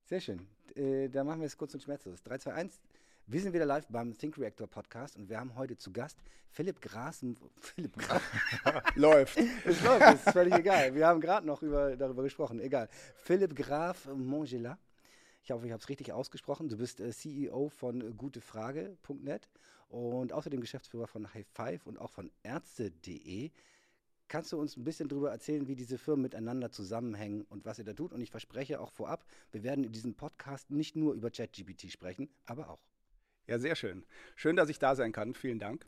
Sehr schön. Da machen wir es kurz und schmerzlos. 3, 2, 1. Wir sind wieder live beim Think Reactor Podcast und wir haben heute zu Gast Philipp Graf. Läuft. Es läuft, das ist völlig egal. Wir haben gerade noch darüber gesprochen. Egal. Philipp Graf Montgelat. Ich hoffe, ich habe es richtig ausgesprochen. Du bist CEO von gutefrage.net und außerdem Geschäftsführer von High Five und auch von Ärzte.de. Kannst du uns ein bisschen darüber erzählen, wie diese Firmen miteinander zusammenhängen und was ihr da tut? Und ich verspreche auch vorab, wir werden in diesem Podcast nicht nur über ChatGPT sprechen, aber auch. Ja, sehr schön. Schön, dass ich da sein kann. Vielen Dank.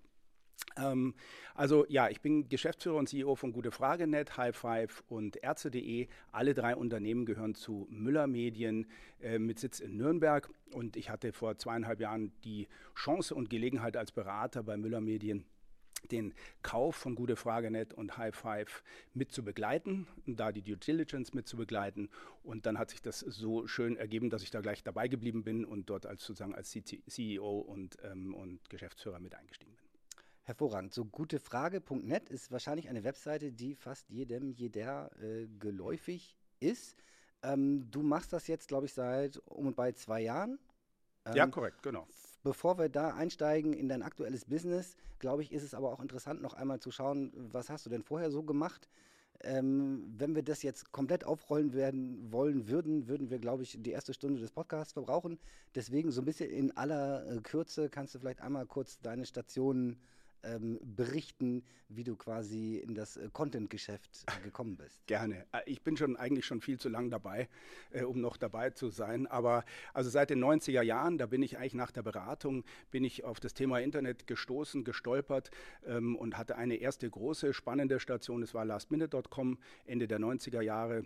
Ich bin Geschäftsführer und CEO von gutefrage.net, High Five und Ärzte.de. Alle 3 Unternehmen gehören zu Müller Medien mit Sitz in Nürnberg. Und ich hatte vor 2,5 Jahren die Chance und Gelegenheit als Berater bei Müller Medien, den Kauf von gutefrage.net und High Five mit zu begleiten, da die Due Diligence mit zu begleiten. Und dann hat sich das so schön ergeben, dass ich da gleich dabei geblieben bin und dort als CEO und Geschäftsführer mit eingestiegen bin. Hervorragend. So gutefrage.net ist wahrscheinlich eine Webseite, die fast jeder geläufig ist. Du machst das jetzt, glaube ich, seit um und bei 2 Jahren. Ja, korrekt, genau. Bevor wir da einsteigen in dein aktuelles Business, glaube ich, ist es aber auch interessant, noch einmal zu schauen, was hast du denn vorher so gemacht? Wenn wir das jetzt komplett aufrollen würden wir, glaube ich, die erste Stunde des Podcasts verbrauchen. Deswegen so ein bisschen in aller Kürze kannst du vielleicht einmal kurz deine Stationen berichten, wie du quasi in das Content-Geschäft gekommen bist. Gerne. Ich bin eigentlich schon viel zu lang dabei, um noch dabei zu sein. Aber also seit den 90er Jahren, da bin ich eigentlich nach der Beratung, bin ich auf das Thema Internet gestolpert und hatte eine erste große, spannende Station. Das war lastminute.com, Ende der 90er Jahre.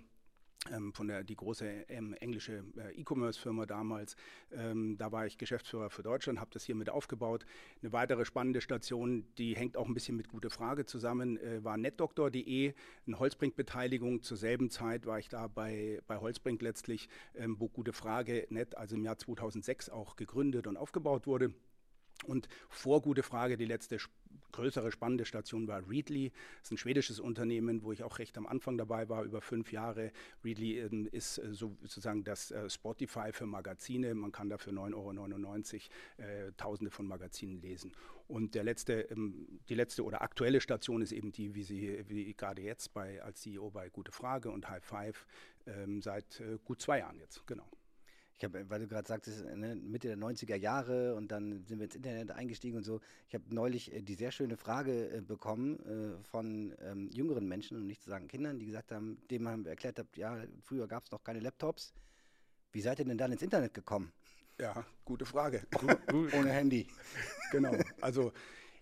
Die große englische E-Commerce-Firma damals. Da war ich Geschäftsführer für Deutschland, habe das hier mit aufgebaut. Eine weitere spannende Station, die hängt auch ein bisschen mit Gute Frage zusammen, war netdoktor.de, eine Holzbrink-Beteiligung. Zur selben Zeit war ich da bei Holzbrink letztlich, wo Gute Frage.net, also im Jahr 2006 auch gegründet und aufgebaut wurde. Und vor Gute Frage, die letzte größere spannende Station war Readly. Das ist ein schwedisches Unternehmen, wo ich auch recht am Anfang dabei war, über 5 Jahre. Readly ist sozusagen das Spotify für Magazine. Man kann da für 9,99 € Tausende von Magazinen lesen. Und die letzte oder aktuelle Station ist eben die, wie gerade jetzt als CEO bei Gute Frage und High Five seit gut 2 Jahren jetzt, genau. Weil du gerade sagtest, Mitte der 90er Jahre und dann sind wir ins Internet eingestiegen und so. Ich habe neulich die sehr schöne Frage bekommen von jüngeren Menschen, um nicht zu sagen Kindern, die gesagt haben, dem haben wir erklärt, ja, früher gab es noch keine Laptops. Wie seid ihr denn dann ins Internet gekommen? Ja, gute Frage. Ohne Handy. Genau. Also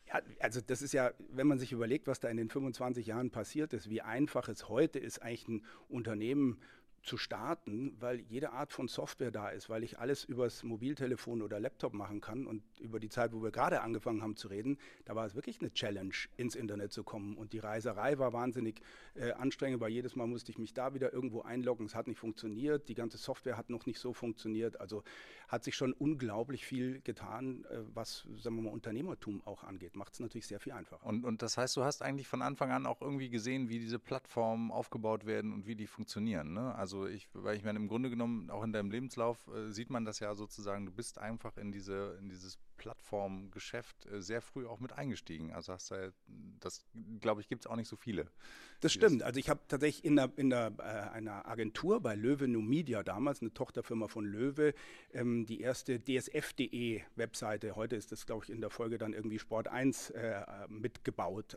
das ist ja, wenn man sich überlegt, was da in den 25 Jahren passiert ist, wie einfach es heute ist, eigentlich ein Unternehmen zu starten, weil jede Art von Software da ist, weil ich alles übers Mobiltelefon oder Laptop machen kann. Und über die Zeit, wo wir gerade angefangen haben zu reden, da war es wirklich eine Challenge, ins Internet zu kommen. Und die Reiserei war wahnsinnig anstrengend, weil jedes Mal musste ich mich da wieder irgendwo einloggen. Es hat nicht funktioniert, die ganze Software hat noch nicht so funktioniert. Also hat sich schon unglaublich viel getan, was, sagen wir mal, Unternehmertum auch angeht. Macht es natürlich sehr viel einfacher. Und das heißt, du hast eigentlich von Anfang an auch irgendwie gesehen, wie diese Plattformen aufgebaut werden und wie die funktionieren, ne? Also weil ich meine, im Grunde genommen, auch in deinem Lebenslauf sieht man das ja sozusagen, du bist einfach in dieses Plattformgeschäft sehr früh auch mit eingestiegen. Also das, glaube ich, gibt es auch nicht so viele. Das stimmt. Also ich habe tatsächlich in einer Agentur bei Löwe New Media damals, eine Tochterfirma von Löwe, die erste DSF.de Webseite, heute ist das, glaube ich, in der Folge dann irgendwie Sport 1 mitgebaut.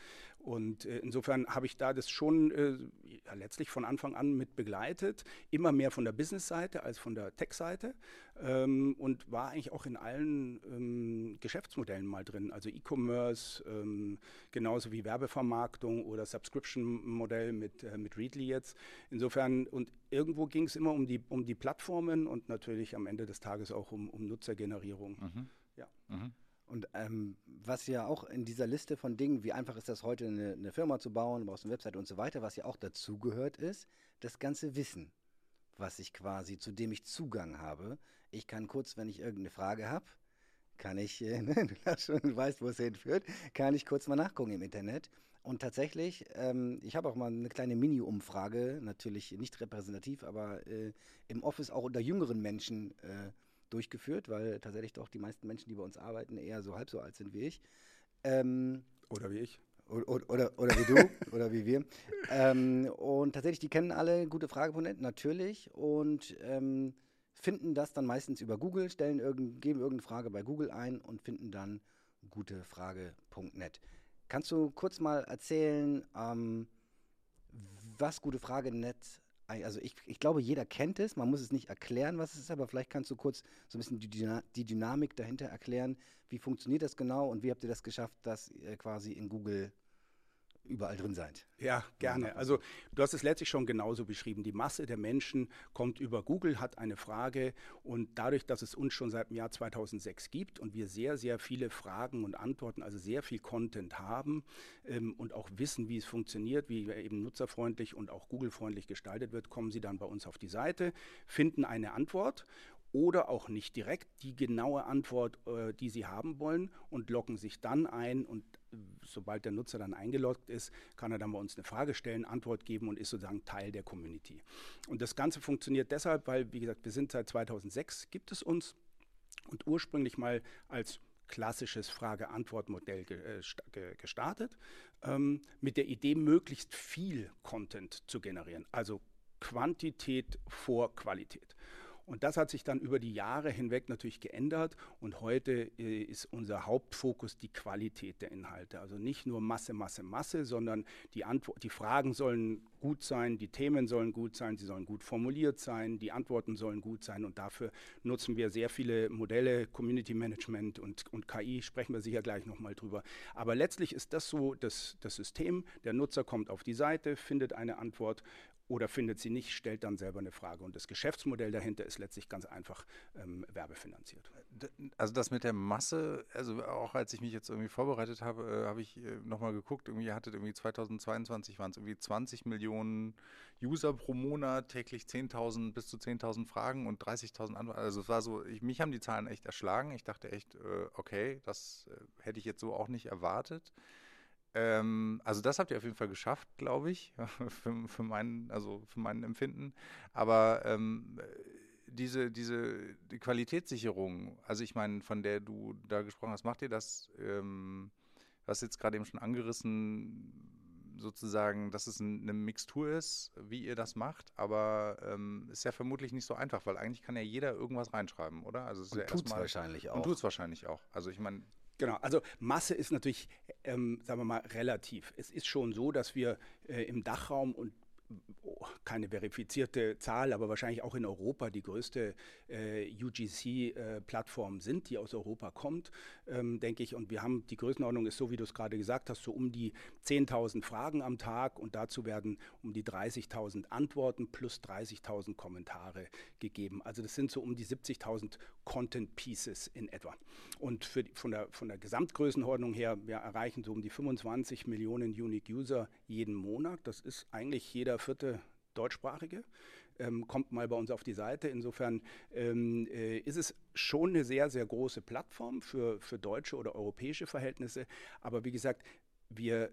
Und insofern habe ich da das schon letztlich von Anfang an mit begleitet, immer mehr von der Business-Seite als von der Tech-Seite und war eigentlich auch in allen Geschäftsmodellen mal drin, also E-Commerce, genauso wie Werbevermarktung oder Subscription-Modell mit Readly jetzt. Insofern, und irgendwo ging es immer um die Plattformen und natürlich am Ende des Tages auch um Nutzergenerierung. Mhm. Ja. Mhm. Und was ja auch in dieser Liste von Dingen, wie einfach ist das heute, eine Firma zu bauen, du brauchst eine Webseite und so weiter, was ja auch dazugehört ist, das ganze Wissen, zu dem ich Zugang habe. Ich kann kurz, wenn ich irgendeine Frage habe, kann ich, du weißt, wo es hinführt, kann ich kurz mal nachgucken im Internet. Und tatsächlich, ich habe auch mal eine kleine Mini-Umfrage, natürlich nicht repräsentativ, aber im Office auch unter jüngeren Menschen durchgeführt, weil tatsächlich doch die meisten Menschen, die bei uns arbeiten, eher so halb so alt sind wie ich. Ähm, Oder wie ich. oder wie du oder wie wir. Und tatsächlich, die kennen alle gutefrage.net, natürlich, und finden das dann meistens über Google, geben irgendeine Frage bei Google ein und finden dann gutefrage.net. Kannst du kurz mal erzählen, was Gute-Frage.net, also ich glaube, jeder kennt es, man muss es nicht erklären, was es ist, aber vielleicht kannst du kurz so ein bisschen die Dynamik dahinter erklären. Wie funktioniert das genau und wie habt ihr das geschafft, dass ihr quasi in Google überall drin seid? Ja, gerne. Also du hast es letztlich schon genauso beschrieben. Die Masse der Menschen kommt über Google, hat eine Frage und dadurch, dass es uns schon seit dem Jahr 2006 gibt und wir sehr, sehr viele Fragen und Antworten, also sehr viel Content haben und auch wissen, wie es funktioniert, wie eben nutzerfreundlich und auch Google-freundlich gestaltet wird, kommen sie dann bei uns auf die Seite, finden eine Antwort oder auch nicht direkt die genaue Antwort, die sie haben wollen und loggen sich dann ein und sobald der Nutzer dann eingeloggt ist, kann er dann bei uns eine Frage stellen, Antwort geben und ist sozusagen Teil der Community. Und das Ganze funktioniert deshalb, weil, wie gesagt, wir sind seit 2006, gibt es uns und ursprünglich mal als klassisches Frage-Antwort-Modell gestartet, mit der Idee, möglichst viel Content zu generieren, also Quantität vor Qualität. Und das hat sich dann über die Jahre hinweg natürlich geändert und heute ist unser Hauptfokus die Qualität der Inhalte. Also nicht nur Masse, Masse, Masse, sondern die Fragen sollen gut sein, die Themen sollen gut sein, sie sollen gut formuliert sein, die Antworten sollen gut sein und dafür nutzen wir sehr viele Modelle, Community Management und KI, sprechen wir sicher gleich nochmal drüber. Aber letztlich ist das so das System, der Nutzer kommt auf die Seite, findet eine Antwort oder findet sie nicht, stellt dann selber eine Frage. Und das Geschäftsmodell dahinter ist letztlich ganz einfach werbefinanziert. Also das mit der Masse, also auch als ich mich jetzt irgendwie vorbereitet habe, habe ich nochmal geguckt, irgendwie hattet irgendwie 2022 waren es irgendwie 20 Millionen User pro Monat, täglich 10.000 bis zu 10.000 Fragen und 30.000 Antworten. Also es war so, mich haben die Zahlen echt erschlagen. Ich dachte echt, okay, das hätte ich jetzt so auch nicht erwartet. Also das habt ihr auf jeden Fall geschafft, glaube ich, für mein Empfinden. Aber die Qualitätssicherung, also ich meine, von der du da gesprochen hast, macht ihr das, du hast jetzt gerade eben schon angerissen, sozusagen, dass es eine Mixtur ist, wie ihr das macht, aber ist ja vermutlich nicht so einfach, weil eigentlich kann ja jeder irgendwas reinschreiben, oder? Also es ist Und ja tut's erstmal wahrscheinlich auch. und tut es wahrscheinlich auch. Also ich meine, Genau, also Masse ist natürlich, sagen wir mal, relativ. Es ist schon so, dass wir im Dachraum und keine verifizierte Zahl, aber wahrscheinlich auch in Europa die größte UGC-Plattform sind, die aus Europa kommt, denke ich. Und wir haben, die Größenordnung ist so, wie du es gerade gesagt hast, so um die 10.000 Fragen am Tag und dazu werden um die 30.000 Antworten plus 30.000 Kommentare gegeben. Also das sind so um die 70.000 Content Pieces in etwa. Und von der Gesamtgrößenordnung her, wir erreichen so um die 25 Millionen Unique User jeden Monat. Das ist eigentlich jeder vierte Deutschsprachige. Kommt mal bei uns auf die Seite. Insofern ist es schon eine sehr, sehr große Plattform für deutsche oder europäische Verhältnisse. Aber wie gesagt, wir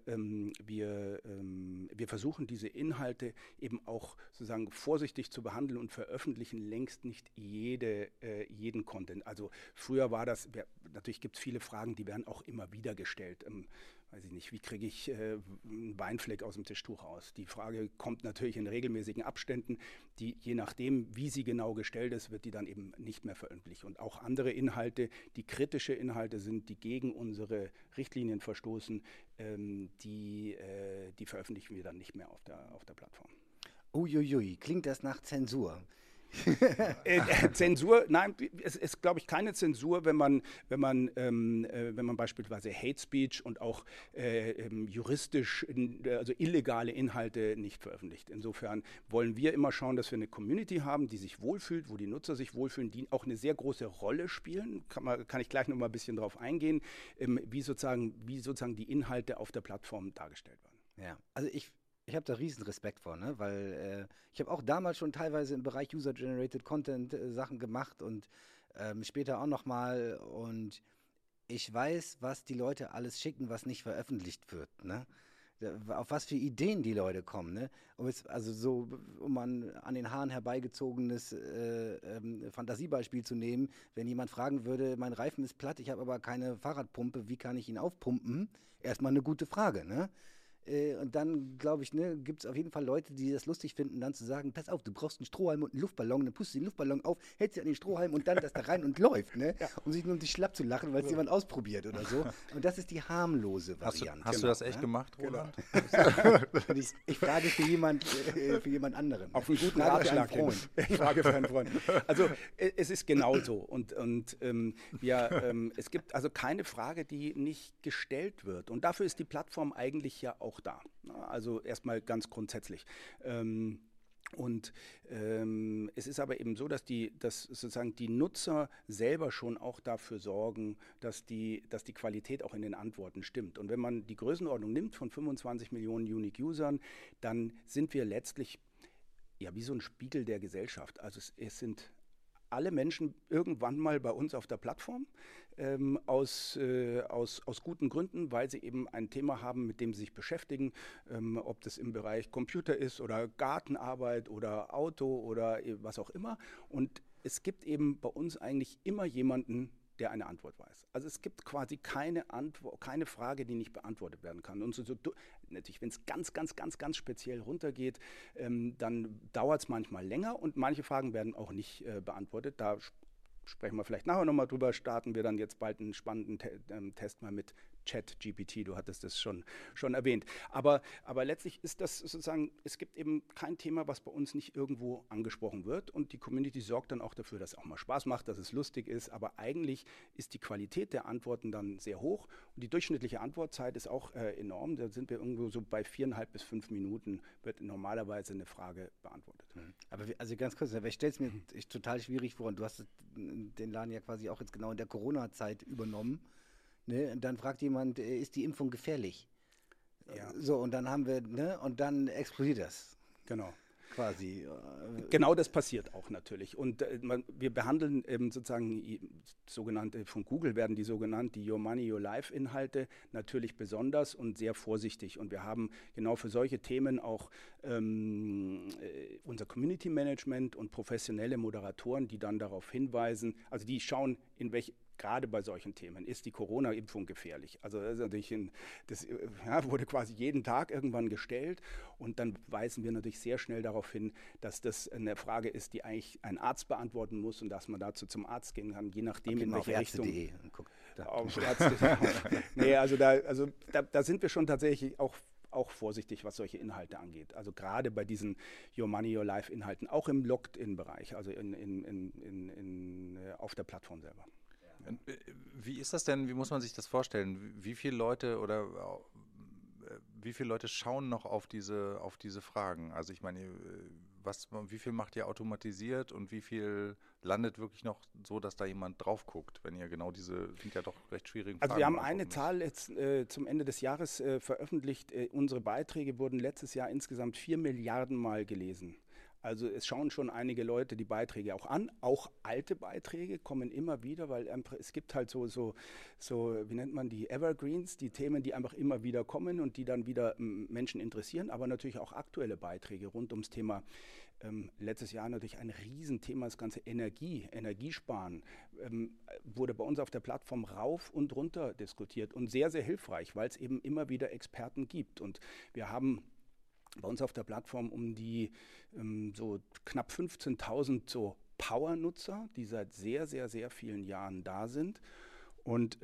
versuchen diese Inhalte eben auch sozusagen vorsichtig zu behandeln und veröffentlichen längst nicht jeden Content. Also früher war das, natürlich gibt es viele Fragen, die werden auch immer wieder gestellt. Weiß ich nicht, wie kriege ich einen Weinfleck aus dem Tischtuch raus? Die Frage kommt natürlich in regelmäßigen Abständen, die je nachdem, wie sie genau gestellt ist, wird die dann eben nicht mehr veröffentlicht. Und auch andere Inhalte, die kritische Inhalte sind, die gegen unsere Richtlinien verstoßen, die veröffentlichen wir dann nicht mehr auf der Plattform. Uiuiui, klingt das nach Zensur? Zensur, nein, es ist, glaube ich, keine Zensur, wenn man beispielsweise Hate Speech und auch juristisch, also illegale Inhalte nicht veröffentlicht. Insofern wollen wir immer schauen, dass wir eine Community haben, die sich wohlfühlt, wo die Nutzer sich wohlfühlen, die auch eine sehr große Rolle spielen. Kann ich gleich noch mal ein bisschen drauf eingehen, wie sozusagen die Inhalte auf der Plattform dargestellt werden. Ja, also ich habe da riesen Respekt vor, ne? Weil ich habe auch damals schon teilweise im Bereich User-Generated Content Sachen gemacht und später auch nochmal. Und ich weiß, was die Leute alles schicken, was nicht veröffentlicht wird, ne? auf was für Ideen die Leute kommen, ne? Also so, um mal an den Haaren herbeigezogenes Fantasiebeispiel zu nehmen, wenn jemand fragen würde, mein Reifen ist platt, ich habe aber keine Fahrradpumpe, wie kann ich ihn aufpumpen? Erstmal eine gute Frage, ne? Und dann, glaube ich, ne, gibt es auf jeden Fall Leute, die das lustig finden, dann zu sagen, pass auf, du brauchst einen Strohhalm und einen Luftballon, dann pustest du den Luftballon auf, hältst dir an den Strohhalm und dann das da rein und läuft, ne? Ja. Um sich nur um dich schlapp zu lachen, weil es jemand ausprobiert oder so. Und das ist die harmlose Variante. Hast du das echt gemacht, Roland? Genau. Ich frage für jemand anderen. Auf einen guten Ratschlag. Ich frage für einen Freund. Also es ist genauso. Und es gibt also keine Frage, die nicht gestellt wird. Und dafür ist die Plattform eigentlich ja auch da. Also erstmal ganz grundsätzlich. Es ist aber eben so, dass sozusagen die Nutzer selber schon auch dafür sorgen, dass die Qualität auch in den Antworten stimmt. Und wenn man die Größenordnung nimmt von 25 Millionen Unique-Usern, dann sind wir letztlich ja wie so ein Spiegel der Gesellschaft. Also es sind alle Menschen irgendwann mal bei uns auf der Plattform, aus guten Gründen, weil sie eben ein Thema haben, mit dem sie sich beschäftigen, ob das im Bereich Computer ist oder Gartenarbeit oder Auto oder was auch immer. Und es gibt eben bei uns eigentlich immer jemanden, der eine Antwort weiß. Also es gibt quasi keine Frage, die nicht beantwortet werden kann. Und natürlich, wenn es ganz speziell runtergeht, dann dauert es manchmal länger und manche Fragen werden auch nicht beantwortet. Da sprechen wir vielleicht nachher nochmal drüber, starten wir dann jetzt bald einen spannenden Test mal mit ChatGPT, du hattest das schon erwähnt. Aber letztlich ist das sozusagen, es gibt eben kein Thema, was bei uns nicht irgendwo angesprochen wird und die Community sorgt dann auch dafür, dass es auch mal Spaß macht, dass es lustig ist, aber eigentlich ist die Qualität der Antworten dann sehr hoch und die durchschnittliche Antwortzeit ist auch enorm, da sind wir irgendwo so bei 4,5 bis 5 Minuten wird normalerweise eine Frage beantwortet. Aber also ganz kurz, ich stelle es mir total schwierig vor und du hast den Laden ja quasi auch jetzt genau in der Corona-Zeit übernommen. Ne? Und dann fragt jemand, ist die Impfung gefährlich? Ja. So, und dann haben wir, ne? Und dann explodiert das. Genau. Quasi. Genau das passiert auch natürlich. Und wir behandeln sozusagen sogenannte, von Google werden die sogenannten Your Money, Your Life Inhalte natürlich besonders und sehr vorsichtig. Und wir haben genau für solche Themen auch unser Community Management und professionelle Moderatoren, die dann darauf hinweisen, also die schauen, gerade bei solchen Themen, ist die Corona-Impfung gefährlich? Also das ist natürlich wurde quasi jeden Tag irgendwann gestellt und dann weisen wir natürlich sehr schnell darauf hin, dass das eine Frage ist, die eigentlich ein Arzt beantworten muss und dass man dazu zum Arzt gehen kann, je nachdem in welche Richtung. Auf Ärzte.de. Nee, also da sind wir schon tatsächlich auch vorsichtig, was solche Inhalte angeht. Also gerade bei diesen Your Money, Your Life Inhalten, auch im Logged-In-Bereich, also auf der Plattform selber. Wie ist das denn, wie muss man sich das vorstellen? Wie viele Leute schauen noch auf diese Fragen? Also ich meine, wie viel macht ihr automatisiert und wie viel landet wirklich noch so, dass da jemand drauf guckt, wenn ihr genau diese, sind ja doch recht schwierigen Fragen. Also wir haben eine Zahl jetzt zum Ende des Jahres veröffentlicht. Unsere Beiträge wurden letztes Jahr insgesamt 4 Milliarden Mal gelesen. Also es schauen schon einige Leute die Beiträge auch an. Auch alte Beiträge kommen immer wieder, weil es gibt halt so, wie nennt man die, Evergreens, die Themen, die einfach immer wieder kommen und die dann wieder Menschen interessieren, aber natürlich auch aktuelle Beiträge rund ums Thema. Letztes Jahr natürlich ein Riesenthema, das ganze Energiesparen, wurde bei uns auf der Plattform rauf und runter diskutiert und sehr, sehr hilfreich, weil es eben immer wieder Experten gibt. Und wir haben bei uns auf der Plattform um die so knapp 15.000 so Power-Nutzer, die seit sehr, sehr, sehr vielen Jahren da sind. Und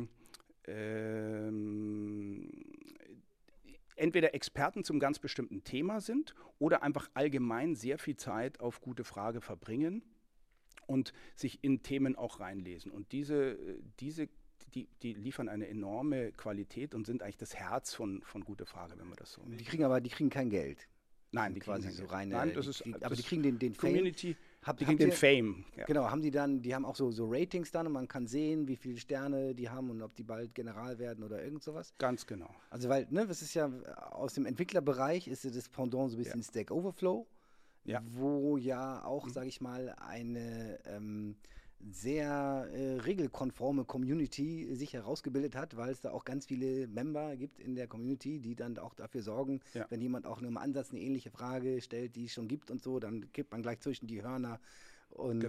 entweder Experten zum ganz bestimmten Thema sind oder einfach allgemein sehr viel Zeit auf gute Frage verbringen und sich in Themen auch reinlesen. Und die liefern eine enorme Qualität und sind eigentlich das Herz von Gute Frage, wenn man das so. Die kriegen kein Geld. Nein, die quasi kriegen so reine. Nein, aber die kriegen den Community. Fame. Die kriegen den Fame. Ja. Genau, die haben auch so Ratings dann und man kann sehen, wie viele Sterne die haben und ob die bald General werden oder irgend sowas. Ganz genau. Also weil, das ist ja aus dem Entwicklerbereich ist das Pendant so ein bisschen Stack Overflow, wo ja auch, sage ich mal, eine sehr regelkonforme Community sich herausgebildet hat, weil es da auch ganz viele Member gibt in der Community, die dann auch dafür sorgen, wenn jemand auch nur im Ansatz eine ähnliche Frage stellt, die es schon gibt und so, dann kippt man gleich zwischen die Hörner. Und,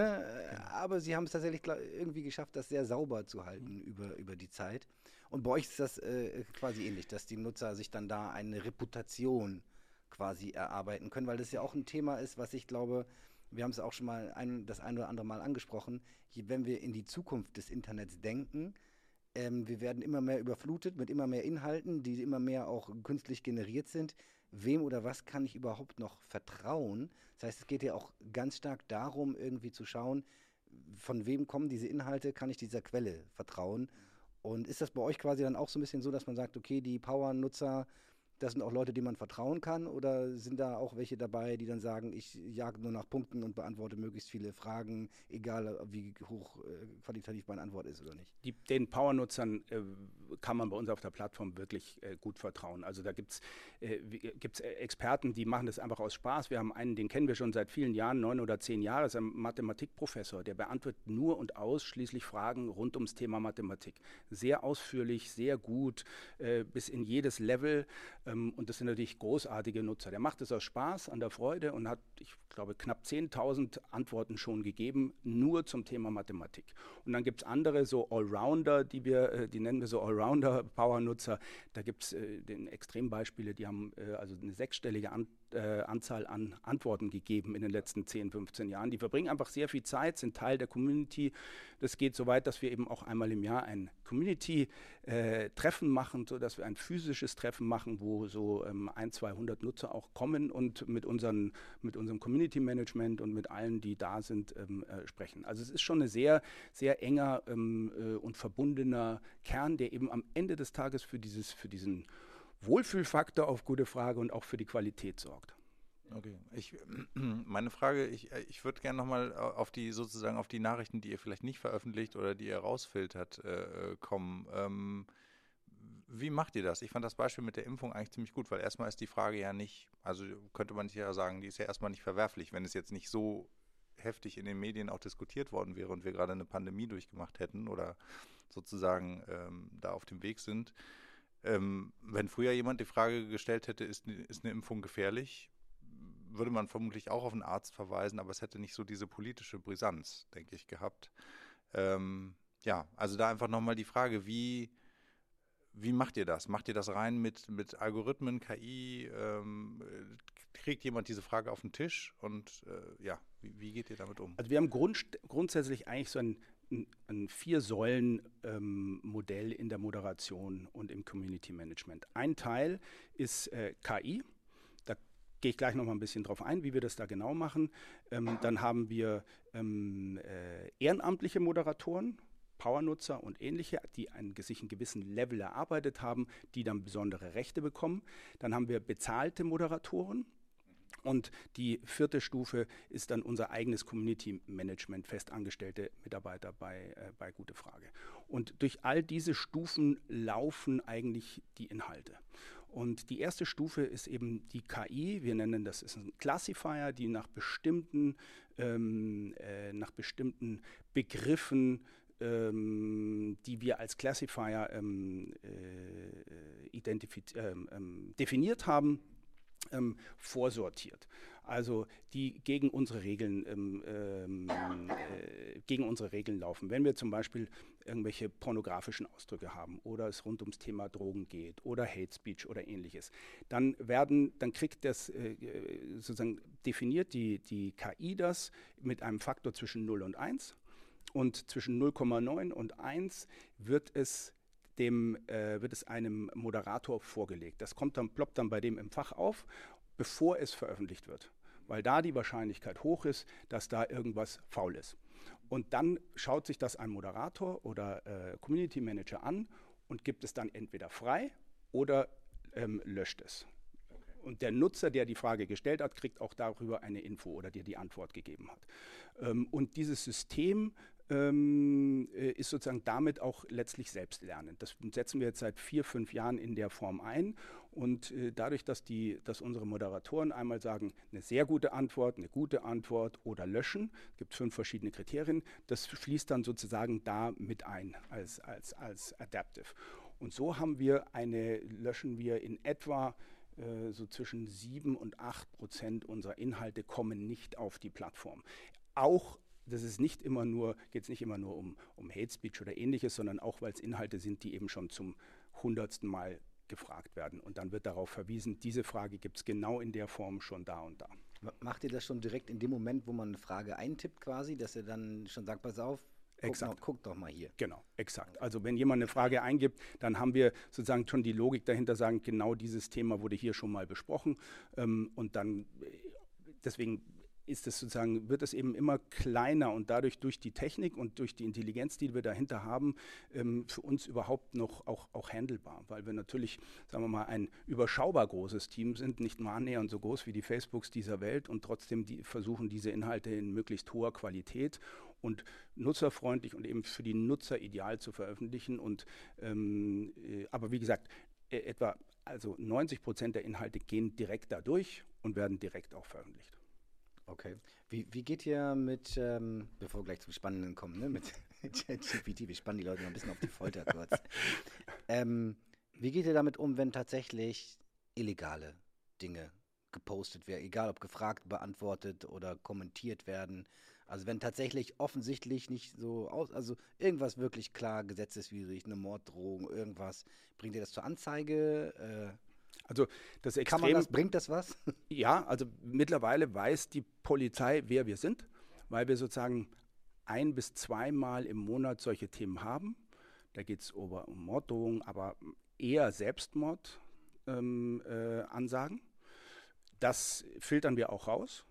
aber sie haben es tatsächlich irgendwie geschafft, das sehr sauber zu halten über die Zeit. Und bei euch ist das quasi ähnlich, dass die Nutzer sich dann da eine Reputation quasi erarbeiten können, weil das ja auch ein Thema ist, was ich glaube, wir haben es auch schon mal das ein oder andere Mal angesprochen, wenn wir in die Zukunft des Internets denken, wir werden immer mehr überflutet mit immer mehr Inhalten, die immer mehr auch künstlich generiert sind. Wem oder was kann ich überhaupt noch vertrauen? Das heißt, es geht ja auch ganz stark darum, irgendwie zu schauen, von wem kommen diese Inhalte, kann ich dieser Quelle vertrauen? Und ist das bei euch quasi dann auch so ein bisschen so, dass man sagt, okay, die Power-Nutzer, das sind auch Leute, denen man vertrauen kann? Oder sind da auch welche dabei, die dann sagen, ich jage nur nach Punkten und beantworte möglichst viele Fragen, egal wie hoch qualitativ meine Antwort ist oder nicht? Den Power-Nutzern kann man bei uns auf der Plattform wirklich gut vertrauen. Also da gibt's Experten, die machen das einfach aus Spaß. Wir haben einen, den kennen wir schon seit vielen Jahren, 9 oder 10 Jahre, ist ein Mathematikprofessor, der beantwortet nur und ausschließlich Fragen rund ums Thema Mathematik. Sehr ausführlich, sehr gut, bis in jedes Level. Und das sind natürlich großartige Nutzer. Der macht es aus Spaß, an der Freude und hat, ich glaube, knapp 10.000 Antworten schon gegeben, nur zum Thema Mathematik. Und dann gibt es andere, so Allrounder, die nennen wir so Allrounder-Power-Nutzer. Da gibt es Extrembeispiele, die haben also eine 6-stellige Anzahl an Antworten gegeben in den letzten 10, 15 Jahren. Die verbringen einfach sehr viel Zeit, sind Teil der Community. Das geht so weit, dass wir eben auch einmal im Jahr ein Community-Treffen machen, sodass wir ein physisches Treffen machen, wo so 100-200 Nutzer auch kommen und mit unserem Community-Management und mit allen, die da sind, sprechen. Also es ist schon ein sehr, sehr enger und verbundener Kern, der eben am Ende des Tages für diesen Wohlfühlfaktor auf gute Frage und auch für die Qualität sorgt. Okay, meine Frage, ich würde gerne nochmal auf die Nachrichten, die ihr vielleicht nicht veröffentlicht oder die ihr rausfiltert, kommen. Wie macht ihr das? Ich fand das Beispiel mit der Impfung eigentlich ziemlich gut, weil erstmal ist die Frage ja nicht, also könnte man ja sagen, die ist ja erstmal nicht verwerflich, wenn es jetzt nicht so heftig in den Medien auch diskutiert worden wäre und wir gerade eine Pandemie durchgemacht hätten oder sozusagen da auf dem Weg sind. Wenn früher jemand die Frage gestellt hätte, ist eine Impfung gefährlich, würde man vermutlich auch auf einen Arzt verweisen, aber es hätte nicht so diese politische Brisanz, denke ich, gehabt. Also da einfach nochmal die Frage, wie macht ihr das? Macht ihr das rein mit Algorithmen, KI? Kriegt jemand diese Frage auf den Tisch? Und wie geht ihr damit um? Also wir haben grundsätzlich eigentlich so ein 4-Säulen-Modell in der Moderation und im Community-Management. Ein Teil ist KI. Da gehe ich gleich noch mal ein bisschen drauf ein, wie wir das da genau machen. Dann haben wir ehrenamtliche Moderatoren, Powernutzer und ähnliche, die sich einen gewissen Level erarbeitet haben, die dann besondere Rechte bekommen. Dann haben wir bezahlte Moderatoren. Und die 4. Stufe ist dann unser eigenes Community-Management, festangestellte Mitarbeiter bei Gute Frage. Und durch all diese Stufen laufen eigentlich die Inhalte. Und die erste Stufe ist eben die KI. Wir nennen das ist ein Classifier, die nach bestimmten Begriffen, die wir als Classifier definiert haben, vorsortiert. Also die gegen unsere Regeln laufen. Wenn wir zum Beispiel irgendwelche pornografischen Ausdrücke haben oder es rund ums Thema Drogen geht oder Hate Speech oder ähnliches, dann kriegt das sozusagen definiert die KI das mit einem Faktor zwischen 0 und 1 und zwischen 0,9 und 1 wird es einem Moderator vorgelegt. Das ploppt dann bei dem im Fach auf, bevor es veröffentlicht wird, weil da die Wahrscheinlichkeit hoch ist, dass da irgendwas faul ist. Und dann schaut sich das ein Moderator oder Community Manager an und gibt es dann entweder frei oder löscht es. Und der Nutzer, der die Frage gestellt hat, kriegt auch darüber eine Info oder der die Antwort gegeben hat. Und dieses System ist sozusagen damit auch letztlich selbstlernend. Das setzen wir jetzt seit 4, 5 Jahren in der Form ein Und dadurch, dass unsere Moderatoren einmal sagen, eine sehr gute Antwort, eine gute Antwort oder löschen, es gibt 5 verschiedene Kriterien, das fließt dann sozusagen da mit ein als Adaptive. Und so löschen wir in etwa so zwischen 7 und 8% unserer Inhalte kommen nicht auf die Plattform. Auch das ist geht es nicht immer nur um Hate Speech oder ähnliches, sondern auch, weil es Inhalte sind, die eben schon zum 100. Mal gefragt werden. Und dann wird darauf verwiesen, diese Frage gibt es genau in der Form schon da und da. Macht ihr das schon direkt in dem Moment, wo man eine Frage eintippt quasi, dass ihr dann schon sagt, pass auf, guck doch mal hier. Genau, exakt. Also wenn jemand eine Frage eingibt, dann haben wir sozusagen schon die Logik dahinter, sagen, genau dieses Thema wurde hier schon mal besprochen. Und dann, deswegen wird es eben immer kleiner und dadurch durch die Technik und durch die Intelligenz, die wir dahinter haben, für uns überhaupt noch auch handelbar, weil wir natürlich, sagen wir mal, ein überschaubar großes Team sind, nicht mal annähernd so groß wie die Facebooks dieser Welt und trotzdem versuchen diese Inhalte in möglichst hoher Qualität und nutzerfreundlich und eben für die Nutzer ideal zu veröffentlichen. Aber wie gesagt, etwa 90% der Inhalte gehen direkt da durch und werden direkt auch veröffentlicht. Okay. Wie geht ihr mit, bevor wir gleich zum Spannenden kommen, ne, mit ChatGPT, wir spannen die Leute noch ein bisschen auf die Folter kurz. Wie geht ihr damit um, wenn tatsächlich illegale Dinge gepostet werden, egal ob gefragt, beantwortet oder kommentiert werden? Also wenn tatsächlich offensichtlich nicht so also irgendwas wirklich klar gesetzeswidrig, eine Morddrohung, irgendwas, bringt ihr das zur Anzeige? Also das Extrem, bringt das was? Ja, also mittlerweile weiß die Polizei, wer wir sind, weil wir sozusagen 1- bis 2-mal im Monat solche Themen haben. Da geht es um Morddrohungen, aber eher Selbstmordansagen. Das filtern wir auch raus.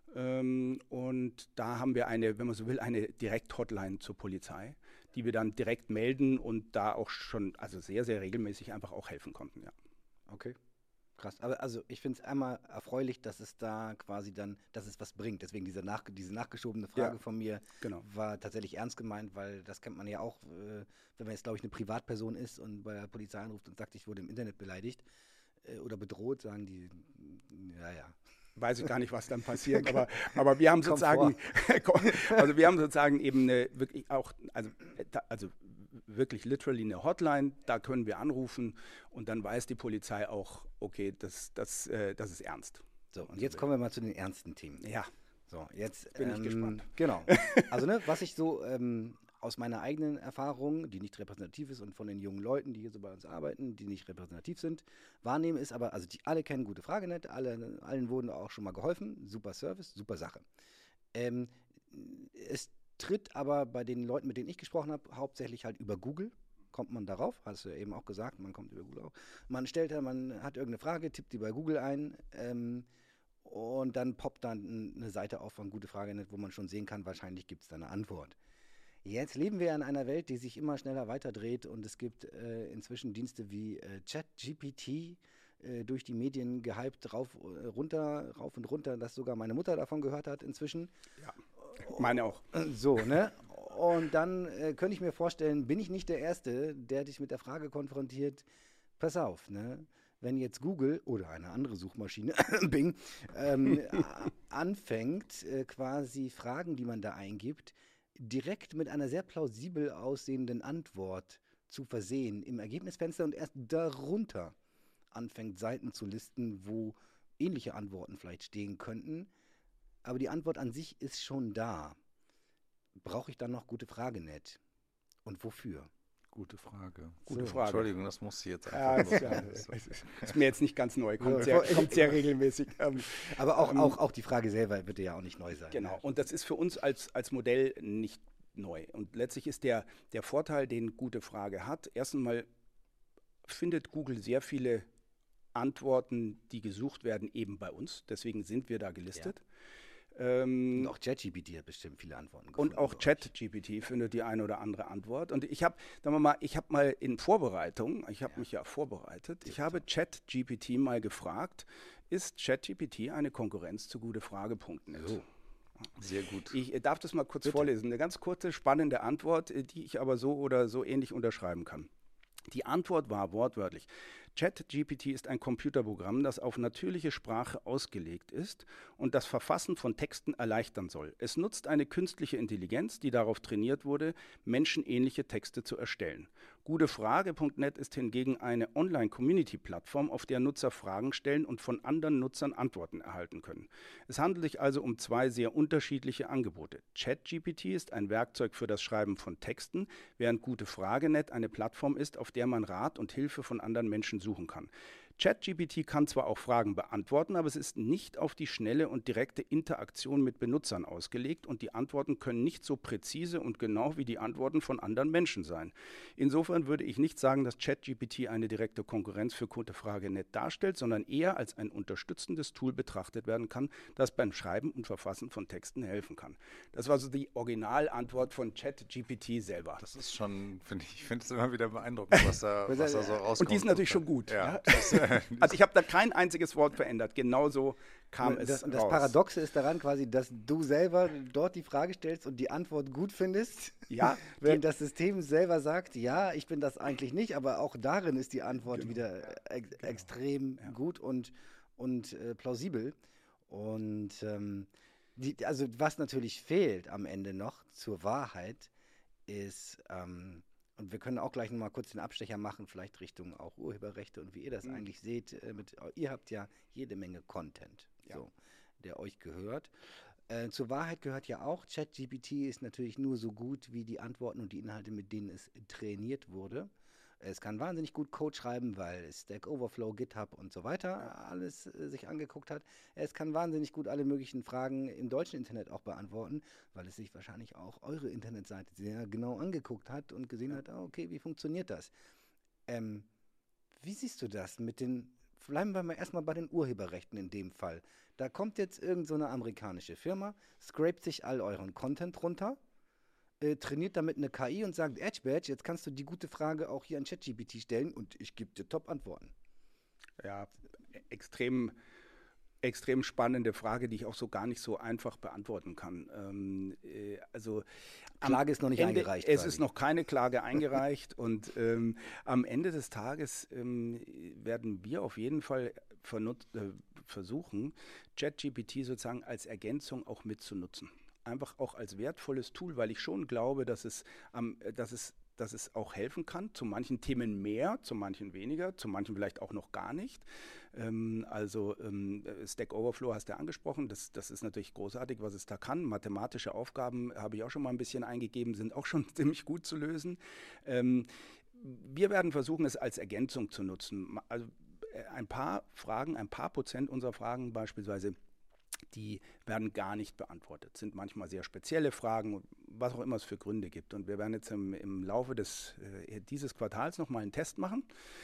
Und da haben wir wenn man so will, eine Direkt-Hotline zur Polizei, die wir dann direkt melden und da auch schon, also sehr, sehr regelmäßig einfach auch helfen konnten, ja. Okay, krass. Aber also ich finde es einmal erfreulich, dass es da quasi dann, dass es was bringt. Deswegen diese nachgeschobene Frage von mir war tatsächlich ernst gemeint, weil das kennt man ja auch, wenn man jetzt, glaube ich, eine Privatperson ist und bei der Polizei anruft und sagt, ich wurde im Internet beleidigt oder bedroht, sagen die, ja. Weiß ich gar nicht, was dann passiert, aber wir haben sozusagen, eben wirklich auch, also wirklich literally eine Hotline, da können wir anrufen und dann weiß die Polizei auch, okay, das ist ernst. So, und jetzt kommen wir mal zu den ernsten Themen. Ja. So, jetzt bin ich gespannt. Genau. Also, was ich so aus meiner eigenen Erfahrung, die nicht repräsentativ ist und von den jungen Leuten, die hier so bei uns arbeiten, die nicht repräsentativ sind, wahrnehme, ist aber, also die alle kennen Gute Frage.net, allen wurden auch schon mal geholfen, super Service, super Sache. Es tritt aber bei den Leuten, mit denen ich gesprochen habe, hauptsächlich halt über Google. Kommt man darauf, hast du ja eben auch gesagt, man kommt über Google auf. Man hat irgendeine Frage, tippt die bei Google ein und dann poppt dann eine Seite auf von Gute Frage.net, wo man schon sehen kann, wahrscheinlich gibt es da eine Antwort. Jetzt leben wir in einer Welt, die sich immer schneller weiterdreht und es gibt inzwischen Dienste wie ChatGPT, durch die Medien gehypt, rauf und runter, dass sogar meine Mutter davon gehört hat inzwischen. Ja, meine auch. So, ne? Und dann könnte ich mir vorstellen, bin ich nicht der Erste, der dich mit der Frage konfrontiert, pass auf, ne? Wenn jetzt Google oder eine andere Suchmaschine, Bing, anfängt, quasi Fragen, die man da eingibt, direkt mit einer sehr plausibel aussehenden Antwort zu versehen im Ergebnisfenster und erst darunter anfängt, Seiten zu listen, wo ähnliche Antworten vielleicht stehen könnten. Aber die Antwort an sich ist schon da. Brauche ich dann noch Gute Frage.net? Und wofür? Gute Frage. Gute Frage. Entschuldigung, das muss ich jetzt einfach. Ist mir jetzt nicht ganz neu, kommt sehr regelmäßig. Aber auch die Frage selber wird ja auch nicht neu sein. Genau, Ne? und das ist für uns als Modell nicht neu. Und letztlich ist der Vorteil, den Gute Frage hat, erst einmal findet Google sehr viele Antworten, die gesucht werden, eben bei uns. Deswegen sind wir da gelistet. Ja. Und auch ChatGPT hat bestimmt viele Antworten gefunden. Und auch ChatGPT findet die eine oder andere Antwort. Und ich habe mal in Vorbereitung, ich habe mich ja vorbereitet, ich habe ChatGPT mal gefragt, ist ChatGPT eine Konkurrenz zu Gutefrage.net? So. Sehr gut. Ich darf das mal kurz vorlesen. Eine ganz kurze, spannende Antwort, die ich aber so oder so ähnlich unterschreiben kann. Die Antwort war wortwörtlich: ChatGPT ist ein Computerprogramm, das auf natürliche Sprache ausgelegt ist und das Verfassen von Texten erleichtern soll. Es nutzt eine künstliche Intelligenz, die darauf trainiert wurde, menschenähnliche Texte zu erstellen. Gutefrage.net ist hingegen eine Online-Community-Plattform, auf der Nutzer Fragen stellen und von anderen Nutzern Antworten erhalten können. Es handelt sich also um zwei sehr unterschiedliche Angebote. ChatGPT ist ein Werkzeug für das Schreiben von Texten, während Gutefrage.net eine Plattform ist, auf der man Rat und Hilfe von anderen Menschen suchen kann. ChatGPT kann zwar auch Fragen beantworten, aber es ist nicht auf die schnelle und direkte Interaktion mit Benutzern ausgelegt und die Antworten können nicht so präzise und genau wie die Antworten von anderen Menschen sein. Insofern würde ich nicht sagen, dass ChatGPT eine direkte Konkurrenz für Gutefrage.net darstellt, sondern eher als ein unterstützendes Tool betrachtet werden kann, das beim Schreiben und Verfassen von Texten helfen kann. Das war so die Originalantwort von ChatGPT selber. Das ist schon, ich finde es immer wieder beeindruckend, was da so rauskommt. Und die ist natürlich schon gut. Ja. Also ich habe da kein einziges Wort verändert. Genauso kam es Und raus. das Paradoxe ist daran quasi, dass du selber dort die Frage stellst und die Antwort gut findest. Ja, während das System selber sagt, ja, ich bin das eigentlich nicht, aber auch darin ist die Antwort wieder extrem gut und plausibel. Und also was natürlich fehlt am Ende noch zur Wahrheit ist, und wir können auch gleich noch mal kurz den Abstecher machen, vielleicht Richtung auch Urheberrechte und wie ihr das eigentlich seht. Ihr habt ja jede Menge Content, so, der euch gehört. Zur Wahrheit gehört ja auch, ChatGPT ist natürlich nur so gut wie die Antworten und die Inhalte, mit denen es trainiert wurde. Es kann wahnsinnig gut Code schreiben, weil es Stack Overflow, GitHub und so weiter alles sich angeguckt hat. Es kann wahnsinnig gut alle möglichen Fragen im deutschen Internet auch beantworten, weil es sich wahrscheinlich auch eure Internetseite sehr genau angeguckt hat und gesehen hat, okay, wie funktioniert das? Wie siehst du das bleiben wir mal erstmal bei den Urheberrechten in dem Fall. Da kommt jetzt irgend so eine amerikanische Firma, scrapt sich all euren Content runter, trainiert damit eine KI und sagt, Edge Badge, jetzt kannst du die gute Frage auch hier an ChatGPT stellen und ich gebe dir Top-Antworten. Ja, extrem spannende Frage, die ich auch so gar nicht so einfach beantworten kann. Klage ist noch nicht eingereicht. Es ist noch keine Klage eingereicht und am Ende des Tages werden wir auf jeden Fall versuchen, ChatGPT sozusagen als Ergänzung auch mitzunutzen. Einfach auch als wertvolles Tool, weil ich schon glaube, dass es auch helfen kann, zu manchen Themen mehr, zu manchen weniger, zu manchen vielleicht auch noch gar nicht. Stack Overflow hast du angesprochen, das ist natürlich großartig, was es da kann. Mathematische Aufgaben habe ich auch schon mal ein bisschen eingegeben, sind auch schon ziemlich gut zu lösen. Wir werden versuchen, es als Ergänzung zu nutzen. Also ein paar Prozent unserer Fragen beispielsweise, die werden gar nicht beantwortet, sind manchmal sehr spezielle Fragen, was auch immer es für Gründe gibt. Und wir werden jetzt im Laufe dieses Quartals nochmal einen Test machen,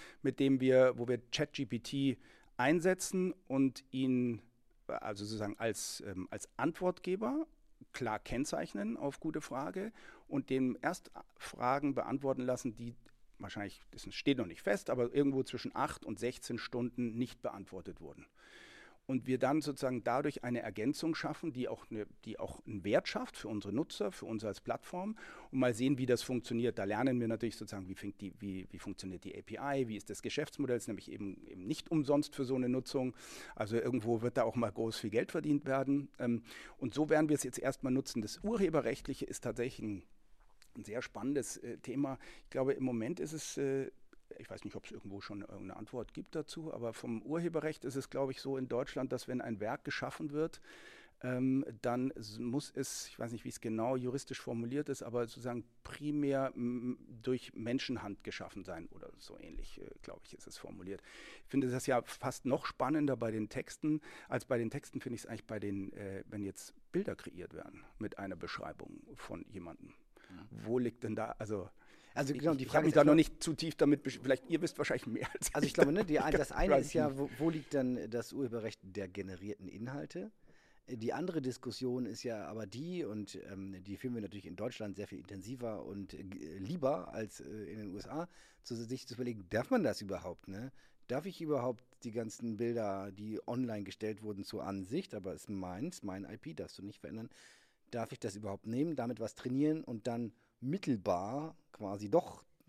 wo wir ChatGPT einsetzen und ihn also sozusagen als Antwortgeber klar kennzeichnen auf gute Frage und dem erst Fragen beantworten lassen, die wahrscheinlich, das steht noch nicht fest, aber irgendwo zwischen 8 und 16 Stunden nicht beantwortet wurden. Und wir dann sozusagen dadurch eine Ergänzung schaffen, die auch einen Wert schafft für unsere Nutzer, für uns als Plattform und mal sehen, wie das funktioniert. Da lernen wir natürlich sozusagen, wie funktioniert die API, wie ist das Geschäftsmodell, ist nämlich eben nicht umsonst für so eine Nutzung. Also irgendwo wird da auch mal groß viel Geld verdient werden. Und so werden wir es jetzt erstmal nutzen. Das Urheberrechtliche ist tatsächlich ein sehr spannendes Thema. Ich glaube, im Moment ist es ich weiß nicht, ob es irgendwo schon irgendeine Antwort gibt dazu, aber vom Urheberrecht ist es, glaube ich, so in Deutschland, dass wenn ein Werk geschaffen wird, dann muss es, ich weiß nicht, wie es genau juristisch formuliert ist, aber sozusagen primär durch Menschenhand geschaffen sein oder so ähnlich, glaube ich, ist es formuliert. Ich finde das ja fast noch spannender bei den Texten, als bei den Texten finde ich es eigentlich wenn jetzt Bilder kreiert werden mit einer Beschreibung von jemandem. Wo liegt denn da, also genau, die ich Frage habe mich ist da noch nicht zu tief damit vielleicht ihr wisst wahrscheinlich mehr als Also ich glaube, das eine ist ja, wo liegt dann das Urheberrecht der generierten Inhalte? Die andere Diskussion ist ja aber und die führen wir natürlich in Deutschland sehr viel intensiver und lieber als in den USA, sich zu überlegen, darf man das überhaupt, ne? Darf ich überhaupt die ganzen Bilder, die online gestellt wurden, zur Ansicht, aber es ist mein IP, darfst du nicht verändern, darf ich das überhaupt nehmen, damit was trainieren und dann mittelbar quasi doch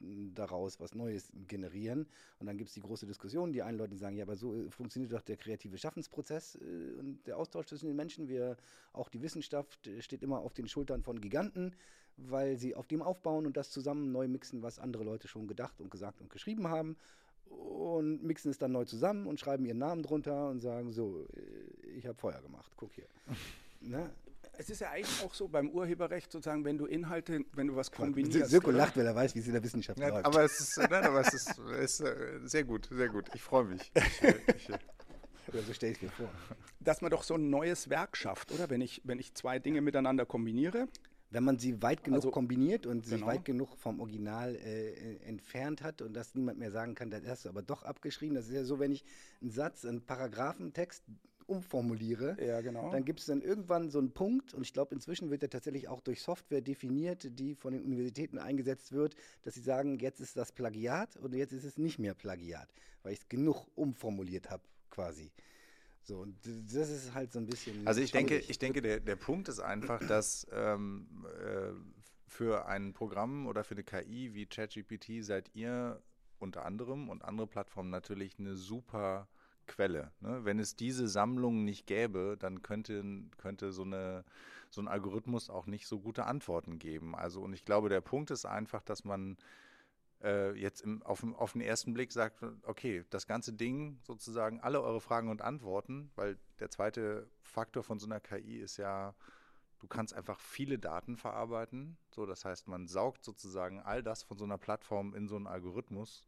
daraus was Neues generieren. Und dann gibt es die große Diskussion. Die einen Leute sagen, ja, aber so funktioniert doch der kreative Schaffensprozess und der Austausch zwischen den Menschen. Auch die Wissenschaft steht immer auf den Schultern von Giganten, weil sie auf dem aufbauen und das zusammen neu mixen, was andere Leute schon gedacht und gesagt und geschrieben haben. Und mixen es dann neu zusammen und schreiben ihren Namen drunter und sagen, so, ich habe Feuer gemacht, guck hier. Ne? Es ist ja eigentlich auch so beim Urheberrecht sozusagen, wenn du was kombinierst. Sirko lacht, weil er weiß, wie es in der Wissenschaft läuft. Aber es ist sehr gut, sehr gut. Ich freue mich. Oder so stelle ich mir vor. Dass man doch so ein neues Werk schafft, oder? Wenn ich zwei Dinge miteinander kombiniere. Wenn man sie weit genug kombiniert und sich genau. weit genug vom Original entfernt hat und dass niemand mehr sagen kann, das hast du aber doch abgeschrieben. Das ist ja so, wenn ich einen Satz, einen Paragraphentext umformuliere, ja, genau. dann gibt es dann irgendwann so einen Punkt, und ich glaube, inzwischen wird der tatsächlich auch durch Software definiert, die von den Universitäten eingesetzt wird, dass sie sagen, jetzt ist das Plagiat und jetzt ist es nicht mehr Plagiat, weil ich es genug umformuliert habe quasi. So, und das ist halt so ein bisschen. Also ich denke, der Punkt ist einfach, dass für ein Programm oder für eine KI wie ChatGPT seid ihr unter anderem und andere Plattformen natürlich eine super Quelle. Ne? Wenn es diese Sammlung nicht gäbe, dann könnte so ein Algorithmus auch nicht so gute Antworten geben. Also, und ich glaube, der Punkt ist einfach, dass man jetzt auf den ersten Blick sagt, okay, das ganze Ding sozusagen, alle eure Fragen und Antworten, weil der zweite Faktor von so einer KI ist ja, du kannst einfach viele Daten verarbeiten. So, das heißt, man saugt sozusagen all das von so einer Plattform in so einen Algorithmus.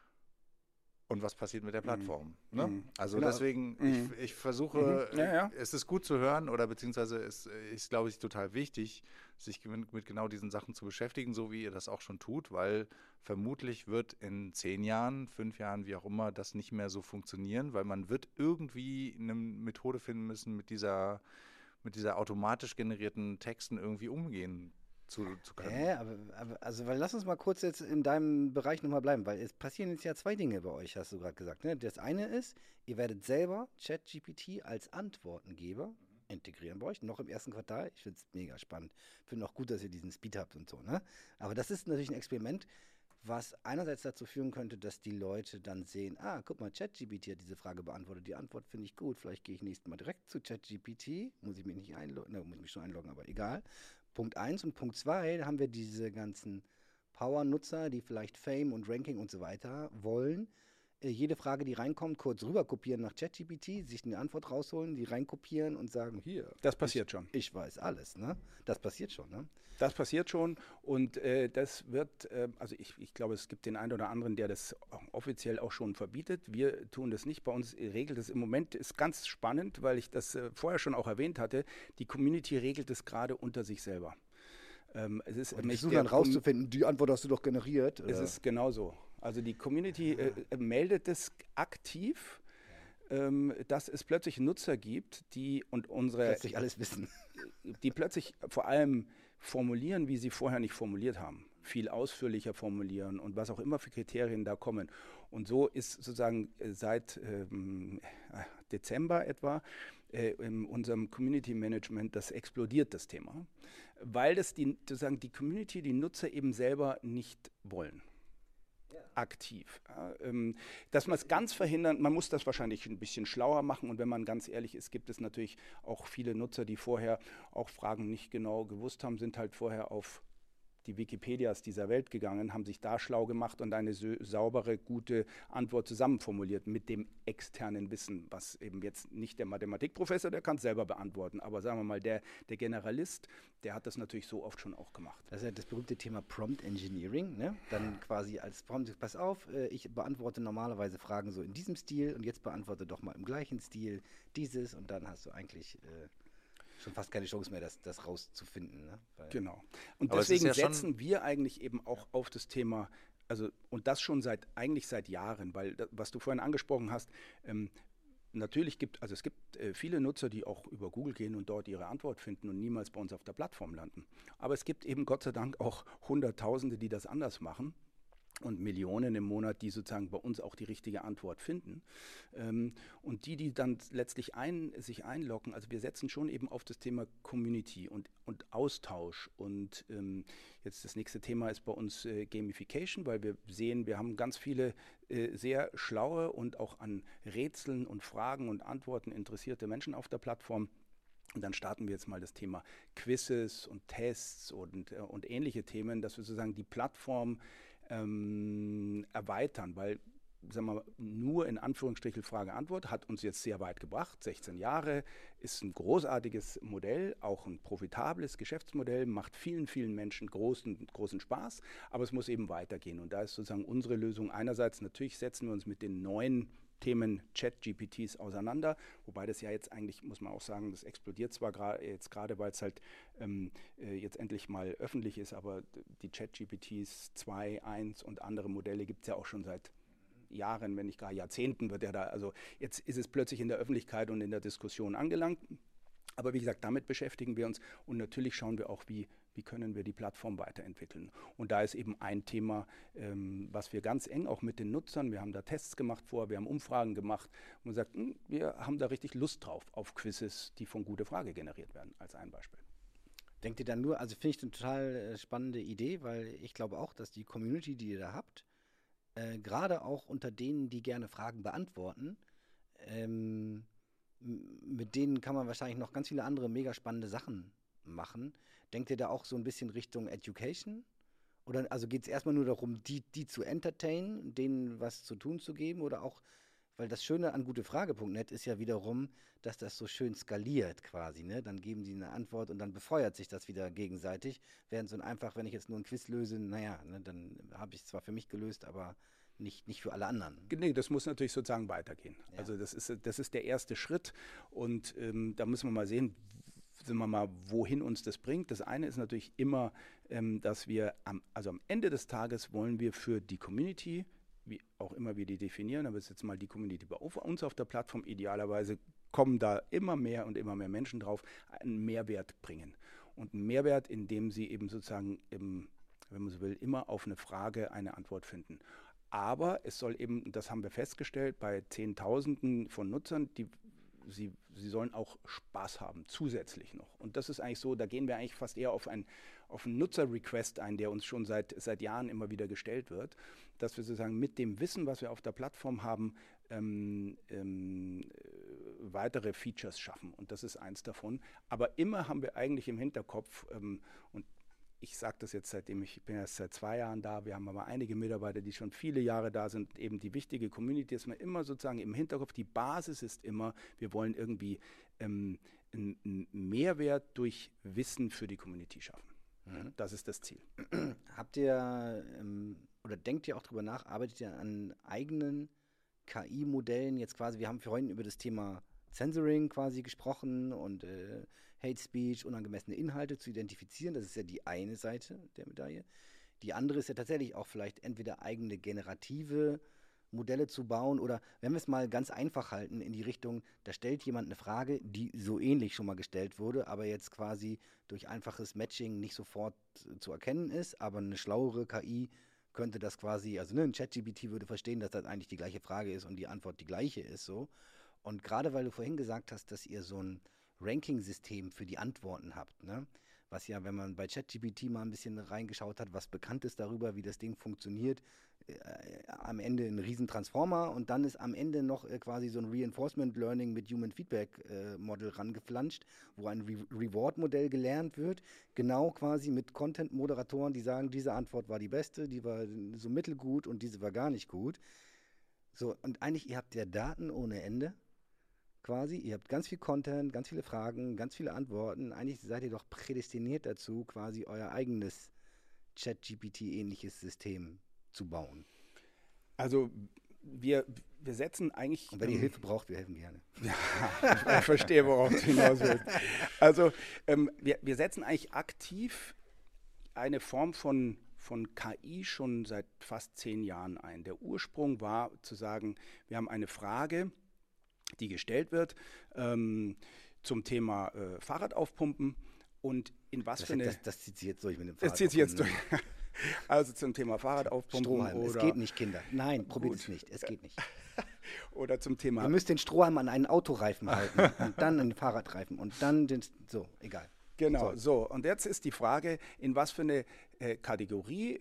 Und was passiert mit der Plattform? Ne? Also genau. Deswegen, ich versuche, es ist gut zu hören oder beziehungsweise es ist, glaube ich, total wichtig, sich mit genau diesen Sachen zu beschäftigen, so wie ihr das auch schon tut, weil vermutlich wird in 10 Jahren, 5 Jahren, wie auch immer, das nicht mehr so funktionieren, weil man wird irgendwie eine Methode finden müssen, mit dieser automatisch generierten Texten irgendwie umgehen zu können. Weil lass uns mal kurz jetzt in deinem Bereich nochmal bleiben, weil es passieren jetzt ja 2 Dinge bei euch, hast du gerade gesagt. Ne? Das eine ist, ihr werdet selber ChatGPT als Antwortengeber integrieren bei euch, noch im ersten Quartal. Ich finde es mega spannend. Ich finde auch gut, dass ihr diesen Speed habt und so. Ne? Aber das ist natürlich ein Experiment, was einerseits dazu führen könnte, dass die Leute dann sehen, guck mal, ChatGPT hat diese Frage beantwortet, die Antwort finde ich gut, vielleicht gehe ich nächstes Mal direkt zu ChatGPT, muss ich mich nicht einloggen, muss ich mich schon einloggen, aber egal. Punkt 1 und Punkt 2, da haben wir diese ganzen Power-Nutzer, die vielleicht Fame und Ranking und so weiter wollen. Jede Frage, die reinkommt, kurz rüber kopieren nach ChatGPT, sich eine Antwort rausholen, die reinkopieren und sagen, hier. Das passiert schon. Ich weiß alles, ne? Das passiert schon, ne? Das passiert schon und das wird, also ich glaube, es gibt den einen oder anderen, der das offiziell auch schon verbietet. Wir tun das nicht. Bei uns regelt es im Moment, ist ganz spannend, weil ich das vorher schon auch erwähnt hatte, die Community regelt es gerade unter sich selber. Es ist und versuchen dann rauszufinden, die Antwort hast du doch generiert. Es ist genauso. Also die Community meldet es aktiv, dass es plötzlich Nutzer gibt, die plötzlich alles wissen. Die plötzlich vor allem formulieren, wie sie vorher nicht formuliert haben. Viel ausführlicher formulieren und was auch immer für Kriterien da kommen. Und so ist sozusagen seit Dezember etwa in unserem Community Management, das explodiert, das Thema, weil das die Community, die Nutzer eben selber nicht wollen. Aktiv. Dass man es ganz verhindern, man muss das wahrscheinlich ein bisschen schlauer machen und wenn man ganz ehrlich ist, gibt es natürlich auch viele Nutzer, die vorher auch Fragen nicht genau gewusst haben, sind halt vorher auf die Wikipedias dieser Welt gegangen, haben sich da schlau gemacht und eine saubere, gute Antwort zusammenformuliert mit dem externen Wissen, was eben jetzt nicht der Mathematikprofessor, der kann es selber beantworten, aber sagen wir mal, der Generalist, der hat das natürlich so oft schon auch gemacht. Das ist ja das berühmte Thema Prompt Engineering, ne? Dann quasi als Prompt, pass auf, ich beantworte normalerweise Fragen so in diesem Stil und jetzt beantworte doch mal im gleichen Stil dieses und dann hast du eigentlich schon fast keine Chance mehr, das rauszufinden. Ne? Genau. Und deswegen setzen wir eigentlich eben auch auf das Thema, also und das schon seit Jahren, weil was du vorhin angesprochen hast, natürlich es gibt viele Nutzer, die auch über Google gehen und dort ihre Antwort finden und niemals bei uns auf der Plattform landen. Aber es gibt eben Gott sei Dank auch Hunderttausende, die das anders machen. und Millionen im Monat, die sozusagen bei uns auch die richtige Antwort finden. Und die dann letztlich sich einloggen, also wir setzen schon eben auf das Thema Community und Austausch. Und jetzt das nächste Thema ist bei uns Gamification, weil wir sehen, wir haben ganz viele sehr schlaue und auch an Rätseln und Fragen und Antworten interessierte Menschen auf der Plattform. Und dann starten wir jetzt mal das Thema Quizzes und Tests und ähnliche Themen, dass wir sozusagen die Plattform erweitern, weil, sagen wir mal, nur in Anführungsstrichen Frage-Antwort hat uns jetzt sehr weit gebracht. 16 Jahre ist ein großartiges Modell, auch ein profitables Geschäftsmodell, macht vielen, vielen Menschen großen Spaß, aber es muss eben weitergehen. Und da ist sozusagen unsere Lösung einerseits, natürlich setzen wir uns mit den neuen Themen Chat-GPTs auseinander, wobei das ja jetzt eigentlich, muss man auch sagen, das explodiert zwar gerade, weil es halt jetzt endlich mal öffentlich ist, aber die Chat-GPTs 2, 1 und andere Modelle gibt es ja auch schon seit Jahren, wenn nicht gar Jahrzehnten wird ja da, also jetzt ist es plötzlich in der Öffentlichkeit und in der Diskussion angelangt. Aber wie gesagt, damit beschäftigen wir uns und natürlich schauen wir auch, wie können wir die Plattform weiterentwickeln. Und da ist eben ein Thema, was wir ganz eng auch mit den Nutzern, wir haben da Tests gemacht wir haben Umfragen gemacht und gesagt, wir haben da richtig Lust drauf, auf Quizzes, die von Gute Frage generiert werden, als ein Beispiel. Denkt ihr dann nur, also finde ich eine total spannende Idee, weil ich glaube auch, dass die Community, die ihr da habt, gerade auch unter denen, die gerne Fragen beantworten, mit denen kann man wahrscheinlich noch ganz viele andere mega spannende Sachen machen. Denkt ihr da auch so ein bisschen Richtung Education? Oder also geht es erstmal nur darum, die zu entertainen, denen was zu tun zu geben? Oder auch, weil das Schöne an gutefrage.net ist ja wiederum, dass das so schön skaliert quasi, ne? Dann geben sie eine Antwort und dann befeuert sich das wieder gegenseitig. Während so einfach, wenn ich jetzt nur ein Quiz löse, naja, ne, dann habe ich es zwar für mich gelöst, aber nicht für alle anderen. Nee, das muss natürlich sozusagen weitergehen. Ja. Also das ist der erste Schritt und da müssen wir mal sehen, wohin uns das bringt. Das eine ist natürlich immer, dass wir am Ende des Tages wollen wir für die Community, wie auch immer wir die definieren, aber es ist jetzt mal die Community bei uns auf der Plattform, idealerweise kommen da immer mehr und immer mehr Menschen drauf, einen Mehrwert bringen. Und einen Mehrwert, indem sie eben sozusagen, wenn man so will, immer auf eine Frage eine Antwort finden. Aber es soll eben, das haben wir festgestellt, bei Zehntausenden von Nutzern, sie sollen auch Spaß haben, zusätzlich noch. Und das ist eigentlich so, da gehen wir eigentlich fast eher auf einen Nutzer-Request ein, der uns schon seit Jahren immer wieder gestellt wird, dass wir sozusagen mit dem Wissen, was wir auf der Plattform haben, weitere Features schaffen. Und das ist eins davon. Aber immer haben wir eigentlich im Hinterkopf, und ich sage das jetzt ich bin erst seit 2 Jahren da, wir haben aber einige Mitarbeiter, die schon viele Jahre da sind, eben die wichtige Community ist mir immer sozusagen im Hinterkopf, die Basis ist immer, wir wollen irgendwie einen Mehrwert durch Wissen für die Community schaffen. Mhm. Das ist das Ziel. Habt ihr oder denkt ihr auch drüber nach, arbeitet ihr an eigenen KI-Modellen jetzt quasi, wir haben vorhin über das Thema Censoring quasi gesprochen und Hate Speech, unangemessene Inhalte zu identifizieren. Das ist ja die eine Seite der Medaille. Die andere ist ja tatsächlich auch vielleicht entweder eigene generative Modelle zu bauen oder, wenn wir es mal ganz einfach halten, in die Richtung, da stellt jemand eine Frage, die so ähnlich schon mal gestellt wurde, aber jetzt quasi durch einfaches Matching nicht sofort zu erkennen ist, aber eine schlauere KI könnte das quasi, also ein ChatGPT würde verstehen, dass das eigentlich die gleiche Frage ist und die Antwort die gleiche ist so. Und gerade weil du vorhin gesagt hast, dass ihr so ein Ranking-System für die Antworten habt, ne? Was ja, wenn man bei ChatGPT mal ein bisschen reingeschaut hat, was bekannt ist darüber, wie das Ding funktioniert, am Ende ein Riesentransformer und dann ist am Ende noch quasi so ein Reinforcement Learning mit Human Feedback Model rangeflanscht, wo ein Reward-Modell gelernt wird, genau quasi mit Content-Moderatoren, die sagen, diese Antwort war die beste, die war so mittelgut und diese war gar nicht gut. So, und eigentlich, ihr habt ja Daten ohne Ende. Quasi, ihr habt ganz viel Content, ganz viele Fragen, ganz viele Antworten. Eigentlich seid ihr doch prädestiniert dazu, quasi euer eigenes ChatGPT-ähnliches System zu bauen. Also wir setzen eigentlich... Und wenn ihr Hilfe braucht, wir helfen gerne. Ja, ich verstehe, worauf du hinaus willst. Also wir setzen eigentlich aktiv eine Form von KI schon seit fast 10 Jahren ein. Der Ursprung war zu sagen, wir haben eine Frage, die gestellt wird zum Thema Fahrrad aufpumpen und in was für eine... Das zieht sie jetzt durch mit dem Fahrrad. Das zieht sie jetzt durch. Also zum Thema Fahrrad aufpumpen Strohhalm, oder... es geht nicht, Kinder. Nein, probiert es nicht, es geht nicht. Oder zum Thema... Ihr müsst den Strohhalm an einen Autoreifen halten und dann einen Fahrradreifen und dann den... So, egal. Genau, so. Und jetzt ist die Frage, in was für eine Kategorie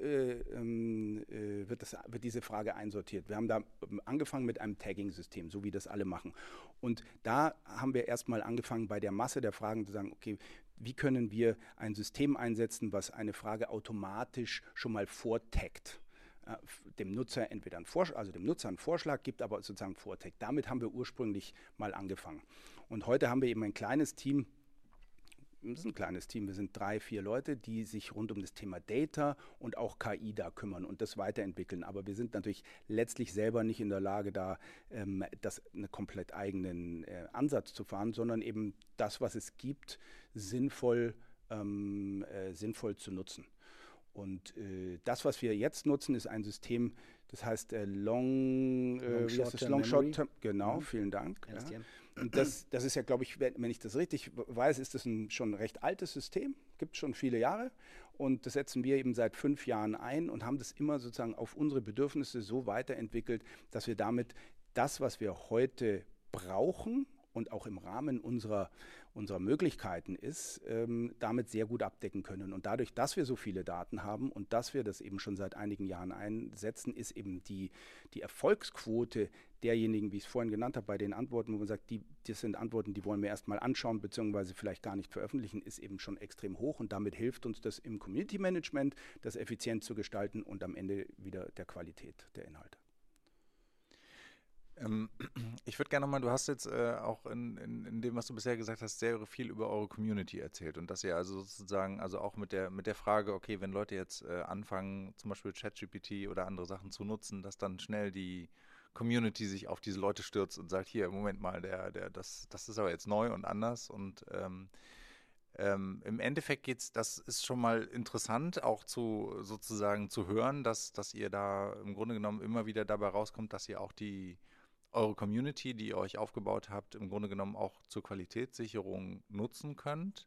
wird diese Frage einsortiert. Wir haben da angefangen mit einem Tagging-System, so wie das alle machen. Und da haben wir erstmal angefangen, bei der Masse der Fragen zu sagen, okay, wie können wir ein System einsetzen, was eine Frage automatisch schon mal vortaggt. Dem Nutzer entweder dem Nutzer einen Vorschlag gibt, aber sozusagen vortaggt. Damit haben wir ursprünglich mal angefangen. Und heute haben wir eben ein kleines Team. Das ist ein kleines Team, wir sind 3, 4 Leute, die sich rund um das Thema Data und auch KI da kümmern und das weiterentwickeln. Aber wir sind natürlich letztlich selber nicht in der Lage, da einen komplett eigenen Ansatz zu fahren, sondern eben das, was es gibt, sinnvoll zu nutzen. Und das, was wir jetzt nutzen, ist ein System, das heißt Long Short Term. Genau, vielen Dank. Ja. Und das ist ja, glaube ich, wenn ich das richtig weiß, ist das schon ein recht altes System, gibt es schon viele Jahre. Und das setzen wir eben seit 5 Jahren ein und haben das immer sozusagen auf unsere Bedürfnisse so weiterentwickelt, dass wir damit das, was wir heute brauchen und auch im Rahmen unserer Möglichkeiten ist, damit sehr gut abdecken können. Und dadurch, dass wir so viele Daten haben und dass wir das eben schon seit einigen Jahren einsetzen, ist eben die Erfolgsquote derjenigen, wie ich es vorhin genannt habe, bei den Antworten, wo man sagt, das sind Antworten, die wollen wir erstmal anschauen, beziehungsweise vielleicht gar nicht veröffentlichen, ist eben schon extrem hoch. Und damit hilft uns das im Community Management, das effizient zu gestalten und am Ende wieder der Qualität der Inhalte. Ich würde gerne nochmal, du hast jetzt auch in dem, was du bisher gesagt hast, sehr viel über eure Community erzählt und dass ihr also sozusagen, also auch mit der Frage, okay, wenn Leute jetzt anfangen, zum Beispiel ChatGPT oder andere Sachen zu nutzen, dass dann schnell die Community sich auf diese Leute stürzt und sagt, hier, Moment mal, das ist aber jetzt neu und anders und im Endeffekt das ist schon mal interessant, auch sozusagen zu hören, dass ihr da im Grunde genommen immer wieder dabei rauskommt, dass ihr auch eure Community, die ihr euch aufgebaut habt, im Grunde genommen auch zur Qualitätssicherung nutzen könnt.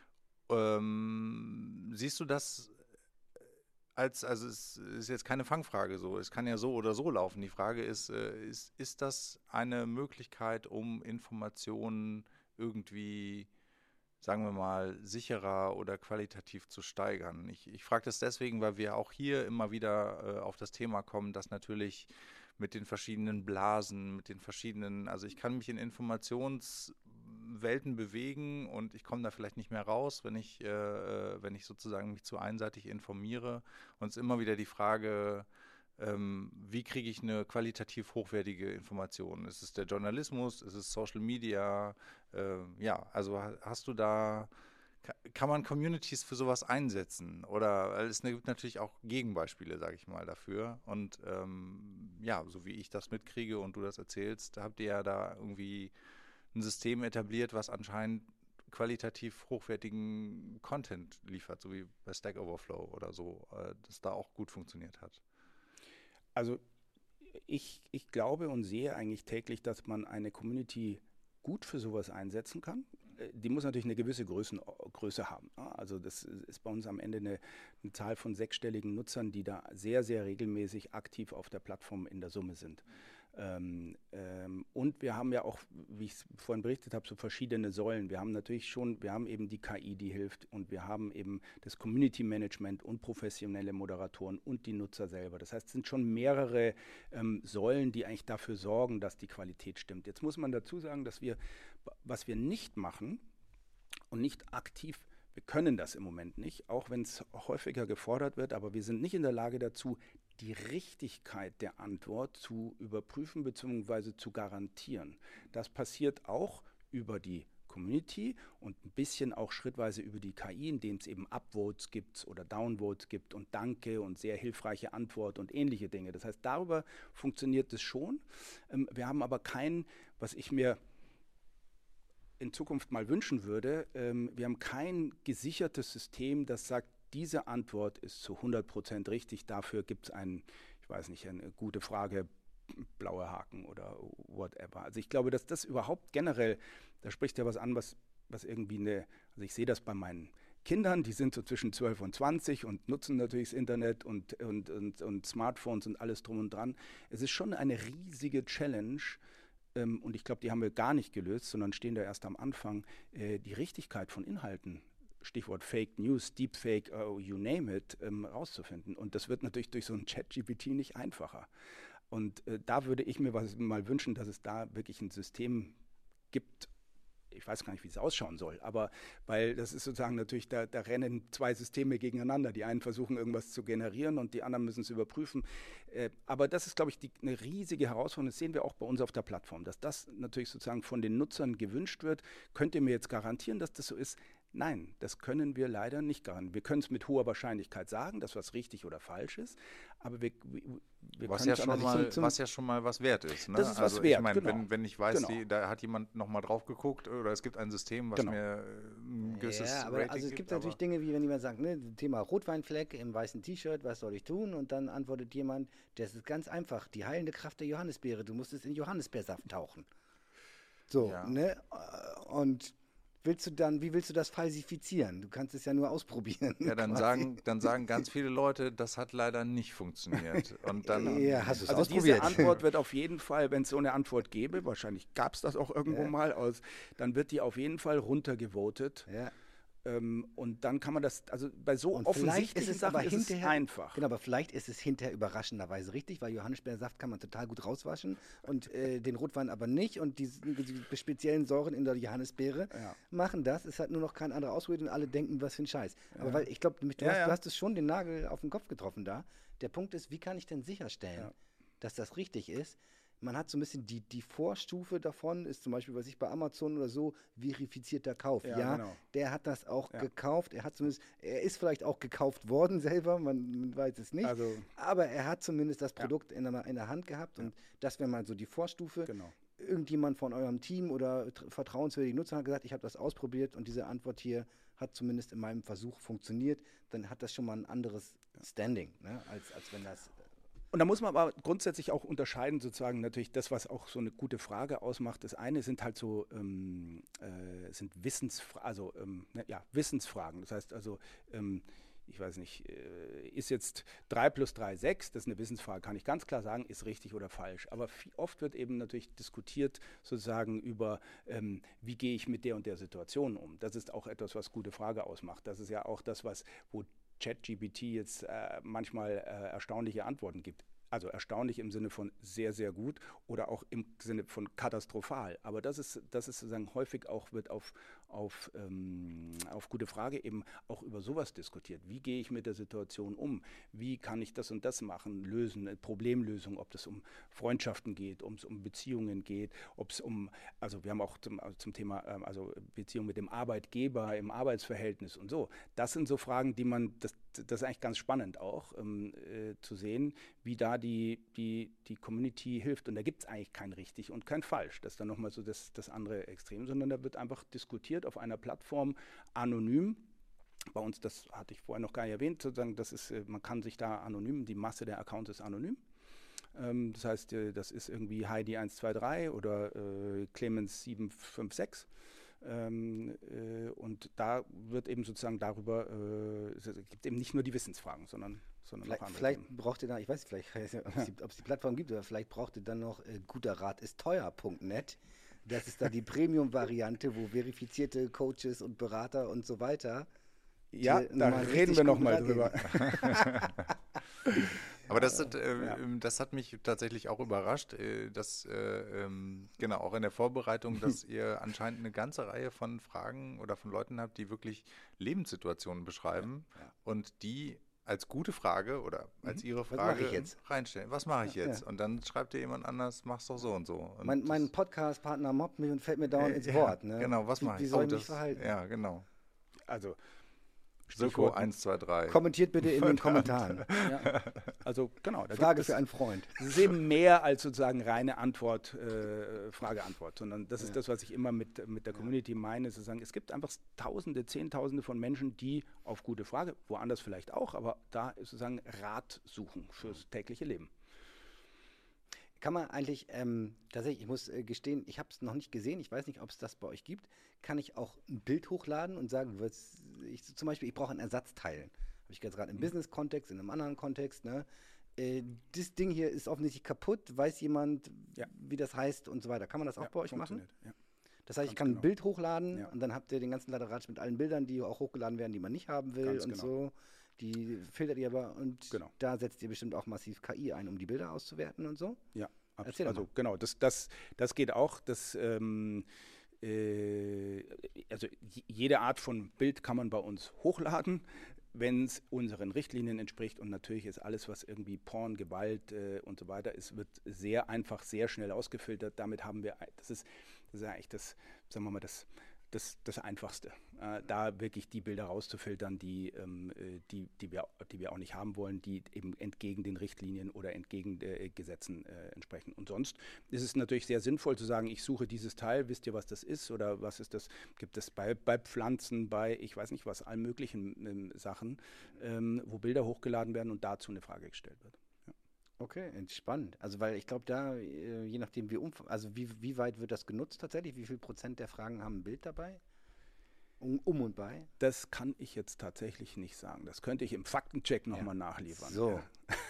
Siehst du das also es ist jetzt keine Fangfrage so, es kann ja so oder so laufen. Die Frage ist das eine Möglichkeit, um Informationen irgendwie, sagen wir mal, sicherer oder qualitativ zu steigern? Ich frage das deswegen, weil wir auch hier immer wieder auf das Thema kommen, dass natürlich mit den verschiedenen Blasen, mit den verschiedenen, also ich kann mich in Informationswelten bewegen und ich komme da vielleicht nicht mehr raus, wenn ich sozusagen mich zu einseitig informiere. Und es ist immer wieder die Frage, wie kriege ich eine qualitativ hochwertige Information? Ist es der Journalismus? Ist es Social Media? Also hast du da... Kann man Communities für sowas einsetzen? Oder es gibt natürlich auch Gegenbeispiele, sage ich mal, dafür. Und so wie ich das mitkriege und du das erzählst, habt ihr ja da irgendwie ein System etabliert, was anscheinend qualitativ hochwertigen Content liefert, so wie bei Stack Overflow oder so, das da auch gut funktioniert hat. Also ich glaube und sehe eigentlich täglich, dass man eine Community gut für sowas einsetzen kann. Die muss natürlich eine gewisse Größe haben. Also das ist bei uns am Ende eine Zahl von 6-stelligen Nutzern, die da sehr, sehr regelmäßig aktiv auf der Plattform in der Summe sind. Und wir haben ja auch, wie ich es vorhin berichtet habe, so verschiedene Säulen. Wir haben eben die KI, die hilft und wir haben eben das Community Management und professionelle Moderatoren und die Nutzer selber. Das heißt, es sind schon mehrere Säulen, die eigentlich dafür sorgen, dass die Qualität stimmt. Jetzt muss man dazu sagen, dass was wir nicht machen und nicht aktiv, wir können das im Moment nicht, auch wenn es häufiger gefordert wird, aber wir sind nicht in der Lage dazu, die Richtigkeit der Antwort zu überprüfen bzw. zu garantieren. Das passiert auch über die Community und ein bisschen auch schrittweise über die KI, indem es eben Upvotes gibt oder Downvotes gibt und Danke und sehr hilfreiche Antwort und ähnliche Dinge. Das heißt, darüber funktioniert es schon. Wir haben aber was ich mir in Zukunft mal wünschen würde, wir haben kein gesichertes System, das sagt, diese Antwort ist zu 100% richtig. Dafür gibt es eine gute Frage, blaue Haken oder whatever. Also ich glaube, dass das überhaupt generell, da spricht ja was an, was irgendwie also ich sehe das bei meinen Kindern, die sind so zwischen 12 und 20 und nutzen natürlich das Internet und Smartphones und alles drum und dran. Es ist schon eine riesige Challenge, und ich glaube, die haben wir gar nicht gelöst, sondern stehen da erst am Anfang, die Richtigkeit von Inhalten, Stichwort Fake News, Deepfake, you name it, rauszufinden. Und das wird natürlich durch so ein ChatGPT nicht einfacher. Und da würde ich mir mal wünschen, dass es da wirklich ein System gibt. Ich weiß gar nicht, wie es ausschauen soll, aber weil das ist sozusagen natürlich, da rennen zwei Systeme gegeneinander. Die einen versuchen, irgendwas zu generieren und die anderen müssen es überprüfen. Aber das ist, glaube ich, eine riesige Herausforderung. Das sehen wir auch bei uns auf der Plattform, dass das natürlich sozusagen von den Nutzern gewünscht wird. Könnt ihr mir jetzt garantieren, dass das so ist? Nein, das können wir leider nicht garantieren. Wir können es mit hoher Wahrscheinlichkeit sagen, dass was richtig oder falsch ist, aber wir was ja schon mal was wert ist. Ne? Das ist was wert, ich meine, genau. wenn ich weiß, da hat jemand nochmal drauf geguckt oder es gibt ein System, was mir ein gewisses aber Rating also es gibt natürlich Dinge, wie wenn jemand sagt, ne, Thema Rotweinfleck im weißen T-Shirt, was soll ich tun? Und dann antwortet jemand, das ist ganz einfach, die heilende Kraft der Johannisbeere, du musst es in Johannisbeersaft tauchen. So, ne? Und wie willst du das falsifizieren? Du kannst es ja nur ausprobieren. Ja, dann sagen ganz viele Leute, das hat leider nicht funktioniert. Und dann hast du es also ausprobiert? Diese Antwort wird auf jeden Fall, wenn es so eine Antwort gäbe, wahrscheinlich gab es das auch irgendwo mal, dann wird die auf jeden Fall runtergevotet. Ja. Und dann kann man das, also bei so offensichtlichen Sachen ist es einfach. Genau, aber vielleicht ist es hinterher überraschenderweise richtig, weil Johannisbeersaft kann man total gut rauswaschen und den Rotwein aber nicht und die speziellen Säuren in der Johannisbeere machen das. Es hat nur noch kein anderer ausprobiert und alle denken, was für ein Scheiß. Aber weil ich glaube, du hast es schon den Nagel auf den Kopf getroffen da. Der Punkt ist, wie kann ich denn sicherstellen, dass das richtig ist? Man hat so ein bisschen die Vorstufe davon, ist zum Beispiel, was ich bei Amazon oder so, verifizierter Kauf. Ja, genau. Der hat das auch gekauft. Er ist vielleicht auch gekauft worden selber, man weiß es nicht. Aber er hat zumindest das Produkt in der Hand gehabt und das wäre mal so die Vorstufe. Genau. Irgendjemand von eurem Team oder vertrauenswürdige Nutzer hat gesagt, ich habe das ausprobiert und diese Antwort hier hat zumindest in meinem Versuch funktioniert. Dann hat das schon mal ein anderes Standing, ne? als wenn das... Und da muss man aber grundsätzlich auch unterscheiden, sozusagen natürlich das, was auch so eine gute Frage ausmacht. Das eine sind halt so Wissensfragen. Das heißt also, ich weiß nicht, ist jetzt 3 + 3 6, das ist eine Wissensfrage, kann ich ganz klar sagen, ist richtig oder falsch. Aber oft wird eben natürlich diskutiert sozusagen über, wie gehe ich mit der und der Situation um. Das ist auch etwas, was gute Frage ausmacht. Das ist ja auch das, wo ChatGPT jetzt manchmal erstaunliche Antworten gibt. Also erstaunlich im Sinne von sehr, sehr gut oder auch im Sinne von katastrophal. Aber das ist sozusagen häufig auch, wird auf gute Frage eben auch über sowas diskutiert. Wie gehe ich mit der Situation um? Wie kann ich das und das machen, lösen, Problemlösung, ob das um Freundschaften geht, um Beziehungen geht, ob es also wir haben auch zum Thema Beziehung mit dem Arbeitgeber im Arbeitsverhältnis und so. Das sind so Fragen, die das ist eigentlich ganz spannend auch zu sehen, wie da die Community hilft. Und da gibt es eigentlich kein richtig und kein falsch. Das ist dann nochmal so das andere Extrem, sondern da wird einfach diskutiert auf einer Plattform anonym. Bei uns, das hatte ich vorher noch gar nicht erwähnt, sozusagen, man kann sich da anonym, die Masse der Accounts ist anonym. Das heißt, das ist irgendwie Heidi123 oder Clemens756. Und da wird eben sozusagen darüber, es gibt eben nicht nur die Wissensfragen, sondern noch andere Vielleicht Themen. braucht ihr da, ich weiß nicht, ob es die Plattform gibt, aber vielleicht braucht ihr dann noch guterratisteuer.net. Das ist da die Premium-Variante, wo verifizierte Coaches und Berater und so weiter. Ja, da reden wir nochmal drüber. Aber das hat mich tatsächlich auch überrascht, dass genau auch in der Vorbereitung, dass ihr anscheinend eine ganze Reihe von Fragen oder von Leuten habt, die wirklich Lebenssituationen beschreiben und die als gute Frage oder als ihre Frage reinstellen. Was mache ich jetzt? Und dann schreibt dir jemand anders, mach's doch so und so. Und mein Podcast-Partner mobbt mich und fällt mir dauernd ins Wort. Ne? Genau, was mache ich? Wie soll ich mich verhalten? Ja, genau. Also Soko 1, 2, 3. Kommentiert bitte in den Kommentaren. Ja. Also genau. Frage für einen Freund. Es ist eben mehr als sozusagen reine Antwort, Frage-Antwort, sondern das ist das, was ich immer mit der Community meine, sozusagen, es gibt einfach Tausende, Zehntausende von Menschen, die auf gute Frage, woanders vielleicht auch, aber da sozusagen Rat suchen fürs tägliche Leben. Kann man eigentlich, tatsächlich, ich muss gestehen, ich habe es noch nicht gesehen, ich weiß nicht, ob es das bei euch gibt. Kann ich auch ein Bild hochladen und sagen, zum Beispiel, ich brauche ein Ersatzteil. Habe ich jetzt gerade im Business-Kontext, in einem anderen Kontext, ne? Das Ding hier ist offensichtlich kaputt, weiß jemand, wie das heißt und so weiter. Kann man das auch bei euch machen? Ja. Das heißt, ich Ganz kann genau. ein Bild hochladen Ja. und dann habt ihr den ganzen Laderatsch mit allen Bildern, die auch hochgeladen werden, die man nicht haben will Ganz und genau. so. Die filtert ihr aber und Genau. da setzt ihr bestimmt auch massiv KI ein, um die Bilder auszuwerten und so. Ja, Erzähl doch also mal. genau, das geht auch. Also jede Art von Bild kann man bei uns hochladen, wenn es unseren Richtlinien entspricht. Und natürlich ist alles, was irgendwie Porn, Gewalt und so weiter ist, wird sehr einfach, sehr schnell ausgefiltert. Damit haben wir, das ist ja eigentlich das, sagen wir mal, das Einfachste, da wirklich die Bilder rauszufiltern, die wir auch nicht haben wollen, die eben entgegen den Richtlinien oder entgegen Gesetzen entsprechen. Und sonst ist es natürlich sehr sinnvoll zu sagen, ich suche dieses Teil, wisst ihr, was das ist oder was ist das, gibt es bei Pflanzen, bei ich weiß nicht was, allen möglichen Sachen, wo Bilder hochgeladen werden und dazu eine Frage gestellt wird. Okay, entspannt. Also weil ich glaube, da, je nachdem wie weit wird das genutzt tatsächlich, wie viel Prozent der Fragen haben ein Bild dabei? Um und bei? Das kann ich jetzt tatsächlich nicht sagen. Das könnte ich im Faktencheck nochmal nachliefern. So.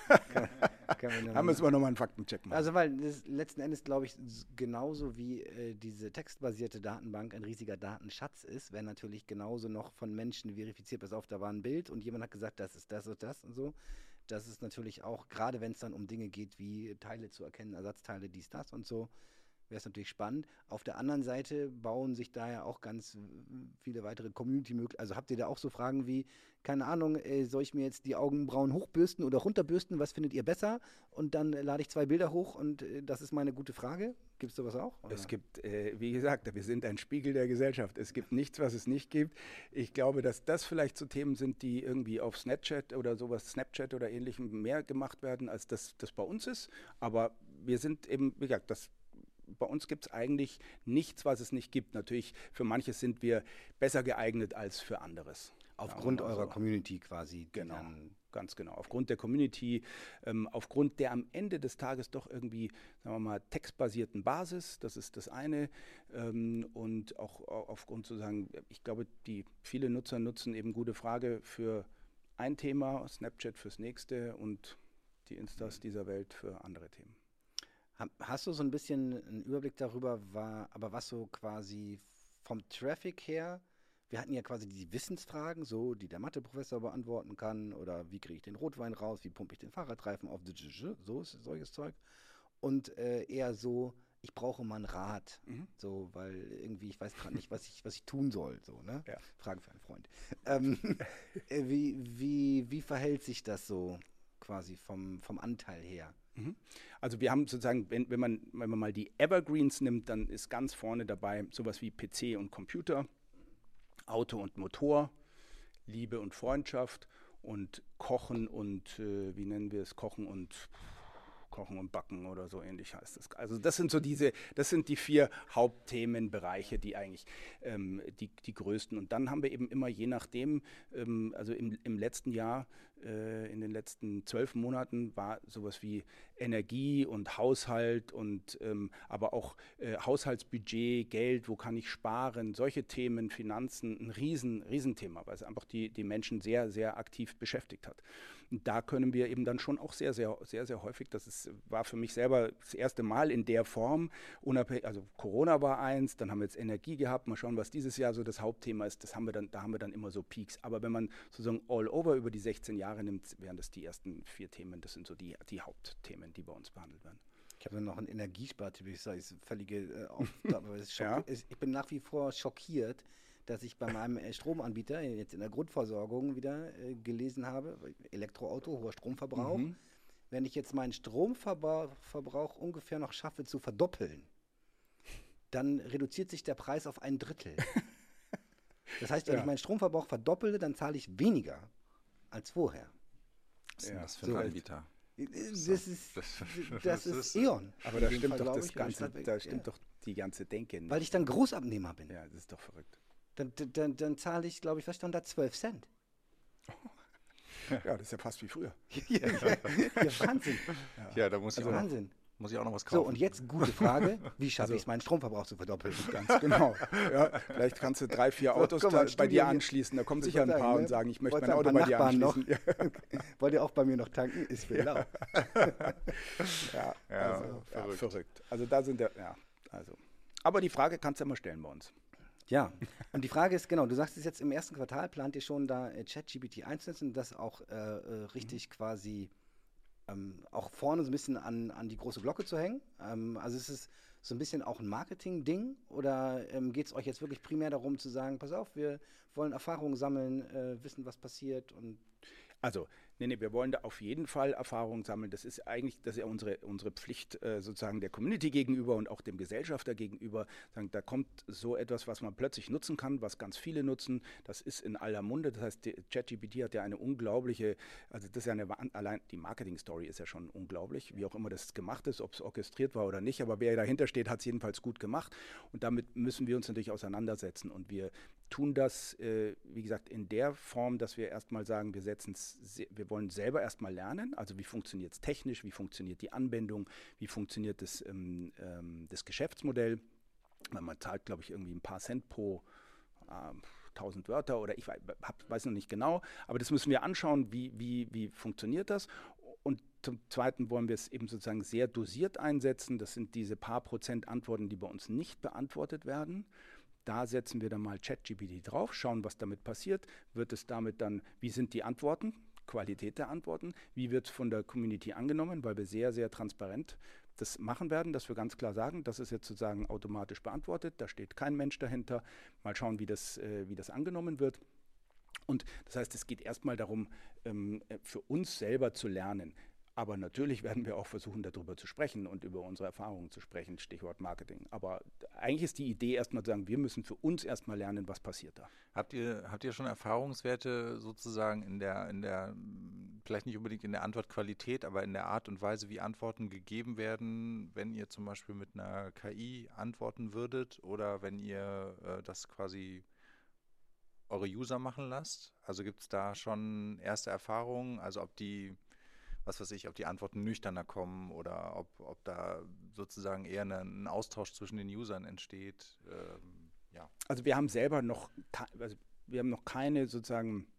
Da müssen wir nochmal einen Faktencheck machen. Also weil das letzten Endes, glaube ich, genauso wie diese textbasierte Datenbank ein riesiger Datenschatz ist, wäre natürlich genauso noch von Menschen verifiziert, pass auf, da war ein Bild und jemand hat gesagt, das ist das und das und so. Das ist natürlich auch, gerade wenn es dann um Dinge geht, wie Teile zu erkennen, Ersatzteile, dies, das und so, wäre es natürlich spannend. Auf der anderen Seite bauen sich da ja auch ganz viele weitere Community-Möglichkeiten. Also habt ihr da auch so Fragen wie, keine Ahnung, soll ich mir jetzt die Augenbrauen hochbürsten oder runterbürsten? Was findet ihr besser? Und dann lade ich 2 Bilder hoch und das ist meine gute Frage. Gibt es sowas auch? Oder? Es gibt, wie gesagt, wir sind ein Spiegel der Gesellschaft. Es gibt nichts, was es nicht gibt. Ich glaube, dass das vielleicht so Themen sind, die irgendwie auf Snapchat oder ähnlichem mehr gemacht werden, als das bei uns ist. Aber wir sind eben, wie gesagt, bei uns gibt es eigentlich nichts, was es nicht gibt. Natürlich, für manches sind wir besser geeignet als für anderes. Aufgrund eurer Community quasi. Genau, ganz genau. Aufgrund der Community, aufgrund der am Ende des Tages doch irgendwie, sagen wir mal, textbasierten Basis, das ist das eine. Und auch aufgrund sozusagen, ich glaube, viele Nutzer nutzen eben gute Frage für ein Thema, Snapchat fürs nächste und die Instas dieser Welt für andere Themen. Hast du so ein bisschen einen Überblick darüber, aber was so quasi vom Traffic her, wir hatten ja quasi die Wissensfragen, so, die der Mathe-Professor beantworten kann, oder wie kriege ich den Rotwein raus, wie pumpe ich den Fahrradreifen auf, so ist solches Zeug. Und eher so, ich brauche mal einen Rat, so, weil irgendwie, ich weiß gerade nicht, was ich tun soll, so, ne? Ja. Frage für einen Freund. Wie verhält sich das so quasi vom Anteil her? Also wir haben sozusagen, wenn man mal die Evergreens nimmt, dann ist ganz vorne dabei sowas wie PC und Computer, Auto und Motor, Liebe und Freundschaft und Kochen und, wie nennen wir es, Kochen und Backen oder so ähnlich heißt das. Also das sind die 4 Hauptthemenbereiche, die eigentlich die größten. Und dann haben wir eben immer je nachdem, also im letzten Jahr, in den letzten 12 Monaten war sowas wie Energie und Haushalt und aber auch Haushaltsbudget, Geld, wo kann ich sparen, solche Themen, Finanzen, ein Riesenthema, weil es einfach die Menschen sehr, sehr aktiv beschäftigt hat. Und da können wir eben dann schon auch sehr, sehr, sehr, sehr häufig, war für mich selber das erste Mal in der Form, also Corona war eins, dann haben wir jetzt Energie gehabt, mal schauen, was dieses Jahr so das Hauptthema ist, da haben wir dann immer so Peaks. Aber wenn man sozusagen all over über die 16 Jahre nimmt, wären das die ersten 4 Themen, das sind so die Hauptthemen, die bei uns behandelt werden. Ich habe dann noch einen Energiespartipp, ich sage, ist völlige Aufgabe. Ich bin nach wie vor schockiert, dass ich bei meinem Stromanbieter jetzt in der Grundversorgung wieder gelesen habe, Elektroauto, hoher Stromverbrauch. Wenn ich jetzt meinen Stromverbrauch ungefähr noch schaffe zu verdoppeln, dann reduziert sich der Preis auf 1/3. Das heißt, wenn ich meinen Stromverbrauch verdoppele, dann zahle ich weniger als vorher. Was ist denn das für ein Anbieter? Das ist E.ON. Aber da stimmt doch die ganze Denke nicht. Weil ich dann Großabnehmer bin. Ja, das ist doch verrückt. Dann zahle ich, glaube ich, was stand da, 12 Cent. Ja, das ist ja fast wie früher. Ja, Wahnsinn. Ja, da muss ich Wahnsinn. Muss ich auch noch was So, kaufen? und jetzt gute Frage, wie schaffe ich es, meinen Stromverbrauch zu verdoppeln? Ganz genau. Ja, vielleicht kannst du 3, 4 Autos guck mal, bei Studio dir hier. anschließen. Da kommen Ich sicher ein wollte paar sagen, und sagen, ich möchte wollte mein Auto ein paar bei dir Nachbarn noch. anschließen. Wollt ihr auch bei mir noch tanken? Ist will auch. Ja, Ja, also, verrückt. verrückt. Also da sind also. Aber die Frage kannst du immer stellen bei uns. Ja, und die Frage ist, genau, du sagst es jetzt im ersten Quartal, plant ihr schon da ChatGPT einzusetzen, das auch richtig quasi auch vorne so ein bisschen an die große Glocke zu hängen? Also ist es so ein bisschen auch ein Marketing-Ding oder geht es euch jetzt wirklich primär darum zu sagen, pass auf, wir wollen Erfahrungen sammeln, wissen, was passiert und Also, nee, wir wollen da auf jeden Fall Erfahrungen sammeln. Das ist ja unsere Pflicht sozusagen der Community gegenüber und auch dem Gesellschafter gegenüber. Sagen, da kommt so etwas, was man plötzlich nutzen kann, was ganz viele nutzen. Das ist in aller Munde. Das heißt, ChatGPT hat ja eine unglaubliche, also das ist ja allein die Marketing-Story ist ja schon unglaublich, wie auch immer das gemacht ist, ob es orchestriert war oder nicht. Aber wer dahinter steht, hat es jedenfalls gut gemacht. Und damit müssen wir uns natürlich auseinandersetzen. Und wir tun das, wie gesagt, in der Form, dass wir erstmal sagen, wir wollen selber erstmal lernen, also wie funktioniert es technisch, wie funktioniert die Anwendung, wie funktioniert das Geschäftsmodell. Man zahlt, glaube ich, irgendwie ein paar Cent pro 1000 Wörter oder ich weiß noch nicht genau, aber das müssen wir anschauen, wie funktioniert das. Und zum Zweiten wollen wir es eben sozusagen sehr dosiert einsetzen. Das sind diese paar Prozent Antworten, die bei uns nicht beantwortet werden. Da setzen wir dann mal ChatGPT drauf, schauen, was damit passiert. Wird es damit dann, wie sind die Antworten, Qualität der Antworten, wie wird es von der Community angenommen, weil wir sehr, sehr transparent das machen werden, dass wir ganz klar sagen, das ist jetzt sozusagen automatisch beantwortet, da steht kein Mensch dahinter. Mal schauen, wie das angenommen wird. Und das heißt, es geht erstmal darum, für uns selber zu lernen. Aber natürlich werden wir auch versuchen, darüber zu sprechen und über unsere Erfahrungen zu sprechen, Stichwort Marketing. Aber eigentlich ist die Idee erstmal zu sagen, wir müssen für uns erstmal lernen, was passiert da. Habt ihr schon Erfahrungswerte sozusagen vielleicht nicht unbedingt in der Antwortqualität, aber in der Art und Weise, wie Antworten gegeben werden, wenn ihr zum Beispiel mit einer KI antworten würdet oder wenn ihr das quasi eure User machen lasst? Also gibt es da schon erste Erfahrungen, also ob die Antworten nüchterner kommen oder ob da sozusagen eher ein Austausch zwischen den Usern entsteht. Ja. Also wir haben selber noch keine sozusagen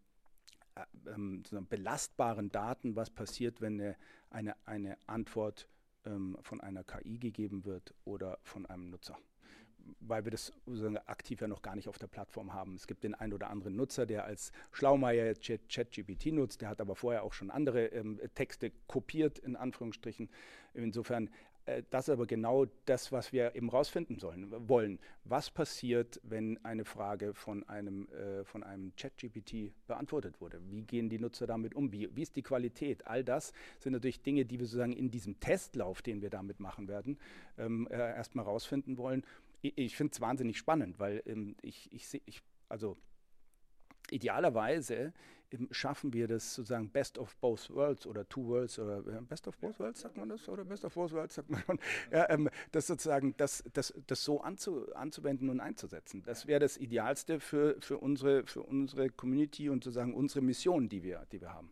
belastbaren Daten, was passiert, wenn eine Antwort von einer KI gegeben wird oder von einem Nutzer. Weil wir das sozusagen aktiv ja noch gar nicht auf der Plattform haben. Es gibt den einen oder anderen Nutzer, der als Schlaumeier ChatGPT nutzt, der hat aber vorher auch schon andere Texte kopiert, in Anführungsstrichen. Insofern, das ist aber genau das, was wir eben rausfinden wollen. Was passiert, wenn eine Frage von einem ChatGPT beantwortet wurde? Wie gehen die Nutzer damit um? Wie ist die Qualität? All das sind natürlich Dinge, die wir sozusagen in diesem Testlauf, den wir damit machen werden, erstmal rausfinden wollen. Ich finde es wahnsinnig spannend, weil also idealerweise schaffen wir das sozusagen Best of Both Worlds oder Two Worlds oder Best of Both Worlds, sagt man das? Oder Best of Both Worlds, sagt man schon. Ja, das sozusagen, das so anzuwenden und einzusetzen. Das wäre das Idealste für unsere Community und sozusagen unsere Mission, die wir haben.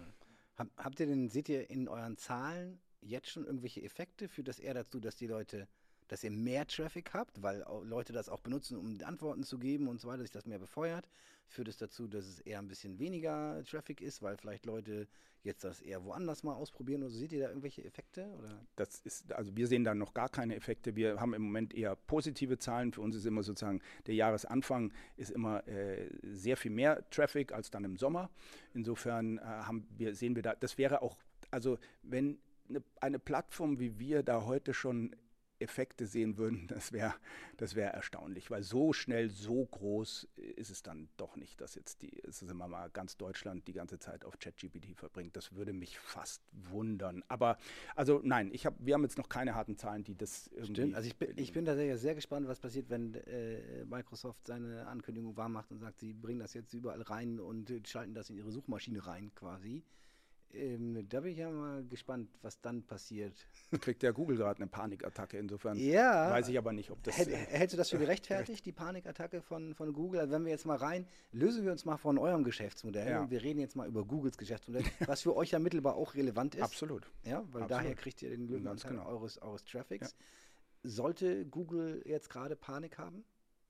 Seht ihr in euren Zahlen jetzt schon irgendwelche Effekte? Führt das eher dazu, dass ihr mehr Traffic habt, weil Leute das auch benutzen, um Antworten zu geben und so weiter, sich das mehr befeuert? Führt es dazu, dass es eher ein bisschen weniger Traffic ist, weil vielleicht Leute jetzt das eher woanders mal ausprobieren? Oder so? Seht ihr da irgendwelche Effekte? Oder? Also wir sehen da noch gar keine Effekte. Wir haben im Moment eher positive Zahlen. Für uns ist immer sozusagen der Jahresanfang ist immer sehr viel mehr Traffic als dann im Sommer. Insofern sehen wir da, das wäre auch, also wenn eine Plattform wie wir da heute schon Effekte sehen würden, das wäre erstaunlich, weil so schnell, so groß ist es dann doch nicht, dass jetzt mal ganz Deutschland die ganze Zeit auf ChatGPT verbringt. Das würde mich fast wundern. Aber, also nein, wir haben jetzt noch keine harten Zahlen, die das irgendwie... Stimmt, also ich bin tatsächlich sehr gespannt, was passiert, wenn Microsoft seine Ankündigung wahr macht und sagt, sie bringen das jetzt überall rein und schalten das in ihre Suchmaschine rein quasi. Da bin ich ja mal gespannt, was dann passiert. Kriegt ja Google gerade eine Panikattacke, insofern Ja. weiß ich aber nicht, ob das... Hältst du das für gerechtfertigt, die Panikattacke von Google? Also wenn wir jetzt mal lösen wir uns mal von eurem Geschäftsmodell und wir reden jetzt mal über Googles Geschäftsmodell, was für euch ja mittelbar auch relevant ist. Absolut. Ja, weil Absolut. Daher kriegt ihr den Löwenanteil eures Traffics. Ja. Sollte Google jetzt gerade Panik haben?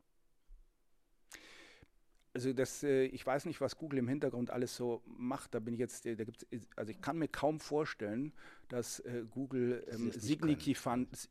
Also ich weiß nicht, was Google im Hintergrund alles so macht. Da bin ich jetzt, also ich kann mir kaum vorstellen, dass Google signifikant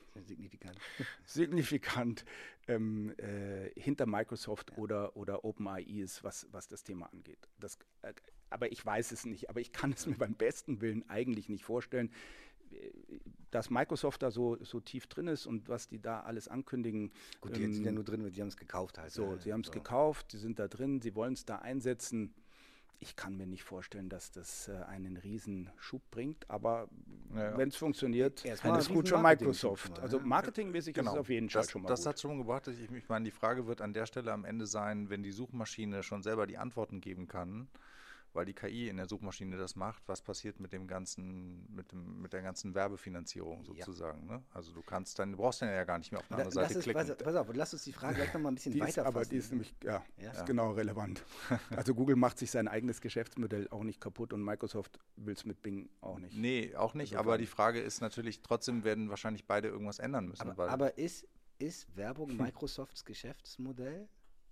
hinter Microsoft oder OpenAI ist, was das Thema angeht. Aber ich weiß es nicht. Aber ich kann es mir beim besten Willen eigentlich nicht vorstellen, dass Microsoft da so tief drin ist und was die da alles ankündigen. Gut, die sind ja nur drin, die haben es gekauft halt. Sie haben es gekauft, die sind da drin, sie wollen es da einsetzen. Ich kann mir nicht vorstellen, dass das einen riesen Schub bringt, aber wenn es funktioniert, dann ist gut für Microsoft. Also marketingmäßig ist es auf jeden Fall schon mal gut. Das hat schon gebracht. Ich meine, die Frage wird an der Stelle am Ende sein, wenn die Suchmaschine schon selber die Antworten geben kann, weil die KI in der Suchmaschine das macht, was passiert mit dem ganzen, mit der ganzen Werbefinanzierung sozusagen. Ne? Also du brauchst dann ja gar nicht mehr auf eine andere Seite klicken. Pass auf, lass uns die Frage gleich noch mal ein bisschen weiter fassen. Aber die ist nämlich, ist genau relevant. Also Google macht sich sein eigenes Geschäftsmodell auch nicht kaputt und Microsoft will es mit Bing auch nicht. Nee, auch nicht, aber die Frage ist natürlich, trotzdem werden wahrscheinlich beide irgendwas ändern müssen. Aber ist Werbung Microsofts Geschäftsmodell?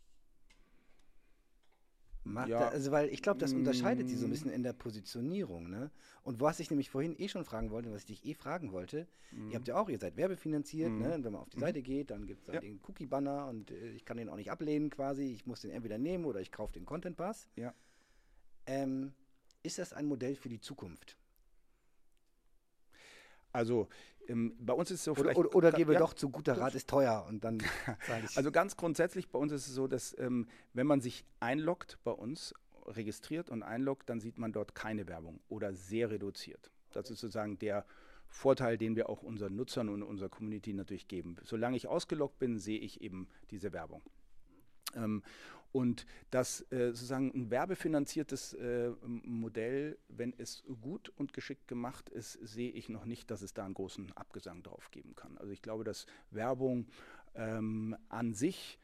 Also weil ich glaube, das unterscheidet sie so ein bisschen in der Positionierung, ne? Und was ich nämlich vorhin schon fragen wollte, was ich dich fragen wollte, ihr seid werbefinanziert, ne? Und wenn man auf die Seite geht, dann gibt es den Cookie-Banner und ich kann den auch nicht ablehnen quasi, ich muss den entweder nehmen oder ich kaufe den Content-Pass. Ja. Ist das ein Modell für die Zukunft? Also bei uns ist es so oder gehen wir doch zu guter Rat ist teuer und dann sage ich. Also ganz grundsätzlich bei uns ist es so, dass wenn man sich einloggt bei uns, registriert und einloggt, dann sieht man dort keine Werbung oder sehr reduziert. Das ist sozusagen der Vorteil, den wir auch unseren Nutzern und unserer Community natürlich geben. Solange ich ausgeloggt bin, sehe ich eben diese Werbung. Und das sozusagen ein werbefinanziertes Modell, wenn es gut und geschickt gemacht ist, sehe ich noch nicht, dass es da einen großen Abgesang drauf geben kann. Also ich glaube, dass Werbung an sich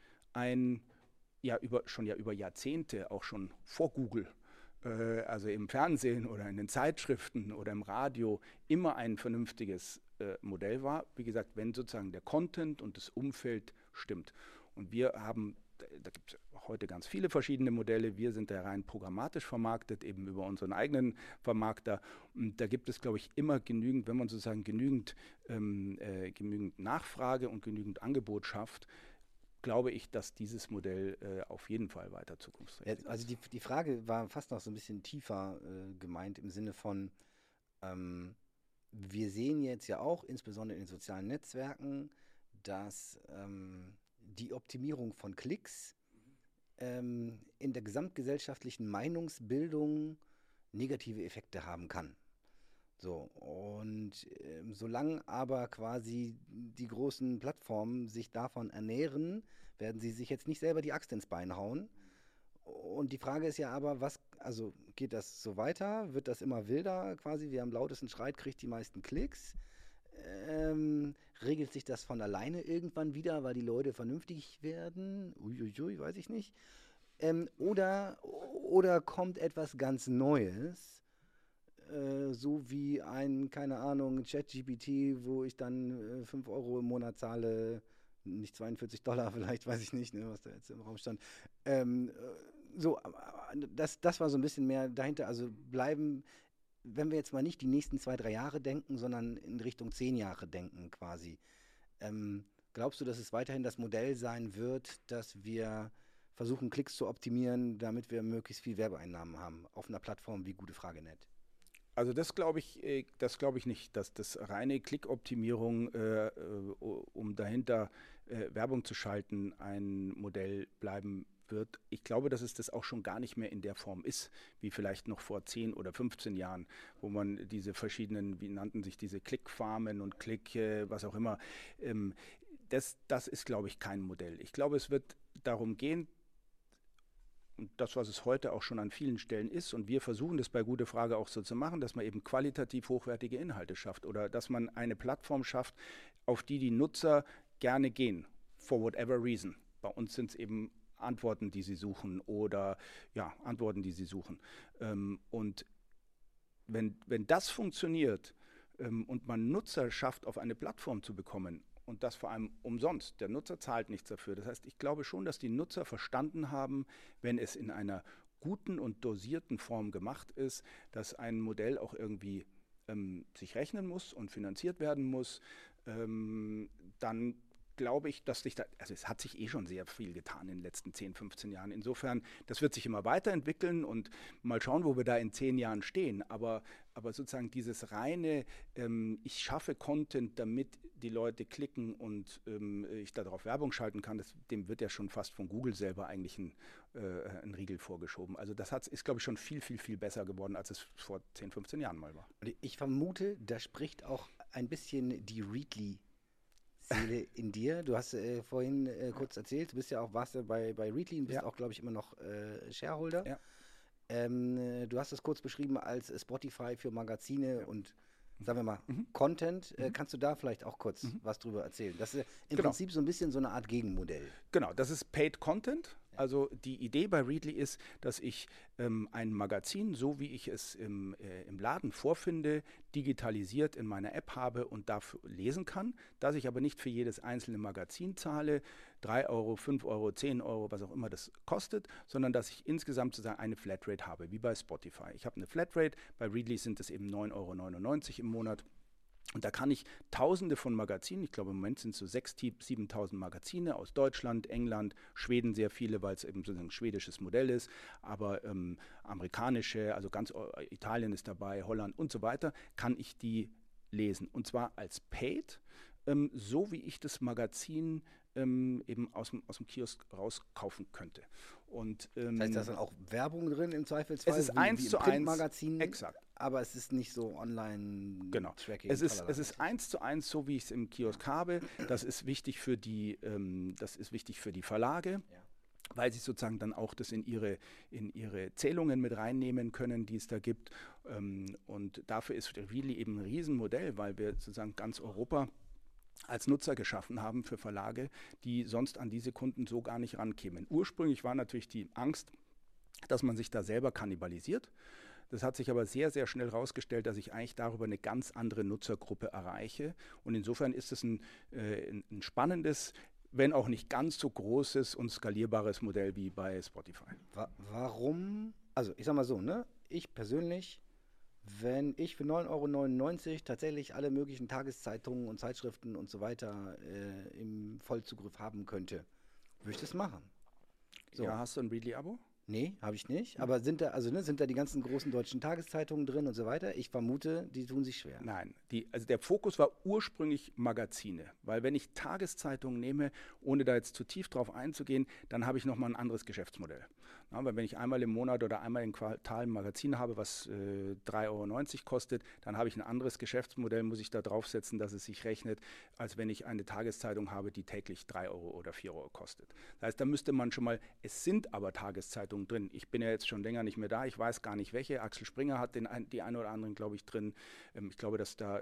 über Jahrzehnte, auch schon vor Google, also im Fernsehen oder in den Zeitschriften oder im Radio, immer ein vernünftiges Modell war. Wie gesagt, wenn sozusagen der Content und das Umfeld stimmt. Und wir haben, da gibt es heute ganz viele verschiedene Modelle. Wir sind da rein programmatisch vermarktet, eben über unseren eigenen Vermarkter. Und da gibt es, glaube ich, immer genügend, wenn man sozusagen genügend Nachfrage und genügend Angebot schafft, glaube ich, dass dieses Modell auf jeden Fall weiter zukunftsträchtig ist. Also die Frage war fast noch so ein bisschen tiefer gemeint im Sinne von, wir sehen jetzt ja auch, insbesondere in den sozialen Netzwerken, dass die Optimierung von Klicks in der gesamtgesellschaftlichen Meinungsbildung negative Effekte haben kann. So, und solange aber quasi die großen Plattformen sich davon ernähren, werden sie sich jetzt nicht selber die Axt ins Bein hauen. Und die Frage ist ja aber, also geht das so weiter? Wird das immer wilder quasi? Wer am lautesten schreit, kriegt die meisten Klicks. Regelt sich das von alleine irgendwann wieder, weil die Leute vernünftig werden? Uiuiui, weiß ich nicht. Oder kommt etwas ganz Neues, so wie keine Ahnung, ChatGPT, wo ich dann 5 Euro im Monat zahle, nicht $42 vielleicht, weiß ich nicht, ne, was da jetzt im Raum stand. Das war so ein bisschen mehr dahinter, also bleiben, wenn wir jetzt mal nicht die nächsten 2-3 Jahre denken, sondern in Richtung 10 Jahre denken quasi. Glaubst du, dass es weiterhin das Modell sein wird, dass wir versuchen, Klicks zu optimieren, damit wir möglichst viel Werbeeinnahmen haben auf einer Plattform wie Gutefrage.net? Also das glaube ich nicht, dass das reine Klickoptimierung, um dahinter Werbung zu schalten, ein Modell bleiben wird. Ich glaube, dass es das auch schon gar nicht mehr in der Form ist, wie vielleicht noch vor 10 oder 15 Jahren, wo man diese verschiedenen, wie nannten sich diese Klickfarmen und was auch immer, das ist, glaube ich, kein Modell. Ich glaube, es wird darum gehen, das, was es heute auch schon an vielen Stellen ist, und wir versuchen das bei Gute Frage auch so zu machen, dass man eben qualitativ hochwertige Inhalte schafft oder dass man eine Plattform schafft, auf die die Nutzer gerne gehen, for whatever reason. Bei uns sind es eben Antworten, die sie suchen oder Antworten, die sie suchen. Und wenn das funktioniert und man Nutzer schafft, auf eine Plattform zu bekommen, und das vor allem umsonst. Der Nutzer zahlt nichts dafür. Das heißt, ich glaube schon, dass die Nutzer verstanden haben, wenn es in einer guten und dosierten Form gemacht ist, dass ein Modell auch irgendwie sich rechnen muss und finanziert werden muss, dann glaube ich, dass es hat sich schon sehr viel getan in den letzten 10, 15 Jahren. Insofern, das wird sich immer weiterentwickeln und mal schauen, wo wir da in 10 Jahren stehen. Aber sozusagen dieses reine, ich schaffe Content, damit die Leute klicken und ich darauf Werbung schalten kann, dem wird ja schon fast von Google selber eigentlich ein Riegel vorgeschoben. Also das ist, glaube ich, schon viel, viel, viel besser geworden, als es vor 10, 15 Jahren mal war. Und ich vermute, da spricht auch ein bisschen die Readly-Seele in dir. Du hast vorhin kurz erzählt, du warst ja bei Readly und bist auch, glaube ich, immer noch Shareholder. Ja. Du hast es kurz beschrieben als Spotify für Magazine und, sagen wir mal, Content. Kannst du da vielleicht auch kurz was drüber erzählen? Das ist im Prinzip so ein bisschen so eine Art Gegenmodell. Genau, das ist Paid Content. Also die Idee bei Readly ist, dass ich ein Magazin, so wie ich es im Laden vorfinde, digitalisiert in meiner App habe und dafür lesen kann, dass ich aber nicht für jedes einzelne Magazin zahle, 3 Euro, 5 Euro, 10 Euro, was auch immer das kostet, sondern dass ich insgesamt sozusagen eine Flatrate habe, wie bei Spotify. Ich habe eine Flatrate, bei Readly sind es eben 9,99 € im Monat. Und da kann ich Tausende von Magazinen, ich glaube im Moment sind es so 6.000, 7.000 Magazine aus Deutschland, England, Schweden sehr viele, weil es eben so ein schwedisches Modell ist, aber amerikanische, also ganz Italien ist dabei, Holland und so weiter, kann ich die lesen. Und zwar als Paid, so wie ich das Magazin eben aus dem Kiosk rauskaufen könnte. Und, das heißt, da ist dann auch Werbung drin im Zweifelsfall? Es ist 1:1, Magazin, exakt. Aber es ist nicht so online-Tracking. Genau. Es ist 1:1, so wie ich es im Kiosk habe. Das ist wichtig für die Verlage. Ja. Weil sie sozusagen dann auch das in ihre Zählungen mit reinnehmen können, die es da gibt. Und dafür ist Readly eben ein Riesenmodell, weil wir sozusagen ganz Europa als Nutzer geschaffen haben für Verlage, die sonst an diese Kunden so gar nicht rankämen. Ursprünglich war natürlich die Angst, dass man sich da selber kannibalisiert. Das hat sich aber sehr, sehr schnell herausgestellt, dass ich eigentlich darüber eine ganz andere Nutzergruppe erreiche. Und insofern ist es ein spannendes, wenn auch nicht ganz so großes und skalierbares Modell wie bei Spotify. Warum? Also ich sag mal so, ne? Ich persönlich, wenn ich für 9,99 € tatsächlich alle möglichen Tageszeitungen und Zeitschriften und so weiter im Vollzugriff haben könnte, würde ich das machen. So. Ja, hast du ein Readly-Abo? Nee, habe ich nicht. Aber sind da die ganzen großen deutschen Tageszeitungen drin und so weiter? Ich vermute, die tun sich schwer. Nein, also der Fokus war ursprünglich Magazine. Weil wenn ich Tageszeitungen nehme, ohne da jetzt zu tief drauf einzugehen, dann habe ich nochmal ein anderes Geschäftsmodell. Ja, weil wenn ich einmal im Monat oder einmal im Quartal ein Magazin habe, was 3,90 € kostet, dann habe ich ein anderes Geschäftsmodell, muss ich da draufsetzen, dass es sich rechnet, als wenn ich eine Tageszeitung habe, die täglich 3 € oder 4 € kostet. Das heißt, da müsste man schon mal, es sind aber Tageszeitungen drin. Ich bin ja jetzt schon länger nicht mehr da, ich weiß gar nicht welche. Axel Springer hat die ein oder anderen, glaube ich, drin. Ich glaube, dass da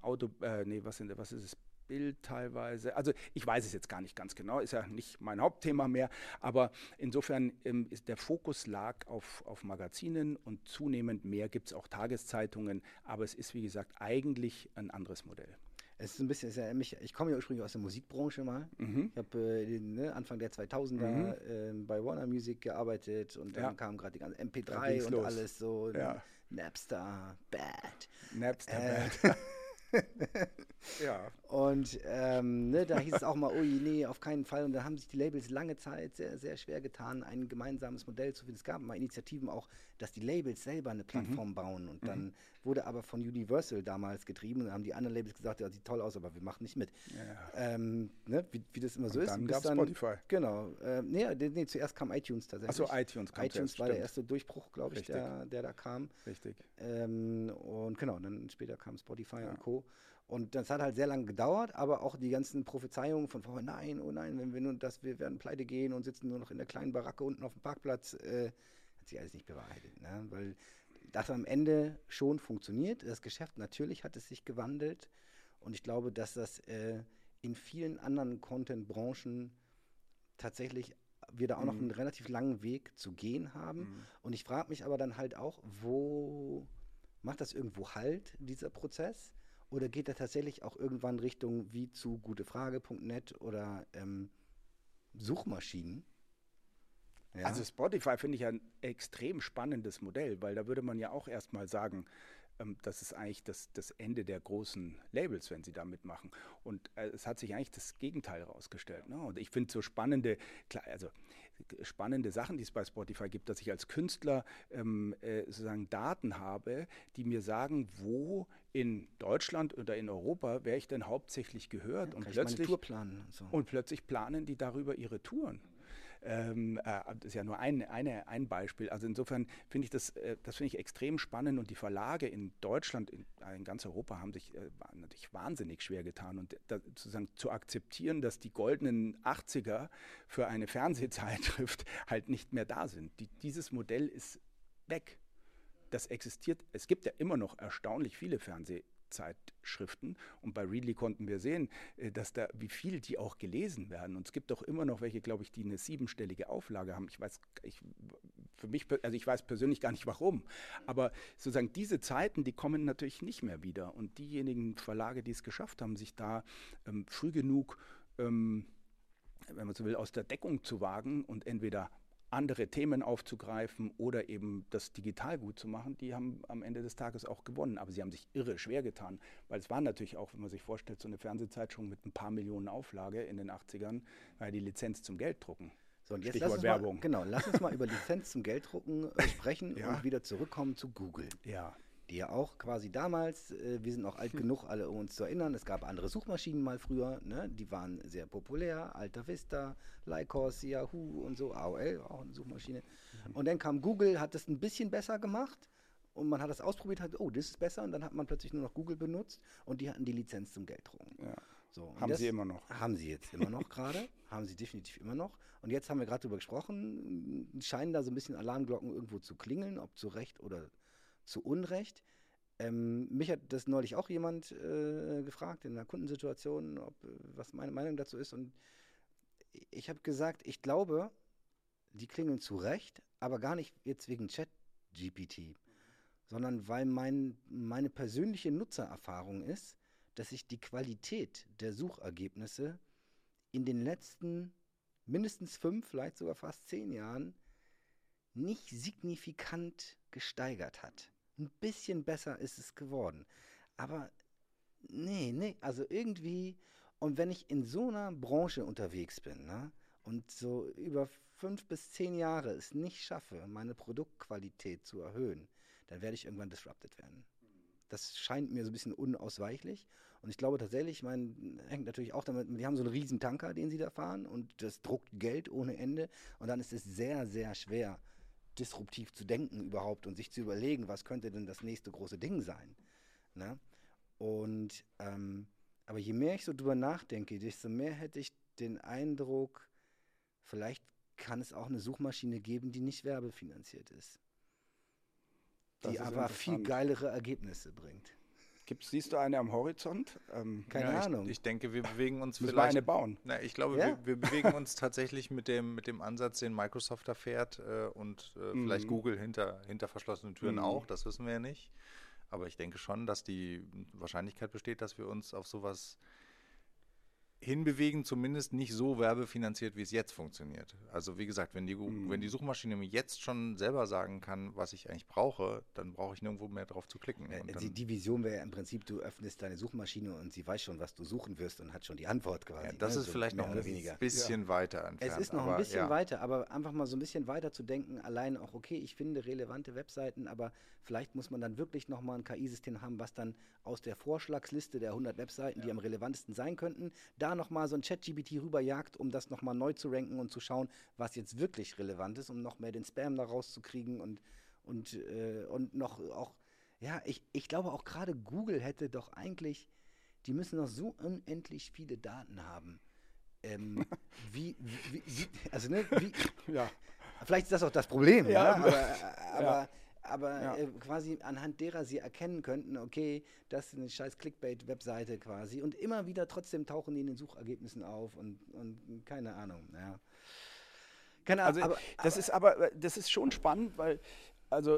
was ist es? Bild teilweise, also ich weiß es jetzt gar nicht ganz genau, ist ja nicht mein Hauptthema mehr, aber insofern ist der Fokus lag auf Magazinen und zunehmend mehr gibt es auch Tageszeitungen, aber es ist wie gesagt eigentlich ein anderes Modell. Es ist ein bisschen, ich komme ja ursprünglich aus der Musikbranche mal. Ich habe Anfang der 2000er bei Warner Music gearbeitet und dann kam gerade die ganze MP3 und los. Alles so, Napster, bad. Ja. Und da hieß es auch mal, ui, nee, auf keinen Fall. Und da haben sich die Labels lange Zeit sehr, sehr schwer getan, ein gemeinsames Modell zu finden. Es gab mal Initiativen auch, dass die Labels selber eine Plattform bauen. Und dann wurde aber von Universal damals getrieben. Und dann haben die anderen Labels gesagt, ja, sieht toll aus, aber wir machen nicht mit. Ja. Wie das immer so ist. Dann gab es Spotify. Genau. Zuerst kam iTunes tatsächlich. Achso, iTunes kam iTunes war der erste Durchbruch, glaube ich, der da kam. Richtig. Und genau, dann später kam Spotify und Co. Und das hat halt sehr lange gedauert, aber auch die ganzen Prophezeiungen von vorher, nein, oh nein, wenn wir nur das, wir werden pleite gehen und sitzen nur noch in der kleinen Baracke unten auf dem Parkplatz, hat sich alles nicht bewahrheitet. Ne? Weil das am Ende schon funktioniert. Das Geschäft natürlich hat es sich gewandelt und ich glaube, dass das in vielen anderen Content-Branchen tatsächlich wir da auch noch einen relativ langen Weg zu gehen haben. Und ich frage mich aber dann halt auch, wo macht das irgendwo Halt, dieser Prozess? Oder geht er tatsächlich auch irgendwann Richtung wie zu gutefrage.net oder Suchmaschinen? Ja. Also Spotify finde ich ja ein extrem spannendes Modell, weil da würde man ja auch erstmal sagen, das ist eigentlich das Ende der großen Labels, wenn sie da mitmachen. Und es hat sich eigentlich das Gegenteil herausgestellt. Ne? Und ich finde so spannende Sachen, die es bei Spotify gibt, dass ich als Künstler sozusagen Daten habe, die mir sagen, wo in Deutschland oder in Europa wäre ich denn hauptsächlich gehört. Ja, und plötzlich Tour planen und so. Und plötzlich planen die darüber ihre Touren. Das ist ja nur ein Beispiel. Also insofern finde ich das finde ich extrem spannend und die Verlage in Deutschland, in ganz Europa haben sich natürlich wahnsinnig schwer getan und sozusagen zu akzeptieren, dass die goldenen 80er für eine Fernsehzeitschrift halt nicht mehr da sind. Dieses Modell ist weg. Das existiert. Es gibt ja immer noch erstaunlich viele Fernsehzeitschriften und bei Readly konnten wir sehen, wie viel die auch gelesen werden. Und es gibt auch immer noch welche, glaube ich, die eine 7-stellige Auflage haben. Ich weiß persönlich gar nicht warum. Aber sozusagen diese Zeiten, die kommen natürlich nicht mehr wieder. Und diejenigen Verlage, die es geschafft haben, sich da früh genug, wenn man so will, aus der Deckung zu wagen und entweder andere Themen aufzugreifen oder eben das digital gut zu machen, die haben am Ende des Tages auch gewonnen. Aber sie haben sich irre schwer getan, weil es war natürlich auch, wenn man sich vorstellt, so eine Fernsehzeitschrift mit ein paar Millionen Auflage in den 80ern, war die Lizenz zum Gelddrucken. So, und jetzt Stichwort Werbung. Lass uns mal über Lizenz zum Gelddrucken sprechen und wieder zurückkommen zu Google. Ja. Die ja auch quasi damals, wir sind auch alt genug, alle um uns zu erinnern, es gab andere Suchmaschinen mal früher, ne? Die waren sehr populär, Alta Vista, Lycos, Yahoo und so, AOL, auch eine Suchmaschine. Und dann kam Google, hat das ein bisschen besser gemacht und man hat das ausprobiert, hat, oh, das ist besser und dann hat man plötzlich nur noch Google benutzt und die hatten die Lizenz zum Gelddrucken. Ja. So, haben sie immer noch. Haben sie jetzt immer noch gerade, haben sie definitiv immer noch. Und jetzt haben wir gerade darüber gesprochen, scheinen da so ein bisschen Alarmglocken irgendwo zu klingeln, ob zu Recht oder zu Unrecht. Mich hat das neulich auch jemand gefragt in einer Kundensituation, was meine Meinung dazu ist. Und ich habe gesagt, ich glaube, die klingeln zu Recht, aber gar nicht jetzt wegen ChatGPT, sondern weil meine persönliche Nutzererfahrung ist, dass sich die Qualität der Suchergebnisse in den letzten mindestens 5, vielleicht sogar fast 10 Jahren nicht signifikant gesteigert hat. Ein bisschen besser ist es geworden. Aber nee, also irgendwie, und wenn ich in so einer Branche unterwegs bin, ne, und so über 5 bis 10 Jahre es nicht schaffe, meine Produktqualität zu erhöhen, dann werde ich irgendwann disrupted werden. Das scheint mir so ein bisschen unausweichlich. Und ich glaube tatsächlich, hängt natürlich auch damit, die haben so einen riesen Tanker, den sie da fahren und das druckt Geld ohne Ende. Und dann ist es sehr, sehr schwer, disruptiv zu denken überhaupt und sich zu überlegen, was könnte denn das nächste große Ding sein. Ne? Und aber je mehr ich so drüber nachdenke, desto mehr hätte ich den Eindruck, vielleicht kann es auch eine Suchmaschine geben, die nicht werbefinanziert ist. Die aber viel geilere Ergebnisse bringt. Siehst du eine am Horizont? Keine Ahnung. Ich denke, wir bewegen uns vielleicht... Müssen wir eine bauen? Na, ich glaube, wir bewegen uns tatsächlich mit dem Ansatz, den Microsoft da fährt und vielleicht Google hinter verschlossenen Türen auch, das wissen wir ja nicht. Aber ich denke schon, dass die Wahrscheinlichkeit besteht, dass wir uns auf sowas hinbewegen, zumindest nicht so werbefinanziert, wie es jetzt funktioniert. Also wie gesagt, wenn die Suchmaschine mir jetzt schon selber sagen kann, was ich eigentlich brauche, dann brauche ich nirgendwo mehr drauf zu klicken. Die Vision wäre ja im Prinzip, du öffnest deine Suchmaschine und sie weiß schon, was du suchen wirst und hat schon die Antwort quasi. Ja, das ist vielleicht noch ein bisschen weiter entfernt. Es ist noch ein bisschen weiter, aber einfach mal so ein bisschen weiter zu denken, allein auch, okay, ich finde relevante Webseiten, aber vielleicht muss man dann wirklich nochmal ein KI-System haben, was dann aus der Vorschlagsliste der 100 Webseiten, die am relevantesten sein könnten, da nochmal so ein ChatGPT rüberjagt, um das nochmal neu zu ranken und zu schauen, was jetzt wirklich relevant ist, um noch mehr den Spam da rauszukriegen und noch auch Ja, ich glaube auch gerade Google hätte doch eigentlich, die müssen noch so unendlich viele Daten haben. Ähm, also ne, Ja, vielleicht ist das auch das Problem, ja, ja, ja, aber ja. quasi anhand derer sie erkennen könnten, okay, das ist eine scheiß Clickbait-Webseite quasi und immer wieder trotzdem tauchen die in den Suchergebnissen auf und keine Ahnung, ja. Keine Ahnung, Also das ist schon spannend, weil also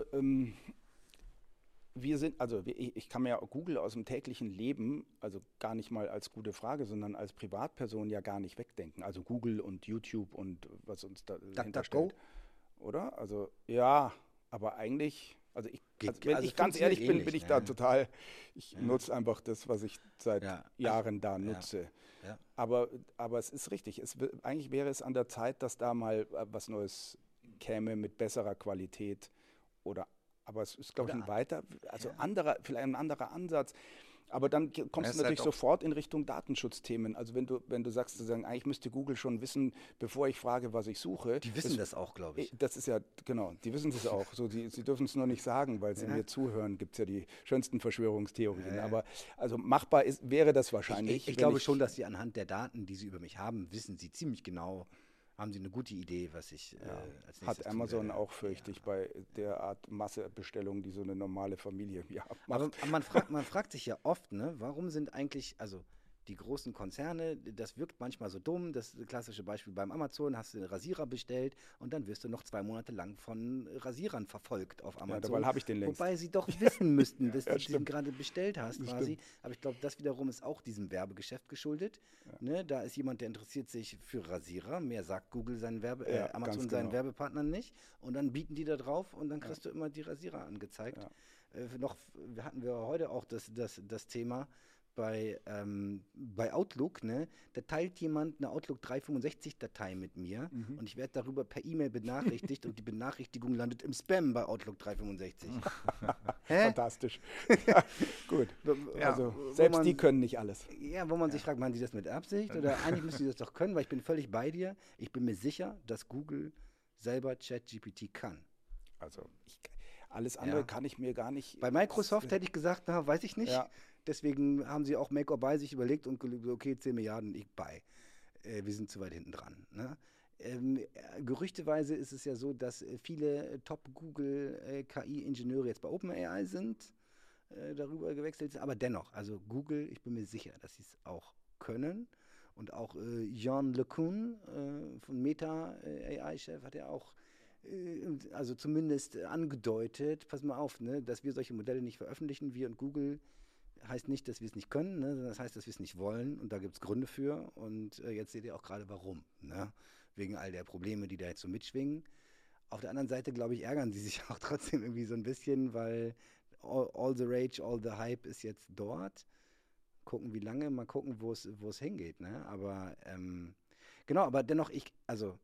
ich kann mir ja Google aus dem täglichen Leben, also gar nicht mal als gute Frage, sondern als Privatperson ja gar nicht wegdenken. Also Google und YouTube und was uns dahinter DuckDuckGo stellt, oder? Also ja, aber eigentlich, wenn also ich ganz ehrlich funktioniert bin, ähnlich, bin ich da ne? total, ich Ja, nutze einfach das, was ich seit ja, also, Jahren da ja, nutze. ja. Aber es ist richtig, eigentlich wäre es an der Zeit, dass da mal was Neues käme mit besserer Qualität oder aber es ist, glaube ich, Oder, also ja. vielleicht ein anderer Ansatz. Aber dann Es kommst du ist halt natürlich auch sofort in Richtung Datenschutzthemen. Also wenn du sagst, sozusagen, eigentlich müsste Google schon wissen, bevor ich frage, was ich suche. Die wissen das auch, glaube ich. Das ist ja, genau, die wissen das auch. So, sie dürfen es nur nicht sagen, weil sie Ja. mir zuhören. Gibt es ja die schönsten Verschwörungstheorien. Äh, Aber also machbar wäre das wahrscheinlich, ich wenn glaube schon, dass sie anhand der Daten, die sie über mich haben, wissen sie ziemlich genau, haben sie eine gute Idee, was ich als nächstes hat tun Amazon werde. auch, fürchte ich, bei der Art Massebestellung, die so eine normale Familie Aber macht. man fragt sich ja oft, ne, warum sind eigentlich, also die großen Konzerne, das wirkt manchmal so dumm, das klassische Beispiel beim Amazon, hast du einen Rasierer bestellt und dann wirst du noch 2 Monate lang von Rasierern verfolgt auf Ja, dabei Amazon, habe ich den längst. wobei sie doch wissen müssten, dass Ja, du diesen stimmt. gerade bestellt hast Das quasi, stimmt. aber ich glaube, das wiederum ist auch diesem Werbegeschäft geschuldet, ne? Da ist jemand, der interessiert sich für Rasierer, mehr sagt Google Ja, ganz Amazon seinen genau. Werbepartnern nicht und dann bieten die da drauf und dann kriegst du immer die Rasierer angezeigt. Ja. Hatten wir heute auch das Thema bei Outlook, ne? Da teilt jemand eine Outlook 365-Datei mit mir und ich werde darüber per E-Mail benachrichtigt und die Benachrichtigung landet im Spam bei Outlook 365. Hä? Fantastisch. Ja, gut. Ja, Also wo selbst man- die können nicht alles. Ja, wo man sich fragt, machen die das mit Absicht oder eigentlich müssen die das doch können, weil ich bin völlig bei dir. Ich bin mir sicher, dass Google selber ChatGPT kann. Also alles andere Ja. kann ich mir gar nicht. Bei Microsoft hätte ich gesagt, na, weiß ich nicht. Ja. Deswegen haben sie auch Make or Buy sich überlegt und okay, 10 Milliarden, ich buy. Wir sind zu weit hinten dran. Ne? Gerüchteweise ist es ja so, dass viele Top-Google-KI-Ingenieure jetzt bei OpenAI sind, darüber gewechselt sind. Aber dennoch, also Google, ich bin mir sicher, dass sie es auch können. Und auch Jean LeCun von Meta, AI-Chef, hat ja auch also zumindest angedeutet, pass mal auf, ne, dass wir solche Modelle nicht veröffentlichen, wir und Google, heißt nicht, dass wir es nicht können, ne, sondern das heißt, dass wir es nicht wollen und da gibt es Gründe für und jetzt seht ihr auch gerade warum, ne, wegen all der Probleme, die da jetzt so mitschwingen. Auf der anderen Seite, glaube ich, ärgern sie sich auch trotzdem irgendwie so ein bisschen, weil all the rage, all the hype ist jetzt dort. Gucken, wie lange, mal gucken, wo es hingeht, ne, aber genau, aber dennoch, also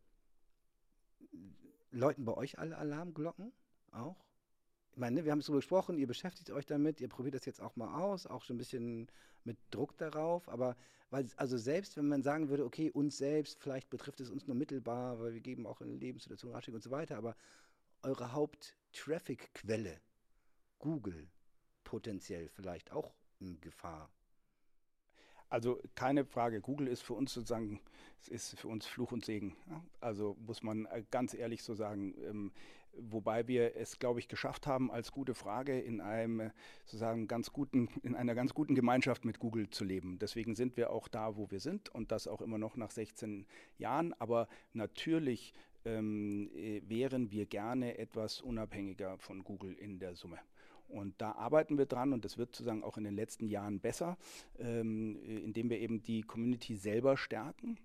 läuten bei euch alle Alarmglocken auch? Ich meine, ne, wir haben es darüber gesprochen, ihr beschäftigt euch damit, ihr probiert das jetzt auch mal aus, auch schon ein bisschen mit Druck darauf, aber also selbst wenn man sagen würde, okay, uns selbst, vielleicht betrifft es uns nur mittelbar, weil wir geben auch in Lebenssituationen Ratschläge und so weiter, aber eure Haupt-Traffic-Quelle, Google, potenziell vielleicht auch in Gefahr. Also keine Frage, Google ist für uns sozusagen, es ist für uns Fluch und Segen. Ja? Also muss man ganz ehrlich so sagen. Wobei wir es, glaube ich, geschafft haben, als gute Frage in einem sozusagen in einer ganz guten Gemeinschaft mit Google zu leben. Deswegen sind wir auch da, wo wir sind und das auch immer noch nach 16 Jahren. Aber natürlich wären wir gerne etwas unabhängiger von Google in der Summe. Und da arbeiten wir dran und das wird sozusagen auch in den letzten Jahren besser, indem wir eben die Community selber stärken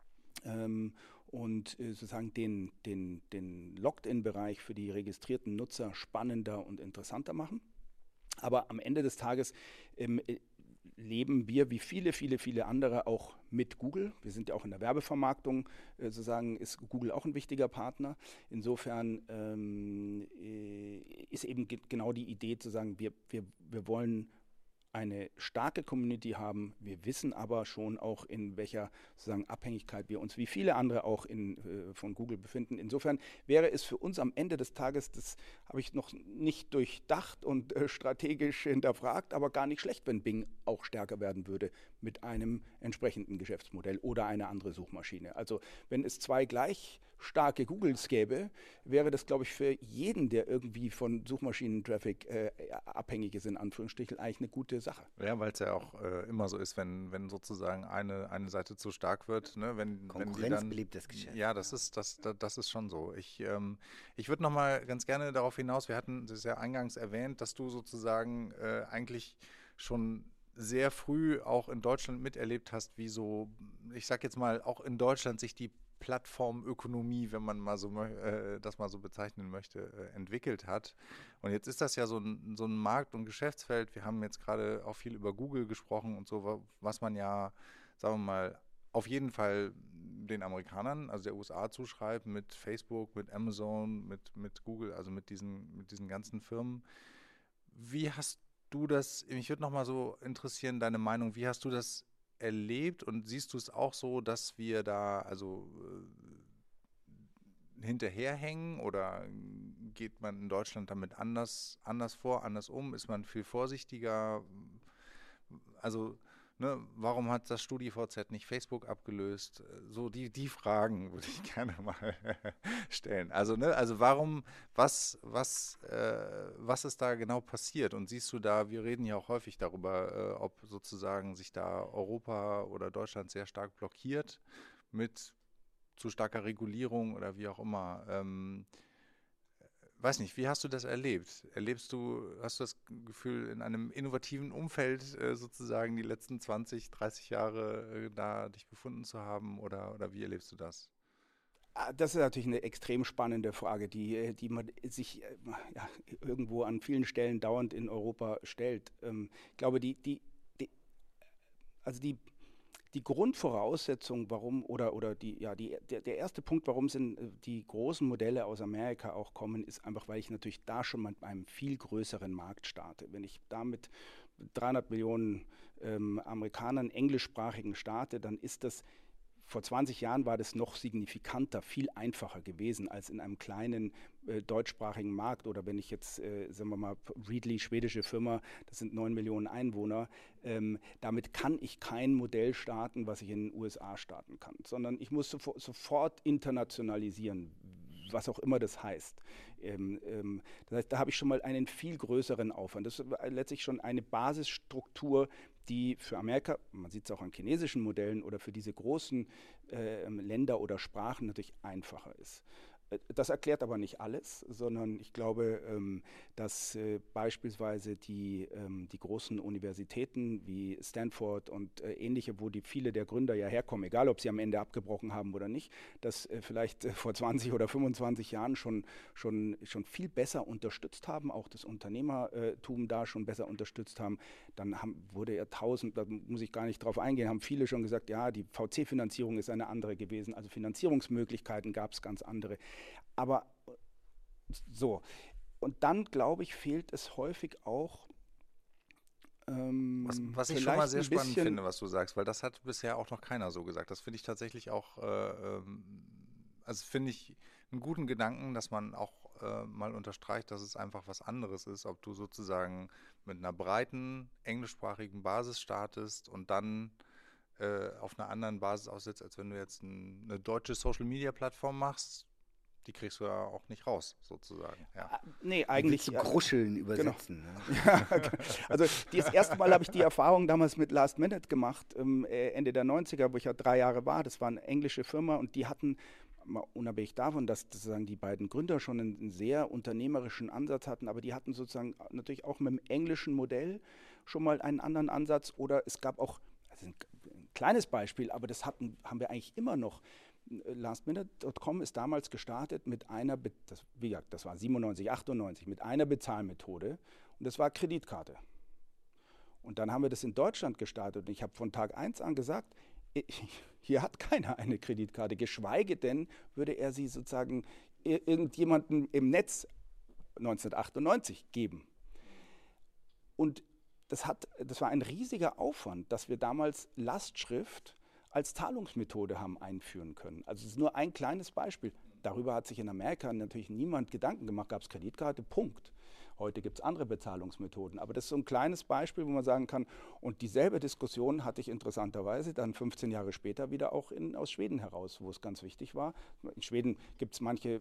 und sozusagen den Logged-in-Bereich für die registrierten Nutzer spannender und interessanter machen. Aber am Ende des Tages leben wir wie viele andere auch mit Google. Wir sind ja auch in der Werbevermarktung, sozusagen ist Google auch ein wichtiger Partner. Insofern ist eben genau die Idee zu sagen, wir wollen eine starke Community haben. Wir wissen aber schon auch, in welcher sozusagen Abhängigkeit wir uns wie viele andere auch von Google befinden. Insofern wäre es für uns am Ende des Tages, das habe ich noch nicht durchdacht und strategisch hinterfragt, aber gar nicht schlecht, wenn Bing auch stärker werden würde mit einem entsprechenden Geschäftsmodell oder eine andere Suchmaschine. Also wenn es zwei gleich starke Googles gäbe, wäre das, glaube ich, für jeden, der irgendwie von Suchmaschinentraffic abhängig ist, in Anführungsstrichen, eigentlich eine gute Sache. Ja, weil es ja auch immer so ist, wenn sozusagen eine Seite zu stark wird, ne, Konkurrenz wenn die dann, belebt das Geschäft. Ja, das ist schon so. Ich würde noch mal ganz gerne darauf hinaus, wir hatten das ja eingangs erwähnt, dass du sozusagen eigentlich schon sehr früh auch in Deutschland miterlebt hast, wie so, ich sag jetzt mal, auch in Deutschland sich die Plattformökonomie, wenn man mal so das mal so bezeichnen möchte, entwickelt hat. Und jetzt ist das ja so ein Markt- und Geschäftsfeld. Wir haben jetzt gerade auch viel über Google gesprochen und so, was man ja, sagen wir mal, auf jeden Fall den Amerikanern, also der USA, zuschreibt, mit Facebook, mit Amazon, mit Google, also mit diesen ganzen Firmen. Wie hast du das, mich würde noch mal so interessieren, deine Meinung, wie hast du das erlebt und siehst du es auch so, dass wir da also hinterherhängen oder geht man in Deutschland damit anders vor, anders um? Ist man viel vorsichtiger? Also, ne, warum hat das StudiVZ nicht Facebook abgelöst? So die Fragen würde ich gerne mal stellen. Also, ne, also was ist da genau passiert? Und siehst du da, wir reden ja auch häufig darüber, ob sozusagen sich da Europa oder Deutschland sehr stark blockiert mit zu starker Regulierung oder wie auch immer. Weiß nicht, wie hast du das erlebt? Hast du das Gefühl, in einem innovativen Umfeld sozusagen die letzten 20, 30 Jahre da dich befunden zu haben oder wie erlebst du das? Das ist natürlich eine extrem spannende Frage, die man sich irgendwo an vielen Stellen dauernd in Europa stellt. Ich glaube, die Grundvoraussetzung, warum der erste Punkt, warum sind die großen Modelle aus Amerika auch kommen, ist einfach, weil ich natürlich da schon mit einem viel größeren Markt starte. Wenn ich da mit 300 Millionen Amerikanern englischsprachigen starte, dann ist das vor 20 Jahren war das noch signifikanter, viel einfacher gewesen als in einem kleinen deutschsprachigen Markt. Oder wenn ich jetzt, sagen wir mal, Readly, schwedische Firma, das sind 9 Millionen Einwohner, damit kann ich kein Modell starten, was ich in den USA starten kann, sondern ich muss sofort internationalisieren, was auch immer das heißt. Das heißt, da habe ich schon mal einen viel größeren Aufwand. Das ist letztlich schon eine Basisstruktur, die für Amerika, man sieht es auch an chinesischen Modellen oder für diese großen Länder oder Sprachen natürlich einfacher ist. Das erklärt aber nicht alles, sondern ich glaube, dass beispielsweise die großen Universitäten wie Stanford und ähnliche, wo viele der Gründer ja herkommen, egal ob sie am Ende abgebrochen haben oder nicht, dass vielleicht vor 20 oder 25 Jahren schon viel besser unterstützt haben, auch das Unternehmertum da schon besser unterstützt haben. Dann wurde ja da muss ich gar nicht drauf eingehen, haben viele schon gesagt, ja, die VC-Finanzierung ist eine andere gewesen, also Finanzierungsmöglichkeiten gab es ganz andere. Aber so, und dann, glaube ich, fehlt es häufig auch was ich schon mal sehr spannend finde, was du sagst, weil das hat bisher auch noch keiner so gesagt. Das finde ich tatsächlich auch, also finde ich einen guten Gedanken, dass man auch mal unterstreicht, dass es einfach was anderes ist, ob du sozusagen mit einer breiten englischsprachigen Basis startest und dann auf einer anderen Basis aussetzt, als wenn du jetzt eine deutsche Social-Media-Plattform machst. Die kriegst du ja auch nicht raus, sozusagen. Ja. Nee, eigentlich. Zu Gruscheln übersetzen. Genau. Ne? Ja, also das erste Mal habe ich die Erfahrung damals mit Last Minute gemacht, Ende der 90er, wo ich ja 3 Jahre war. Das war eine englische Firma und die hatten, mal unabhängig davon, dass sozusagen die beiden Gründer schon einen sehr unternehmerischen Ansatz hatten, aber die hatten sozusagen natürlich auch mit dem englischen Modell schon mal einen anderen Ansatz. Oder es gab auch, also ein kleines Beispiel, aber das haben wir eigentlich immer noch. Lastminute.com ist damals gestartet mit einer, wie gesagt, das war 97, 98, mit einer Bezahlmethode und das war Kreditkarte. Und dann haben wir das in Deutschland gestartet und ich habe von Tag 1 an gesagt, hier hat keiner eine Kreditkarte, geschweige denn würde er sie sozusagen irgendjemandem im Netz 1998 geben. Und das war ein riesiger Aufwand, dass wir damals Lastschrift als Zahlungsmethode haben einführen können. Also es ist nur ein kleines Beispiel. Darüber hat sich in Amerika natürlich niemand Gedanken gemacht, gab es Kreditkarte, Punkt. Heute gibt es andere Bezahlungsmethoden, aber das ist so ein kleines Beispiel, wo man sagen kann, und dieselbe Diskussion hatte ich interessanterweise dann 15 Jahre später wieder auch aus Schweden heraus, wo es ganz wichtig war. In Schweden gibt es manche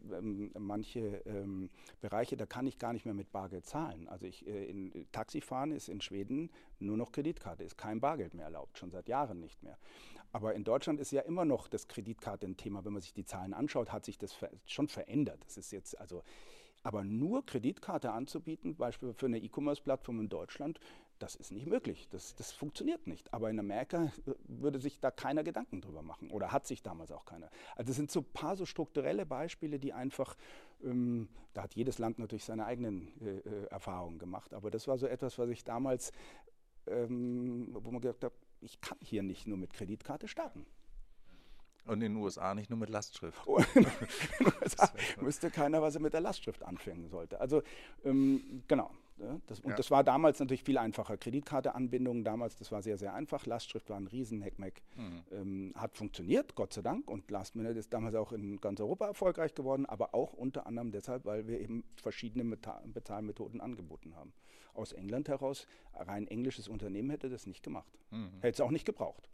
Bereiche, da kann ich gar nicht mehr mit Bargeld zahlen. Also in Taxifahren ist in Schweden nur noch Kreditkarte, ist kein Bargeld mehr erlaubt, schon seit Jahren nicht mehr. Aber in Deutschland ist ja immer noch das Kreditkarte ein Thema. Wenn man sich die Zahlen anschaut, hat sich das schon verändert. Das ist jetzt aber nur Kreditkarte anzubieten, beispielsweise für eine E-Commerce-Plattform in Deutschland, das ist nicht möglich. Das funktioniert nicht. Aber in Amerika würde sich da keiner Gedanken drüber machen oder hat sich damals auch keiner. Also das sind so ein paar so strukturelle Beispiele, die einfach, da hat jedes Land natürlich seine eigenen Erfahrungen gemacht. Aber das war so etwas, was ich damals, wo man gesagt hat, ich kann hier nicht nur mit Kreditkarte starten. Und in den USA nicht nur mit Lastschrift. In den USA wüsste keiner, was er mit der Lastschrift anfangen sollte. Also genau. Ja, das war damals natürlich viel einfacher. Kreditkarteanbindungen damals, das war sehr, sehr einfach. Lastschrift war ein Riesen-Heckmeck. Hat funktioniert, Gott sei Dank. Und Lastminute ist damals auch in ganz Europa erfolgreich geworden, aber auch unter anderem deshalb, weil wir eben verschiedene Bezahlmethoden angeboten haben. Aus England heraus, rein englisches Unternehmen hätte das nicht gemacht. Hätte es auch nicht gebraucht.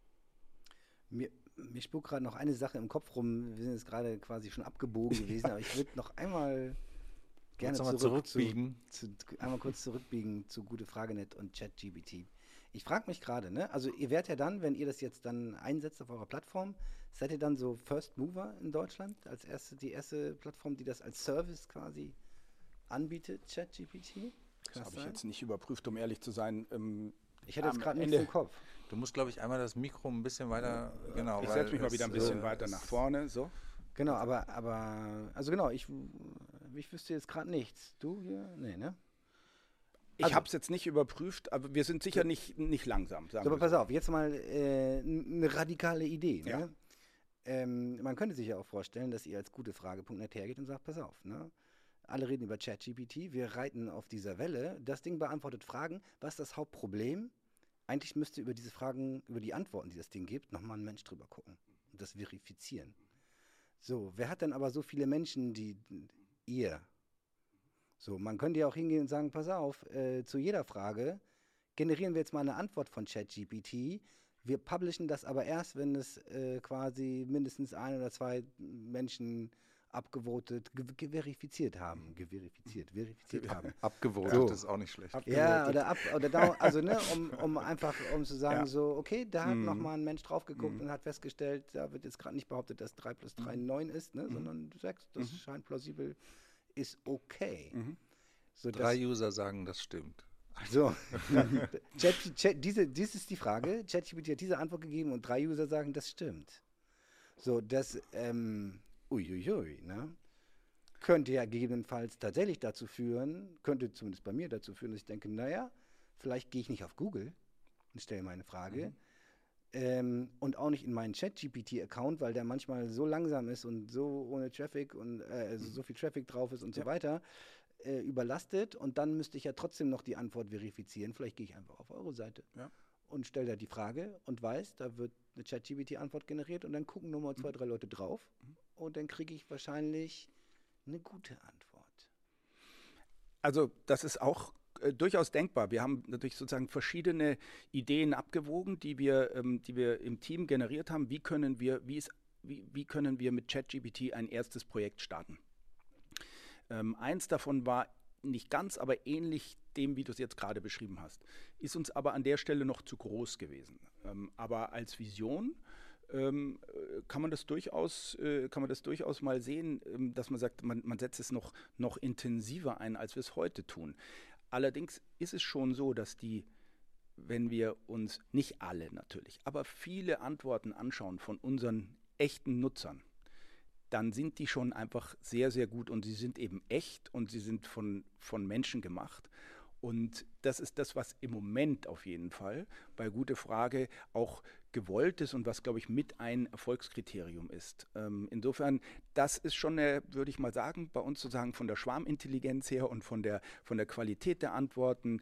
Mir spukt gerade noch eine Sache im Kopf rum. Wir sind jetzt gerade quasi schon abgebogen gewesen, aber ich würde noch einmal gerne zurückbiegen. Einmal kurz zurückbiegen zu Gute-Frage.net und ChatGPT. Ich frage mich gerade, ne? Also ihr werdet ja dann, wenn ihr das jetzt dann einsetzt auf eurer Plattform, seid ihr dann so First Mover in Deutschland? Die erste Plattform, die das als Service quasi anbietet, ChatGPT? Das habe ich jetzt nicht überprüft, um ehrlich zu sein. Ich hätte jetzt gerade nichts im Kopf. Du musst, glaube ich, einmal das Mikro ein bisschen weiter, genau. Ich setze mich mal wieder ein bisschen weiter nach vorne, so. Genau, also genau, ich wüsste jetzt gerade nichts. Du hier? Nee, ne? Ich habe es jetzt nicht überprüft, aber wir sind sicher nicht langsam. Sagen aber pass auf, jetzt mal eine radikale Idee. Ne? Ja. Man könnte sich ja auch vorstellen, dass ihr als Gutefrage.net hergeht und sagt, pass auf, ne? Alle reden über ChatGPT, wir reiten auf dieser Welle. Das Ding beantwortet Fragen. Was ist das Hauptproblem? Eigentlich müsste über diese Fragen, über die Antworten, die das Ding gibt, nochmal ein Mensch drüber gucken und das verifizieren. So, wer hat denn aber so viele Menschen, ihr? So, man könnte ja auch hingehen und sagen, pass auf, zu jeder Frage generieren wir jetzt mal eine Antwort von ChatGPT. Wir publishen das aber erst, wenn es quasi mindestens 1 oder 2 Menschen abgevotet, verifiziert haben. Abgevotet so. Ist auch nicht schlecht. Ja, also ne, um einfach zu sagen, so, okay, da hat nochmal ein Mensch drauf geguckt und hat festgestellt, da wird jetzt gerade nicht behauptet, dass 3 + 3 9 ist, ne, sondern 6, das scheint plausibel, ist okay. So, 3 User sagen, das stimmt. So, dies ist die Frage, ChatGPT hat diese Antwort gegeben und 3 User sagen, das stimmt. So, das, ne? Könnte ja gegebenenfalls tatsächlich dazu führen, könnte zumindest bei mir dazu führen, dass ich denke, naja, vielleicht gehe ich nicht auf Google und stelle meine Frage und auch nicht in meinen ChatGPT-Account, weil der manchmal so langsam ist und so ohne Traffic und so viel Traffic drauf ist und so weiter, überlastet und dann müsste ich ja trotzdem noch die Antwort verifizieren. Vielleicht gehe ich einfach auf eure Seite und stelle da die Frage und weiß, da wird eine ChatGPT-Antwort generiert und dann gucken nur mal 2, 3 Leute drauf. Und dann kriege ich wahrscheinlich eine gute Antwort. Also das ist auch durchaus denkbar. Wir haben natürlich sozusagen verschiedene Ideen abgewogen, die wir im Team generiert haben. Wie können wir mit ChatGPT ein erstes Projekt starten? Eins davon war nicht ganz, aber ähnlich dem, wie du es jetzt gerade beschrieben hast. Ist uns aber an der Stelle noch zu groß gewesen. Aber als Vision kann man das durchaus mal sehen, dass man sagt, man setzt es noch intensiver ein, als wir es heute tun. Allerdings ist es schon so, dass wenn wir uns, nicht alle natürlich, aber viele Antworten anschauen von unseren echten Nutzern, dann sind die schon einfach sehr, sehr gut und sie sind eben echt und sie sind von Menschen gemacht. Und das ist das, was im Moment auf jeden Fall bei Gute Frage auch gewollt ist und was, glaube ich, mit ein Erfolgskriterium ist. Insofern, das ist schon, würde ich mal sagen, bei uns sozusagen von der Schwarmintelligenz her und von der Qualität der Antworten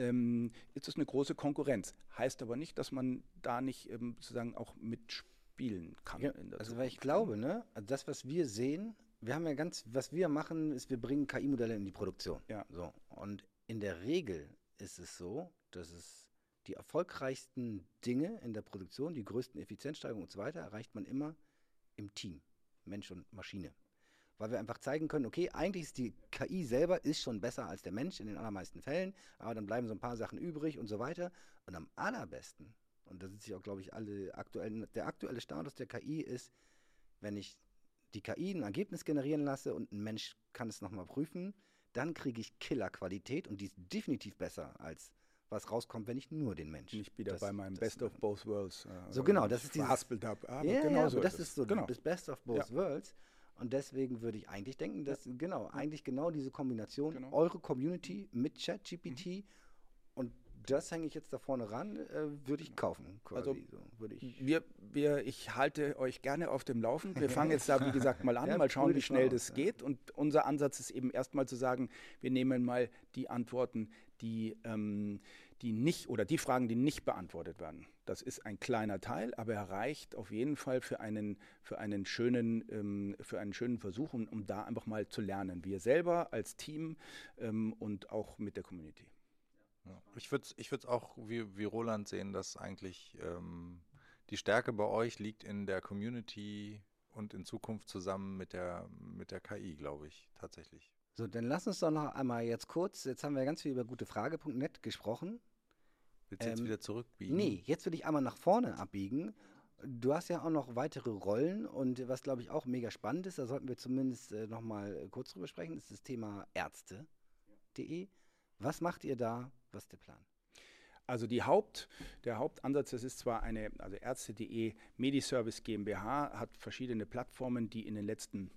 ist es eine große Konkurrenz. Heißt aber nicht, dass man da nicht sozusagen auch mitspielen kann. Ja, also weil ich glaube, ne, also das, was wir sehen, wir haben ja was wir machen, ist, wir bringen KI-Modelle in die Produktion. Ja. So. Und in der Regel ist es so, dass es die erfolgreichsten Dinge in der Produktion, die größten Effizienzsteigerungen und so weiter, erreicht man immer im Team, Mensch und Maschine. Weil wir einfach zeigen können, okay, eigentlich ist die KI selber ist schon besser als der Mensch in den allermeisten Fällen, aber dann bleiben so ein paar Sachen übrig und so weiter. Und am allerbesten, und da sind sich auch, glaube ich, der aktuelle Status der KI ist, wenn ich die KI ein Ergebnis generieren lasse und ein Mensch kann es nochmal prüfen, dann kriege ich Killerqualität und die ist definitiv besser als was rauskommt, wenn ich nur den Menschen. Nicht wieder bei meinem Best of Both Worlds. So genau, das ist dieses verhaspelt habe. Ja, aber das ist so genau. das Best of Both Worlds. Und deswegen würde ich eigentlich denken, dass eigentlich genau diese Kombination, eure Community mit ChatGPT und das hänge ich jetzt da vorne ran, würde ich kaufen. Quasi. Also so, würde ich. Ich halte euch gerne auf dem Laufen. Wir fangen jetzt da, wie gesagt, mal an, mal schauen, wie schnell das geht. Und unser Ansatz ist eben erstmal zu sagen, wir nehmen mal die Antworten, die nicht oder die Fragen, die nicht beantwortet werden. Das ist ein kleiner Teil, aber er reicht auf jeden Fall für einen schönen Versuch, um da einfach mal zu lernen. Wir selber als Team und auch mit der Community. Ja. Ich würde es auch wie Roland sehen, dass eigentlich die Stärke bei euch liegt in der Community und in Zukunft zusammen mit der KI, glaube ich, tatsächlich. So, dann lass uns doch noch einmal jetzt haben wir ganz viel über gutefrage.net gesprochen. Willst du jetzt wieder zurückbiegen? Nee, jetzt will ich einmal nach vorne abbiegen. Du hast ja auch noch weitere Rollen und was, glaube ich, auch mega spannend ist, da sollten wir zumindest noch mal kurz drüber sprechen, ist das Thema Ärzte.de. Was macht ihr da? Was ist der Plan? Also der Hauptansatz, das ist zwar also Ärzte.de Mediservice GmbH, hat verschiedene Plattformen, die in den letzten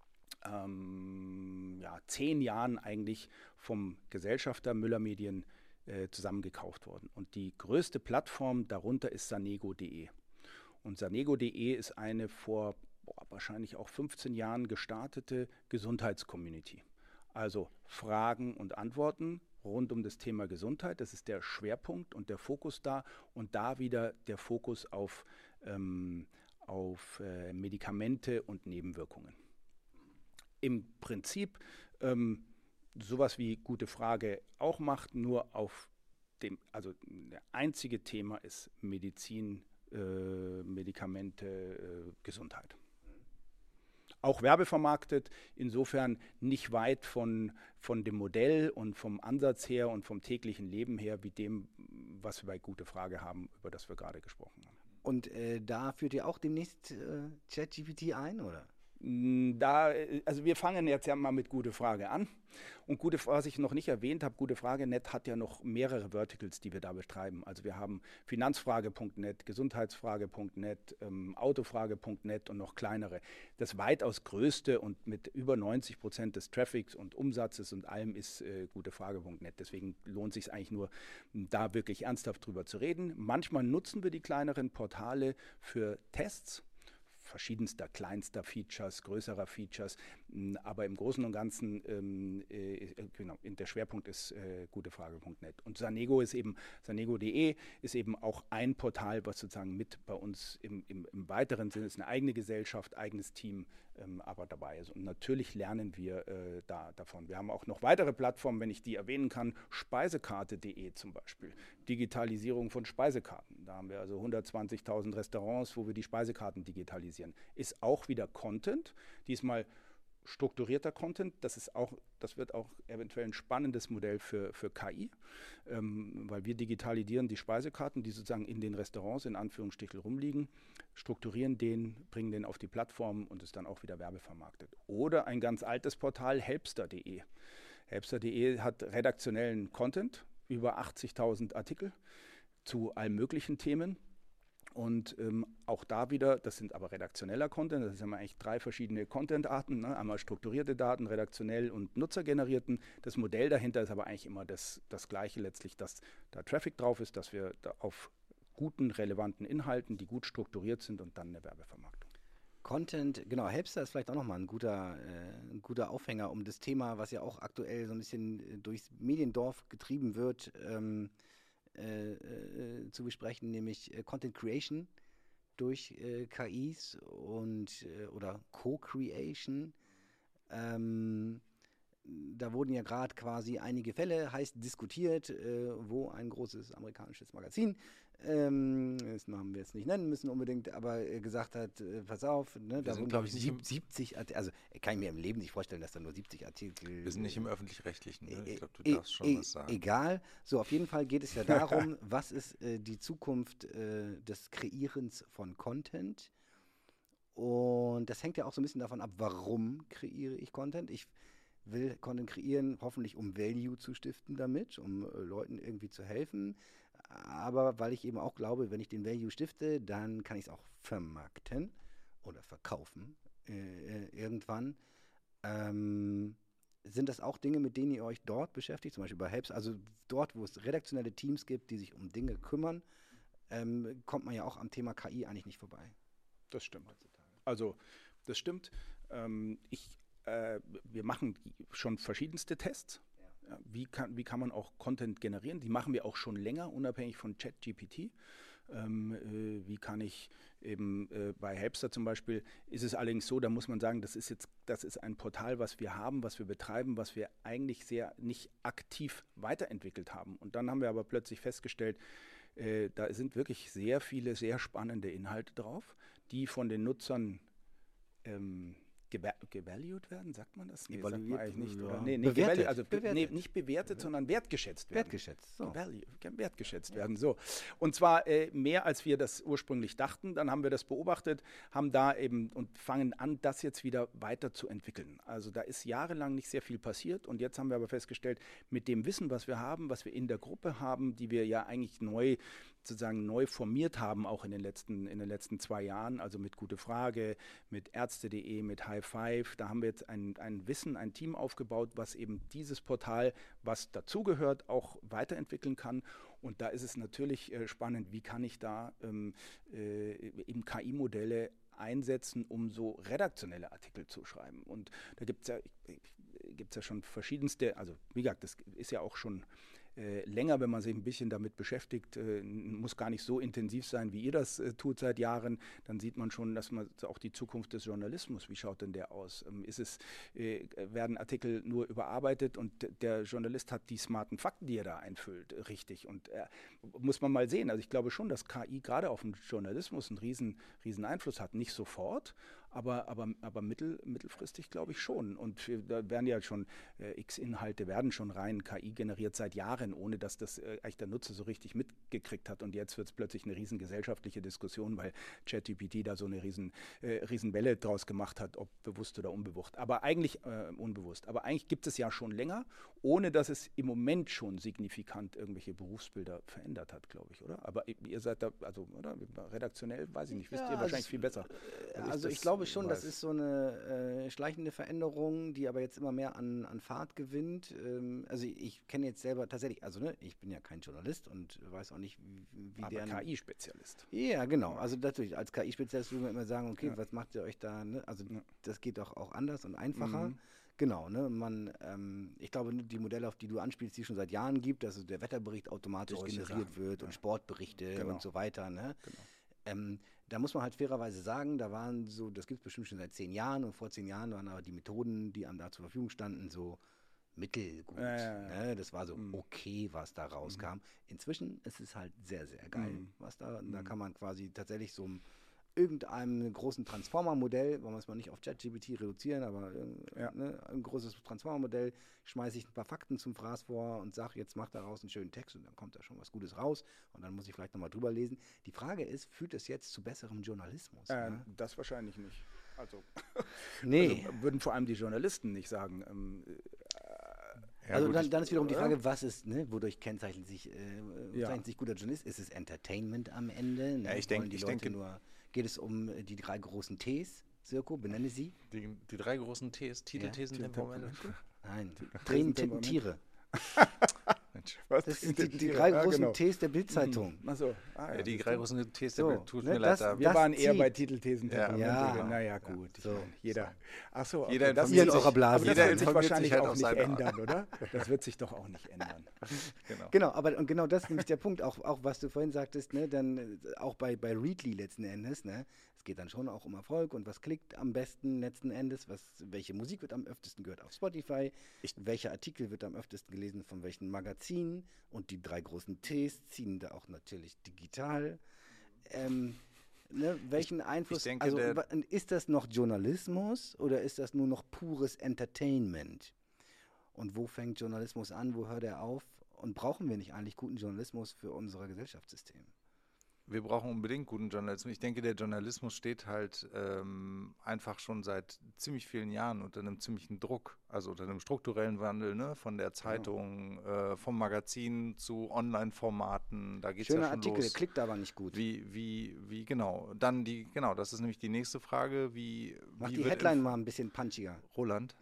10 Jahren eigentlich vom Gesellschafter Müller Medien zusammengekauft wurden. Und die größte Plattform darunter ist Sanego.de. Und Sanego.de ist eine vor wahrscheinlich auch 15 Jahren gestartete Gesundheitscommunity. Also Fragen und Antworten rund um das Thema Gesundheit. Das ist der Schwerpunkt und der Fokus da. Und da wieder der Fokus auf Medikamente und Nebenwirkungen. Im Prinzip sowas wie Gute Frage auch macht, nur also der einzige Thema ist Medizin, Medikamente, Gesundheit. Auch werbevermarktet, insofern nicht weit von dem Modell und vom Ansatz her und vom täglichen Leben her, wie dem, was wir bei Gute Frage haben, über das wir gerade gesprochen haben. Und da führt ihr auch demnächst ChatGPT ein, oder? Also wir fangen jetzt ja mal mit Gute Frage an. Und was ich noch nicht erwähnt habe, Gute Frage.net hat ja noch mehrere Verticals, die wir da betreiben. Also wir haben Finanzfrage.net, Gesundheitsfrage.net, Autofrage.net und noch kleinere. Das weitaus größte und mit über 90% des Traffics und Umsatzes und allem ist Gutefrage.net. Deswegen lohnt es sich eigentlich nur, da wirklich ernsthaft drüber zu reden. Manchmal nutzen wir die kleineren Portale für Tests, verschiedenster, kleinster Features, größerer Features, aber im Großen und Ganzen, der Schwerpunkt ist gutefrage.net. Und Sanego.de ist eben auch ein Portal, was sozusagen mit bei uns im weiteren Sinne ist, eine eigene Gesellschaft, eigenes Team, aber dabei ist. Und natürlich lernen wir davon. Wir haben auch noch weitere Plattformen, wenn ich die erwähnen kann, Speisekarte.de zum Beispiel, Digitalisierung von Speisekarten. Da haben wir also 120.000 Restaurants, wo wir die Speisekarten digitalisieren. Ist auch wieder Content, diesmal strukturierter Content. Das wird auch eventuell ein spannendes Modell für KI, weil wir digitalisieren die Speisekarten, die sozusagen in den Restaurants in Anführungsstrichen rumliegen, strukturieren den, bringen den auf die Plattform und ist dann auch wieder werbevermarktet. Oder ein ganz altes Portal, Helpster.de. Helpster.de hat redaktionellen Content, über 80.000 Artikel zu allen möglichen Themen. Und auch da wieder, das sind aber redaktioneller Content, das sind eigentlich 3 verschiedene Content-Arten, ne? Einmal strukturierte Daten, redaktionell und nutzergenerierten. Das Modell dahinter ist aber eigentlich immer das gleiche letztlich, dass da Traffic drauf ist, dass wir da auf guten, relevanten Inhalten, die gut strukturiert sind und dann eine Werbevermarktung. Content, genau, Helpster ist vielleicht auch nochmal ein guter Aufhänger, um das Thema, was ja auch aktuell so ein bisschen durchs Mediendorf getrieben wird, zu besprechen, nämlich Content Creation durch KIs und oder Co-Creation. Da wurden ja gerade quasi einige Fälle heiß diskutiert, wo ein großes amerikanisches Magazin, das Namen wir jetzt nicht nennen müssen unbedingt, aber gesagt hat, pass auf, ne, da wurden, glaube ich, 70 Artikel, also kann ich mir im Leben nicht vorstellen, dass da nur 70 Artikel... Wir sind nicht im Öffentlich-Rechtlichen, ne? Ich glaube, du darfst schon was sagen. Egal, so auf jeden Fall geht es ja darum, was ist die Zukunft des Kreierens von Content, und das hängt ja auch so ein bisschen davon ab, warum kreiere ich Content. Ich will Content kreieren, hoffentlich um Value zu stiften damit, um Leuten irgendwie zu helfen. Aber weil ich eben auch glaube, wenn ich den Value stifte, dann kann ich es auch vermarkten oder verkaufen irgendwann. Sind das auch Dinge, mit denen ihr euch dort beschäftigt, zum Beispiel bei Helps, also dort, wo es redaktionelle Teams gibt, die sich um Dinge kümmern, kommt man ja auch am Thema KI eigentlich nicht vorbei. Das stimmt. Also, das stimmt. Wir machen schon verschiedenste Tests. Ja, wie kann man auch Content generieren? Die machen wir auch schon länger, unabhängig von ChatGPT. Wie kann ich eben bei Helpster zum Beispiel, ist es allerdings so, da muss man sagen, das ist ein Portal, was wir haben, was wir betreiben, was wir eigentlich nicht aktiv weiterentwickelt haben. Und dann haben wir aber plötzlich festgestellt, da sind wirklich sehr viele, sehr spannende Inhalte drauf, die von den Nutzern gevalued werden, sagt man das? Nee, sagt man eigentlich nicht. Ja. Oder? Nee, Bewertet. also nicht bewertet, sondern wertgeschätzt werden. Wertgeschätzt werden, so. Und zwar mehr, als wir das ursprünglich dachten. Dann haben wir das beobachtet, haben da eben und fangen an, das jetzt wieder weiter zu entwickeln. Also da ist jahrelang nicht sehr viel passiert, und jetzt haben wir aber festgestellt, mit dem Wissen, was wir haben, was wir in der Gruppe haben, die wir ja eigentlich neu formiert haben, auch in den letzten 2 Jahren, also mit Gute Frage, mit Ärzte.de, mit High Five, da haben wir jetzt ein Wissen, ein Team aufgebaut, was eben dieses Portal, was dazugehört, auch weiterentwickeln kann. Und da ist es natürlich spannend, wie kann ich da eben KI-Modelle einsetzen, um so redaktionelle Artikel zu schreiben. Und da gibt es ja schon verschiedenste, also wie gesagt, das ist ja auch schon länger, wenn man sich ein bisschen damit beschäftigt, muss gar nicht so intensiv sein, wie ihr das tut seit Jahren, dann sieht man schon, dass man auch die Zukunft des Journalismus, wie schaut denn der aus? Werden Artikel nur überarbeitet und der Journalist hat die smarten Fakten, die er da einfüllt, richtig? Und muss man mal sehen. Also ich glaube schon, dass KI gerade auf den Journalismus einen riesen Einfluss hat. Nicht sofort, aber mittelfristig glaube ich schon. Und da werden ja schon X-Inhalte werden schon rein KI generiert seit Jahren, ohne dass das eigentlich der Nutzer so richtig mitgekriegt hat. Und jetzt wird es plötzlich eine riesen gesellschaftliche Diskussion, weil ChatGPT da so eine riesen Welle draus gemacht hat, ob bewusst oder unbewusst. Aber eigentlich unbewusst. Aber eigentlich gibt es ja schon länger, ohne dass es im Moment schon signifikant irgendwelche Berufsbilder verändert hat, glaube ich, oder? Aber ihr seid da, also, oder? Redaktionell, weiß ich nicht, wisst ihr wahrscheinlich viel besser. Also ich glaube schon, das ist so eine schleichende Veränderung, die aber jetzt immer mehr an Fahrt gewinnt. Also ich kenne jetzt selber tatsächlich, also ne, ich bin ja kein Journalist und weiß auch nicht, wie aber KI-Spezialist. Ja, genau. Also natürlich, als KI-Spezialist würde man immer sagen, okay, was macht ihr euch da? Ne? Also das geht doch auch anders und einfacher. Genau, ne? Ich glaube, die Modelle, auf die du anspielst, die es schon seit Jahren gibt, also der Wetterbericht automatisch generiert wird und Sportberichte und so weiter, ne? Genau. Da muss man halt fairerweise sagen, das gibt es bestimmt schon seit 10 Jahren, und vor 10 Jahren waren aber die Methoden, die einem da zur Verfügung standen, so mittelgut. Ne? Das war so okay, was da rauskam. Inzwischen ist es halt sehr, sehr geil, was da kann man quasi tatsächlich so irgendeinem großen Transformer-Modell, wollen wir es mal nicht auf ChatGPT reduzieren, aber ein großes Transformer-Modell, schmeiße ich ein paar Fakten zum Fraß vor und sage, jetzt mach daraus einen schönen Text, und dann kommt da schon was Gutes raus, und dann muss ich vielleicht nochmal drüber lesen. Die Frage ist, führt es jetzt zu besserem Journalismus? Ne? Das wahrscheinlich nicht. Also, nee. Also würden vor allem die Journalisten nicht sagen. Ja, Also gut, dann ist wiederum die Frage, was ist, ne, wodurch kennzeichnet sich guter Journalist? Ist es Entertainment am Ende? Ne? Ja, ich Wollen denke, die Leute nur, geht es um die 3 großen Ts? Sirko, benenne sie. die 3 großen Ts, Titel, Ja. Thesen, Temperamente. Nein, Tränen, Titten, Tiere. Mensch. Was Das sind die Tiere? 3 Ja, großen genau. Ts der Bildzeitung. Achso. Ja, die 3 großen Ts, So, tut ne, mir leid. das- Da, Wir das waren eher zieht. bei Titelthesen, Temperamente. Ja. Naja, gut. Ich So. meine, jeder. Achso, Jeder das informiert in wird eurer Blase. Aber das Jeder wird sich informiert wahrscheinlich sich halt auch auf nicht seine Art. ändern, oder? Das wird sich doch auch nicht ändern. genau. Genau, und genau das ist nämlich der Punkt, auch was du vorhin sagtest, ne, dann auch bei Readly letzten Endes, ne, es geht dann schon auch um Erfolg und was klickt am besten letzten Endes, welche Musik wird am öftesten gehört auf Spotify, welcher Artikel wird am öftesten gelesen von welchen Magazinen und die 3 großen Ts ziehen da auch natürlich digital. Ne, welchen Einfluss, denke, also ist das noch Journalismus oder ist das nur noch pures Entertainment? Und wo fängt Journalismus an, wo hört er auf? Und brauchen wir nicht eigentlich guten Journalismus für unser Gesellschaftssystem? Wir brauchen unbedingt guten Journalismus. Ich denke, der Journalismus steht halt einfach schon seit ziemlich vielen Jahren unter einem ziemlichen Druck, also unter einem strukturellen Wandel, ne? Von der Zeitung, vom Magazin zu Online-Formaten, da geht es ja Schöner schon Artikel, los. klickt aber nicht gut. Wie genau. Dann das ist nämlich die nächste Frage, Mach wie die wird Headline mal ein bisschen punchiger. Roland?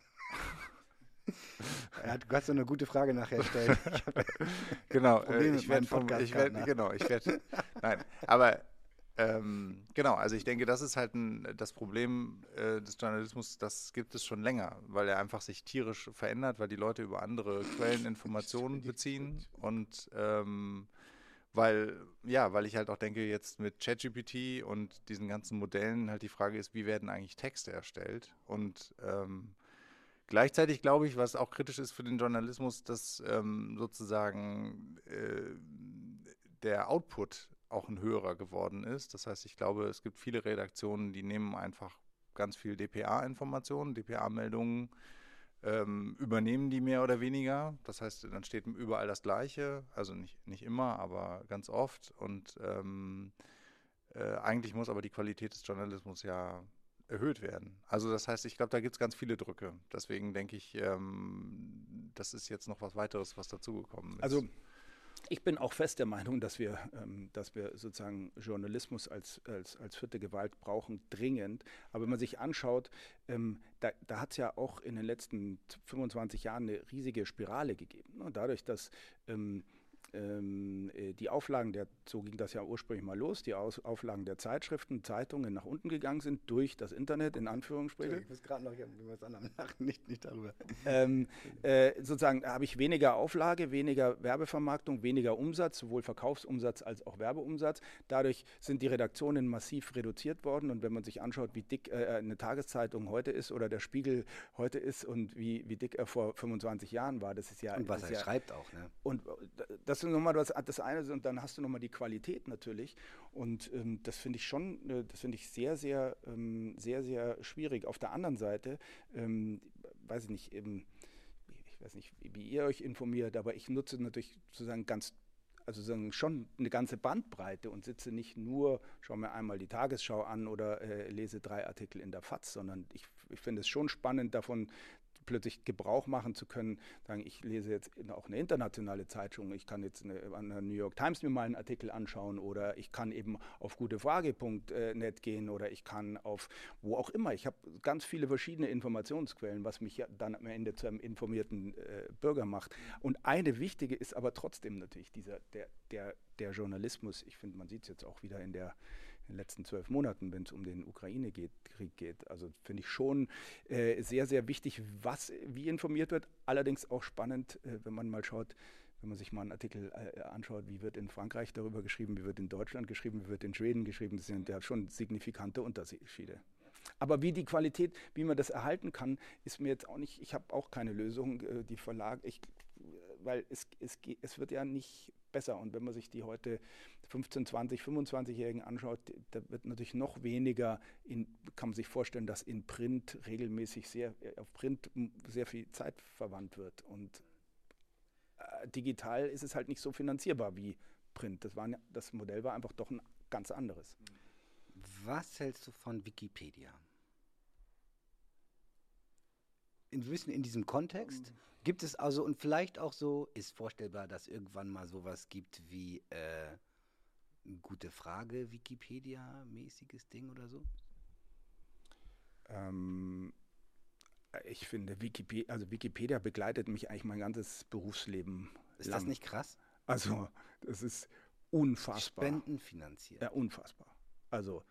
Du hast so eine gute Frage nachher gestellt. Genau, Probleme ich mit meinem werde Podcast-Partner. nein, aber genau, also ich denke, das ist halt das Problem des Journalismus, das gibt es schon länger, weil er einfach sich tierisch verändert, weil die Leute über andere Quellen Informationen beziehen und weil ich halt auch denke, jetzt mit ChatGPT und diesen ganzen Modellen halt die Frage ist, wie werden eigentlich Texte erstellt und gleichzeitig glaube ich, was auch kritisch ist für den Journalismus, dass sozusagen der Output auch ein höherer geworden ist. Das heißt, ich glaube, es gibt viele Redaktionen, die nehmen einfach ganz viel DPA-Informationen, DPA-Meldungen, übernehmen die mehr oder weniger. Das heißt, dann steht überall das Gleiche, also nicht immer, aber ganz oft. Und eigentlich muss aber die Qualität des Journalismus ja erhöht werden. Also das heißt, ich glaube, da gibt es ganz viele Drücke. Deswegen denke ich, das ist jetzt noch was weiteres, was dazugekommen ist. Also ich bin auch fest der Meinung, dass wir sozusagen Journalismus als 4. Gewalt brauchen, dringend. Aber wenn man sich anschaut, da hat es ja auch in den letzten 25 Jahren eine riesige Spirale gegeben. Ne? Dadurch, dass die Auflagen so ging das ja ursprünglich mal los, die Auflagen der Zeitschriften, Zeitungen nach unten gegangen sind durch das Internet, in Anführungsstrichen. Ich muss gerade noch was anderem lachen, nicht darüber. Sozusagen habe ich weniger Auflage, weniger Werbevermarktung, weniger Umsatz, sowohl Verkaufsumsatz als auch Werbeumsatz. Dadurch sind die Redaktionen massiv reduziert worden und wenn man sich anschaut, wie dick eine Tageszeitung heute ist oder der Spiegel heute ist und wie dick er vor 25 Jahren war, das ist ja... Und was er schreibt auch, ne? Und das ist nochmal das eine und dann hast du nochmal die Qualität natürlich und das finde ich schon, sehr, sehr, sehr, sehr schwierig. Auf der anderen Seite, weiß ich nicht, ich weiß nicht, wie ihr euch informiert, aber ich nutze natürlich sozusagen schon eine ganze Bandbreite und sitze nicht nur, schaue mir einmal die Tagesschau an oder lese 3 Artikel in der FAZ, sondern ich finde es schon spannend, davon plötzlich Gebrauch machen zu können, sagen, ich lese jetzt auch eine internationale Zeitung, ich kann jetzt an der New York Times mir mal einen Artikel anschauen oder ich kann eben auf gutefrage.net gehen oder ich kann auf wo auch immer. Ich habe ganz viele verschiedene Informationsquellen, was mich ja dann am Ende zu einem informierten Bürger macht. Und eine wichtige ist aber trotzdem natürlich der Journalismus. Ich finde, man sieht es jetzt auch wieder in den letzten 12 Monaten, wenn es um den Ukraine-Krieg geht. Also finde ich schon sehr, sehr wichtig, wie informiert wird. Allerdings auch spannend, wenn man mal schaut, wenn man sich mal einen Artikel anschaut, wie wird in Frankreich darüber geschrieben, wie wird in Deutschland geschrieben, wie wird in Schweden geschrieben. Das sind ja schon signifikante Unterschiede. Aber wie die Qualität, wie man das erhalten kann, ist mir jetzt auch nicht, ich habe auch keine Lösung, die Verlage, weil es wird ja nicht besser. Und wenn man sich die heute 15, 20, 25-Jährigen anschaut, da wird natürlich noch weniger, kann man sich vorstellen, dass in Print regelmäßig auf Print sehr viel Zeit verwandt wird. Und digital ist es halt nicht so finanzierbar wie Print. Das Modell war einfach doch ein ganz anderes. Was hältst du von Wikipedia? in diesem Kontext gibt es also, und vielleicht auch so, ist vorstellbar, dass irgendwann mal sowas gibt wie gute Frage, Wikipedia-mäßiges Ding oder so? Ich finde, Wikipedia begleitet mich eigentlich mein ganzes Berufsleben Ist lang. das nicht krass? Also, das ist unfassbar. Spendenfinanziert. Ja, unfassbar. Also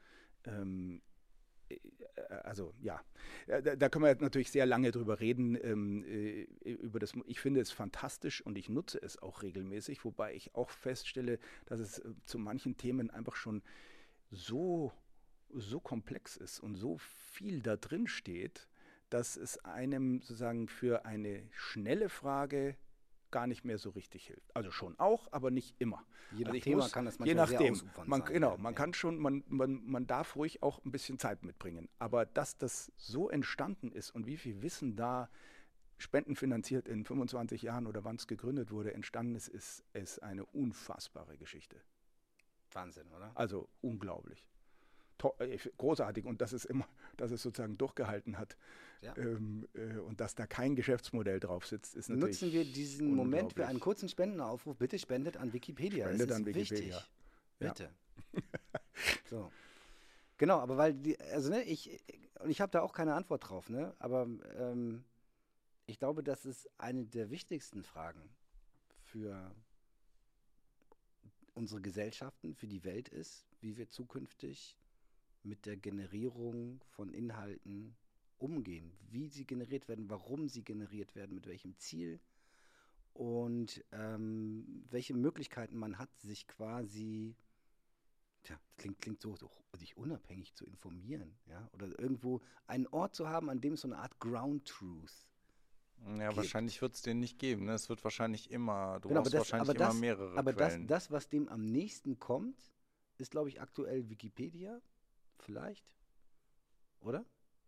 ja, da können wir jetzt natürlich sehr lange drüber reden, über das. Ich finde es fantastisch und ich nutze es auch regelmäßig, wobei ich auch feststelle, dass es zu manchen Themen einfach schon so komplex ist und so viel da drin steht, dass es einem sozusagen für eine schnelle Frage gar nicht mehr so richtig hilft. Also schon auch, aber nicht immer. Je nach also Thema kann das manchmal sehr ausufernd sein. Genau, man kann schon, man darf ruhig auch ein bisschen Zeit mitbringen. Aber dass das so entstanden ist und wie viel Wissen da spendenfinanziert in 25 Jahren oder wann es gegründet wurde, entstanden ist eine unfassbare Geschichte. Wahnsinn, oder? Also unglaublich. Großartig und dass es sozusagen durchgehalten hat und dass da kein Geschäftsmodell drauf sitzt, ist natürlich. Nutzen wir diesen Moment für einen kurzen Spendenaufruf. Bitte spendet an Wikipedia. Spendet das ist an Wikipedia. Wichtig. Bitte. So. Genau, aber weil ich habe da auch keine Antwort drauf, ne? Aber ich glaube, das ist eine der wichtigsten Fragen für unsere Gesellschaften, für die Welt ist, wie wir zukünftig mit der Generierung von Inhalten umgehen, wie sie generiert werden, warum sie generiert werden, mit welchem Ziel und welche Möglichkeiten man hat, sich quasi, das klingt so, sich unabhängig zu informieren, ja, oder irgendwo einen Ort zu haben, an dem es so eine Art Ground Truth Ja, gibt. wahrscheinlich wird es den nicht geben. Ne? Es wird wahrscheinlich immer, Genau, brauchst wahrscheinlich immer mehrere aber Quellen. das, was dem am nächsten kommt, ist, glaube ich, aktuell Wikipedia. Vielleicht? Oder?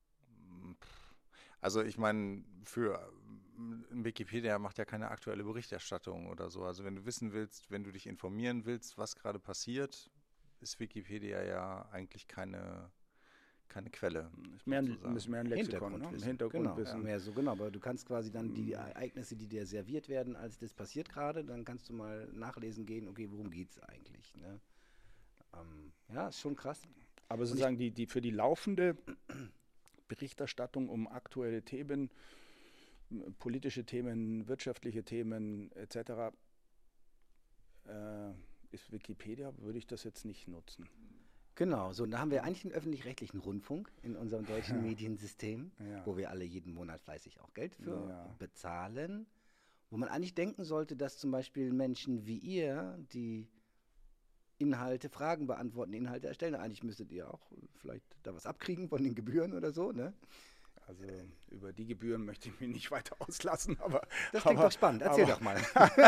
Also ich meine, Wikipedia macht ja keine aktuelle Berichterstattung oder so. Also wenn du wissen willst, wenn du dich informieren willst, was gerade passiert, ist Wikipedia ja eigentlich keine Quelle. Ist mehr ein Lexikon, ne? Hintergrundwissen. Genau, mehr so, genau. Aber du kannst quasi dann die Ereignisse, die dir serviert werden, als das passiert gerade, dann kannst du mal nachlesen gehen, okay, worum geht es eigentlich? Ne? Ja, ist schon krass. Aber sozusagen die für die laufende Berichterstattung um aktuelle Themen, politische Themen, wirtschaftliche Themen etc. Ist Wikipedia, würde ich das jetzt nicht nutzen. Genau, so, da haben wir eigentlich einen öffentlich-rechtlichen Rundfunk in unserem deutschen Mediensystem, wo wir alle jeden Monat fleißig auch Geld für bezahlen, wo man eigentlich denken sollte, dass zum Beispiel Menschen wie ihr, die Fragen beantworten, Inhalte erstellen. Eigentlich müsstet ihr auch vielleicht da was abkriegen von den Gebühren oder so, ne? Also über die Gebühren möchte ich mich nicht weiter auslassen, aber... Das klingt doch spannend, erzähl doch mal.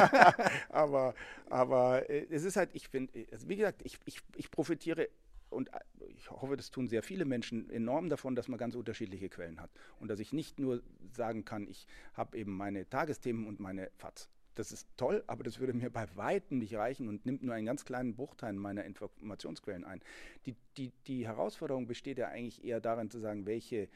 aber es ist halt, ich finde, also wie gesagt, ich profitiere und ich hoffe, das tun sehr viele Menschen enorm davon, dass man ganz unterschiedliche Quellen hat und dass ich nicht nur sagen kann, ich habe eben meine Tagesthemen und meine FAZ. Das ist toll, aber das würde mir bei Weitem nicht reichen und nimmt nur einen ganz kleinen Bruchteil meiner Informationsquellen ein. Die Herausforderung besteht ja eigentlich eher darin zu sagen,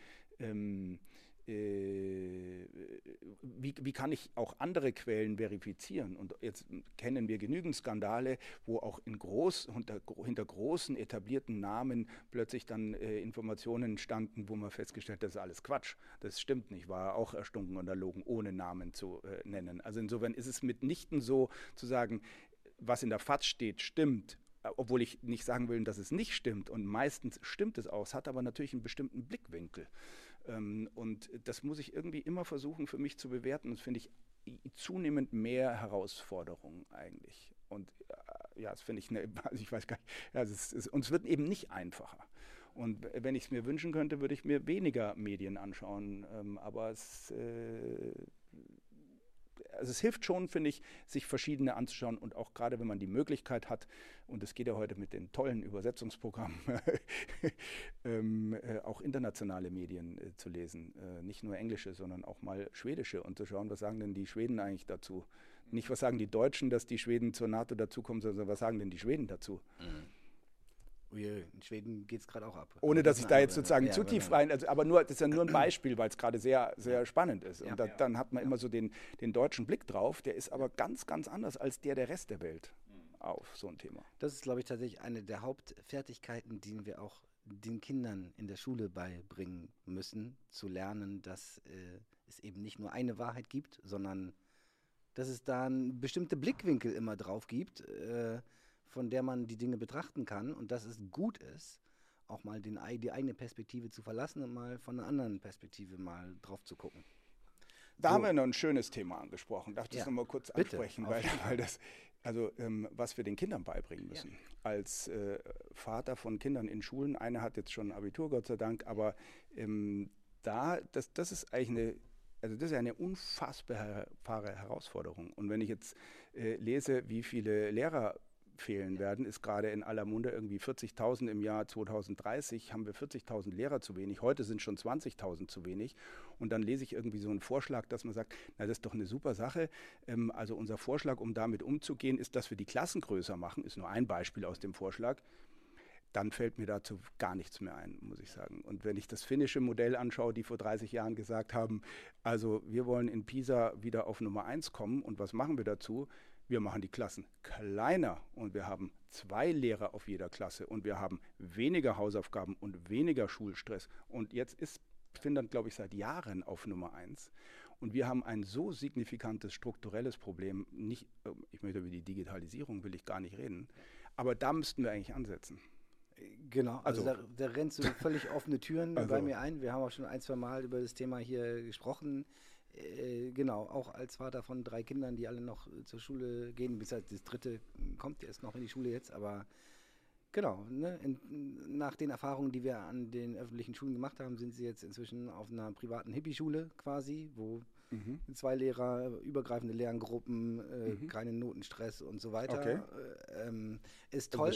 wie kann ich auch andere Quellen verifizieren? Und jetzt kennen wir genügend Skandale, wo auch hinter großen etablierten Namen plötzlich dann Informationen standen, wo man festgestellt hat, das ist alles Quatsch. Das stimmt nicht, war auch erstunken und erlogen, ohne Namen zu nennen. Also insofern ist es mitnichten so zu sagen, was in der FAZ steht, stimmt. Obwohl ich nicht sagen will, dass es nicht stimmt. Und meistens stimmt es auch. Es hat aber natürlich einen bestimmten Blickwinkel. Und das muss ich irgendwie immer versuchen für mich zu bewerten. Das finde ich zunehmend mehr Herausforderung eigentlich. Und das finde ich, also ich weiß gar nicht, und es wird eben nicht einfacher. Und wenn ich es mir wünschen könnte, würde ich mir weniger Medien anschauen. Aber es hilft schon, finde ich, sich verschiedene anzuschauen und auch gerade, wenn man die Möglichkeit hat, und es geht ja heute mit den tollen Übersetzungsprogrammen, auch internationale Medien zu lesen. Nicht nur englische, sondern auch mal schwedische und zu schauen, was sagen denn die Schweden eigentlich dazu. Nicht, was sagen die Deutschen, dass die Schweden zur NATO dazukommen, sondern was sagen denn die Schweden dazu. Ui, in Schweden geht es gerade auch ab. Ohne, dass ich da jetzt sozusagen zu tief rein, aber das ist ja nur ein Beispiel, weil es gerade sehr, sehr spannend ist. Und dann hat man immer so den deutschen Blick drauf, der ist aber ganz, ganz anders als der Rest der Welt auf so ein Thema. Das ist, glaube ich, tatsächlich eine der Hauptfertigkeiten, die wir auch den Kindern in der Schule beibringen müssen, zu lernen, dass es eben nicht nur eine Wahrheit gibt, sondern dass es da bestimmte Blickwinkel immer drauf gibt, von der man die Dinge betrachten kann und dass es gut ist, auch mal die eigene Perspektive zu verlassen und mal von einer anderen Perspektive mal drauf zu gucken. Da haben wir noch ein schönes Thema angesprochen. Darf ich das nochmal kurz ansprechen? Weil das, was wir den Kindern beibringen müssen. Als Vater von Kindern in Schulen, eine hat jetzt schon Abitur, Gott sei Dank, aber das ist eigentlich das ist eine unfassbare Herausforderung. Und wenn ich jetzt lese, wie viele Lehrer fehlen werden, ist gerade in aller Munde irgendwie 40.000 im Jahr 2030, haben wir 40.000 Lehrer zu wenig. Heute sind schon 20.000 zu wenig. Und dann lese ich irgendwie so einen Vorschlag, dass man sagt, na, das ist doch eine super Sache. Also unser Vorschlag, um damit umzugehen, ist, dass wir die Klassen größer machen. Ist nur ein Beispiel aus dem Vorschlag. Dann fällt mir dazu gar nichts mehr ein, muss ich sagen. Und wenn ich das finnische Modell anschaue, die vor 30 Jahren gesagt haben, also wir wollen in Pisa wieder auf Nummer 1 kommen. Und was machen wir dazu? Wir machen die Klassen kleiner und wir haben 2 Lehrer auf jeder Klasse und wir haben weniger Hausaufgaben und weniger Schulstress. Und jetzt ist Finnland, glaube ich, seit Jahren auf Nummer 1. Und wir haben ein so signifikantes strukturelles Problem. Ich möchte über die Digitalisierung will ich gar nicht reden, aber da müssten wir eigentlich ansetzen. Genau, also da rennst du völlig offene Türen bei mir ein. Wir haben auch schon 1-2 Mal über das Thema hier gesprochen. Genau, auch als Vater von 3 Kindern, die alle noch zur Schule gehen, bis das dritte kommt erst noch in die Schule jetzt, aber genau, ne, nach den Erfahrungen, die wir an den öffentlichen Schulen gemacht haben, sind sie jetzt inzwischen auf einer privaten Hippie-Schule quasi, wo 2 Lehrer, übergreifende Lerngruppen, keinen Notenstress und so weiter. Okay. Ist toll,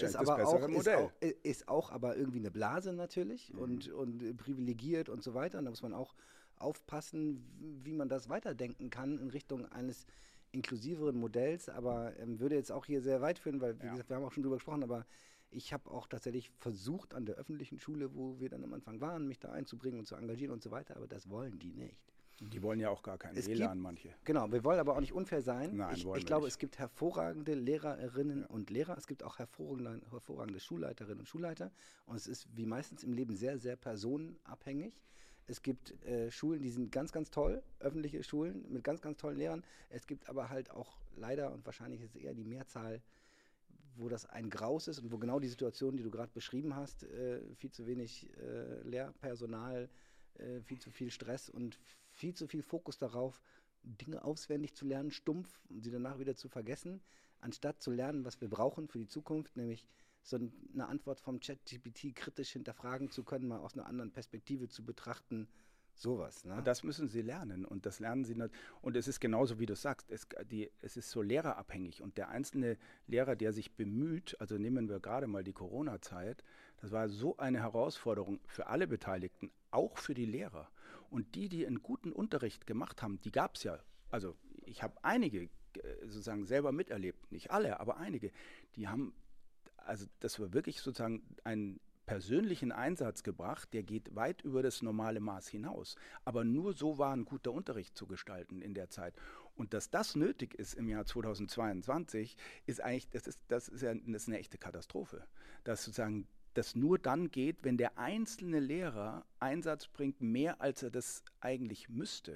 ist auch aber irgendwie eine Blase natürlich und privilegiert und so weiter. Und da muss man auch aufpassen, wie man das weiterdenken kann in Richtung eines inklusiveren Modells, aber würde jetzt auch hier sehr weit führen, weil, wie gesagt, wir haben auch schon drüber gesprochen, aber ich habe auch tatsächlich versucht, an der öffentlichen Schule, wo wir dann am Anfang waren, mich da einzubringen und zu engagieren und so weiter, aber das wollen die nicht. Die wollen ja auch gar keinen WLAN, manche. Genau, wir wollen aber auch nicht unfair sein. Nein, ich glaube, es gibt hervorragende Lehrerinnen und Lehrer, es gibt auch hervorragende Schulleiterinnen und Schulleiter und es ist wie meistens im Leben sehr, sehr personenabhängig. Es gibt Schulen, die sind ganz, ganz toll, öffentliche Schulen mit ganz, ganz tollen Lehrern. Es gibt aber halt auch leider, und wahrscheinlich ist es eher die Mehrzahl, wo das ein Graus ist und wo genau die Situation, die du gerade beschrieben hast, viel zu wenig Lehrpersonal, viel zu viel Stress und viel zu viel Fokus darauf, Dinge auswendig zu lernen, stumpf und sie danach wieder zu vergessen, anstatt zu lernen, was wir brauchen für die Zukunft, nämlich so eine Antwort vom ChatGPT kritisch hinterfragen zu können, mal aus einer anderen Perspektive zu betrachten, sowas. Ne? Und das müssen sie lernen und das lernen sie nicht. Und es ist genauso, wie du sagst, es ist so lehrerabhängig und der einzelne Lehrer, der sich bemüht, also nehmen wir gerade mal die Corona-Zeit, das war so eine Herausforderung für alle Beteiligten, auch für die Lehrer. Und die einen guten Unterricht gemacht haben, die gab es ja. Also ich habe einige sozusagen selber miterlebt, nicht alle, aber einige, die haben, also das war wirklich sozusagen einen persönlichen Einsatz gebracht, der geht weit über das normale Maß hinaus. Aber nur so war ein guter Unterricht zu gestalten in der Zeit. Und dass das nötig ist im Jahr 2022, ist eigentlich, das ist eine echte Katastrophe. Dass sozusagen das nur dann geht, wenn der einzelne Lehrer Einsatz bringt, mehr als er das eigentlich müsste.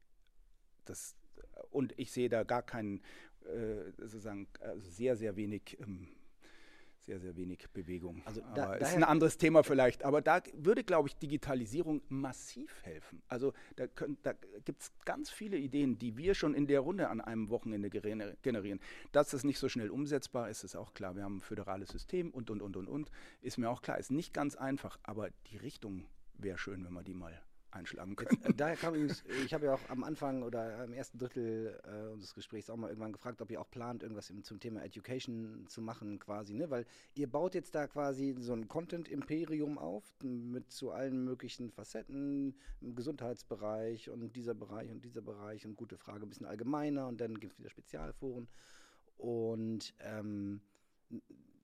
Und ich sehe da gar keinen, sozusagen, sehr, sehr wenig Bewegung. Also aber ist ein anderes Thema vielleicht. Aber da würde, glaube ich, Digitalisierung massiv helfen. Also da gibt es ganz viele Ideen, die wir schon in der Runde an einem Wochenende generieren. Dass das nicht so schnell umsetzbar ist, ist auch klar. Wir haben ein föderales System und. Ist mir auch klar. Ist nicht ganz einfach, aber die Richtung wäre schön, wenn wir die mal einschlagen können. Daher kam übrigens, ich habe ja auch am Anfang oder im ersten Drittel unseres Gesprächs auch mal irgendwann gefragt, ob ihr auch plant, irgendwas zum Thema Education zu machen quasi, ne? Weil ihr baut jetzt da quasi so ein Content-Imperium auf mit zu allen möglichen Facetten, im Gesundheitsbereich und dieser Bereich und gute Frage, ein bisschen allgemeiner und dann gibt es wieder Spezialforen und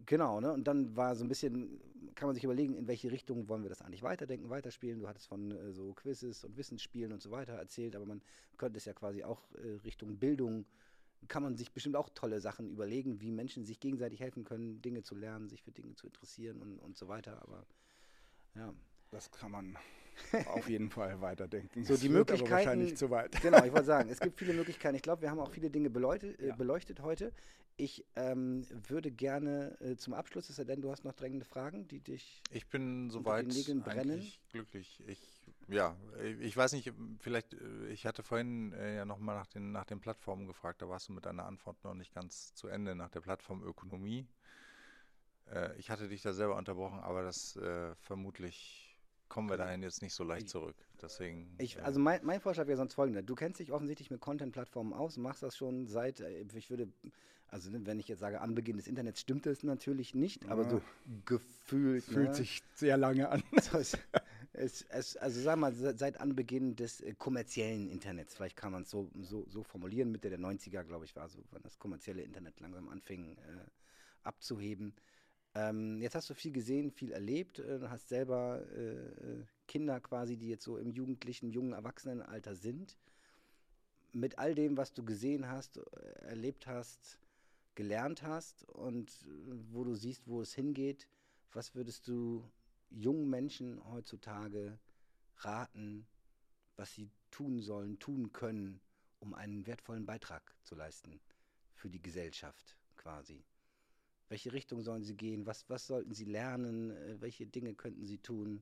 Genau, ne? Und dann war so ein bisschen, kann man sich überlegen, in welche Richtung wollen wir das eigentlich weiterdenken, weiterspielen. Du hattest von so Quizzes und Wissensspielen und so weiter erzählt, aber man könnte es ja quasi auch Richtung Bildung, kann man sich bestimmt auch tolle Sachen überlegen, wie Menschen sich gegenseitig helfen können, Dinge zu lernen, sich für Dinge zu interessieren und so weiter. Aber ja. Das kann man auf jeden Fall weiterdenken. So, die wird Möglichkeiten, aber wahrscheinlich zu weit. Genau, ich wollte sagen, es gibt viele Möglichkeiten. Ich glaube, wir haben auch viele Dinge beleuchtet heute. Ich würde gerne zum Abschluss, es sei denn, du hast noch drängende Fragen, die dich Ich bin unter soweit den Nägeln brennen. eigentlich glücklich. Ich weiß nicht, vielleicht, ich hatte vorhin ja nochmal nach den Plattformen gefragt, da warst du mit deiner Antwort noch nicht ganz zu Ende, nach der Plattformökonomie. Ich hatte dich da selber unterbrochen, aber das vermutlich kommen wir dahin jetzt nicht so leicht zurück. Deswegen. Also mein Vorschlag wäre sonst folgender. Du kennst dich offensichtlich mit Content-Plattformen aus, machst das schon seit, also wenn ich jetzt sage, Anbeginn des Internets, stimmt das natürlich nicht, aber so gefühlt. Fühlt sich sehr lange an. Also sagen wir mal, seit Anbeginn des kommerziellen Internets, vielleicht kann man es so formulieren, Mitte der 90er, glaube ich, war so, wann das kommerzielle Internet langsam anfing abzuheben. Jetzt hast du viel gesehen, viel erlebt, hast selber Kinder quasi, die jetzt so im jungen Erwachsenenalter sind. Mit all dem, was du gesehen hast, erlebt hast, gelernt hast und wo du siehst, wo es hingeht, was würdest du jungen Menschen heutzutage raten, was sie tun sollen, tun können, um einen wertvollen Beitrag zu leisten für die Gesellschaft quasi? Welche Richtung sollen sie gehen? Was sollten sie lernen? Welche Dinge könnten sie tun?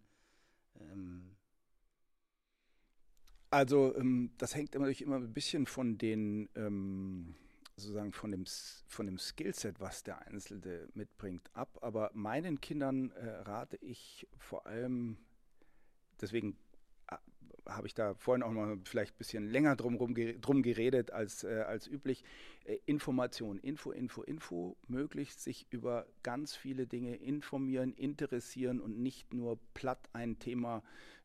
Also das hängt immer ein bisschen von den sozusagen von dem Skillset, was der Einzelne mitbringt, ab. Aber meinen Kindern rate ich vor allem, deswegen habe ich da vorhin auch mal vielleicht ein bisschen länger drum geredet als üblich. Information, Info, möglichst sich über ganz viele Dinge informieren, interessieren und nicht nur platt ein Thema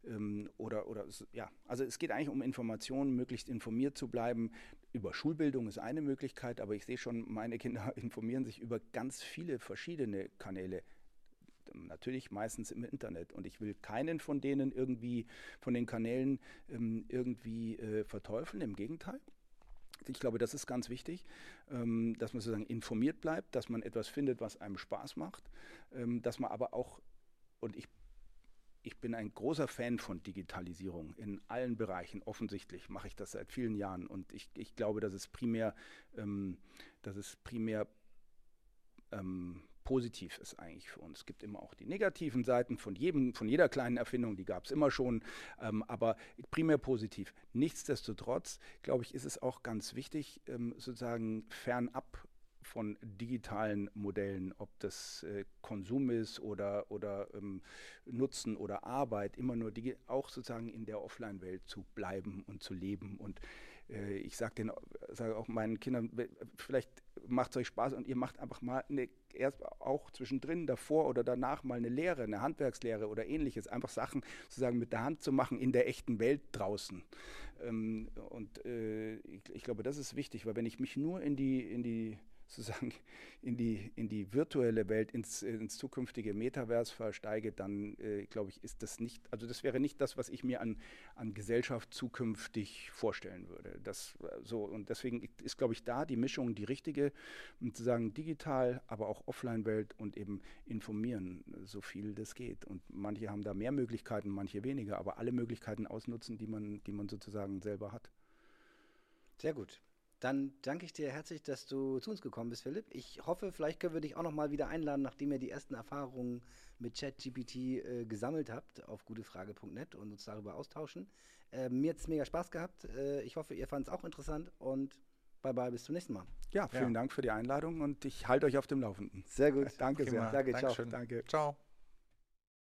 also es geht eigentlich um Informationen, möglichst informiert zu bleiben. Über Schulbildung ist eine Möglichkeit, aber ich sehe schon, meine Kinder informieren sich über ganz viele verschiedene Kanäle. Natürlich meistens im Internet. Und ich will keinen von denen von den Kanälen verteufeln. Im Gegenteil. Ich glaube, das ist ganz wichtig, dass man sozusagen informiert bleibt, dass man etwas findet, was einem Spaß macht, dass man aber auch, und ich bin ein großer Fan von Digitalisierung in allen Bereichen. Offensichtlich mache ich das seit vielen Jahren. Und ich glaube, dass es primär positiv ist eigentlich für uns. Es gibt immer auch die negativen Seiten von jeder kleinen Erfindung, die gab es immer schon, aber primär positiv. Nichtsdestotrotz, glaube ich, ist es auch ganz wichtig, sozusagen fernab von digitalen Modellen, ob das Konsum ist oder Nutzen oder Arbeit, immer nur auch sozusagen in der Offline-Welt zu bleiben und zu leben. Und ich sage auch meinen Kindern, vielleicht macht es euch Spaß und ihr macht einfach mal erst auch zwischendrin, davor oder danach mal eine Lehre, eine Handwerkslehre oder ähnliches, einfach Sachen sozusagen mit der Hand zu machen in der echten Welt draußen. Ich glaube, das ist wichtig, weil wenn ich mich nur in die virtuelle Welt, ins zukünftige Metaverse versteige, dann glaube ich, ist das nicht, also das wäre nicht das, was ich mir an Gesellschaft zukünftig vorstellen würde. Und deswegen ist, glaube ich, da die Mischung die richtige, sozusagen digital, aber auch Offline-Welt und eben informieren, so viel das geht. Und manche haben da mehr Möglichkeiten, manche weniger, aber alle Möglichkeiten ausnutzen, die man sozusagen selber hat. Sehr gut. Dann danke ich dir herzlich, dass du zu uns gekommen bist, Philipp. Ich hoffe, vielleicht können wir dich auch noch mal wieder einladen, nachdem ihr die ersten Erfahrungen mit ChatGPT gesammelt habt auf gutefrage.net und uns darüber austauschen. Mir hat es mega Spaß gehabt. Ich hoffe, ihr fand es auch interessant und bye, bis zum nächsten Mal. Ja, vielen Dank für die Einladung und ich halte euch auf dem Laufenden. Sehr gut. Danke sehr. Danke, ciao. Danke. Ciao.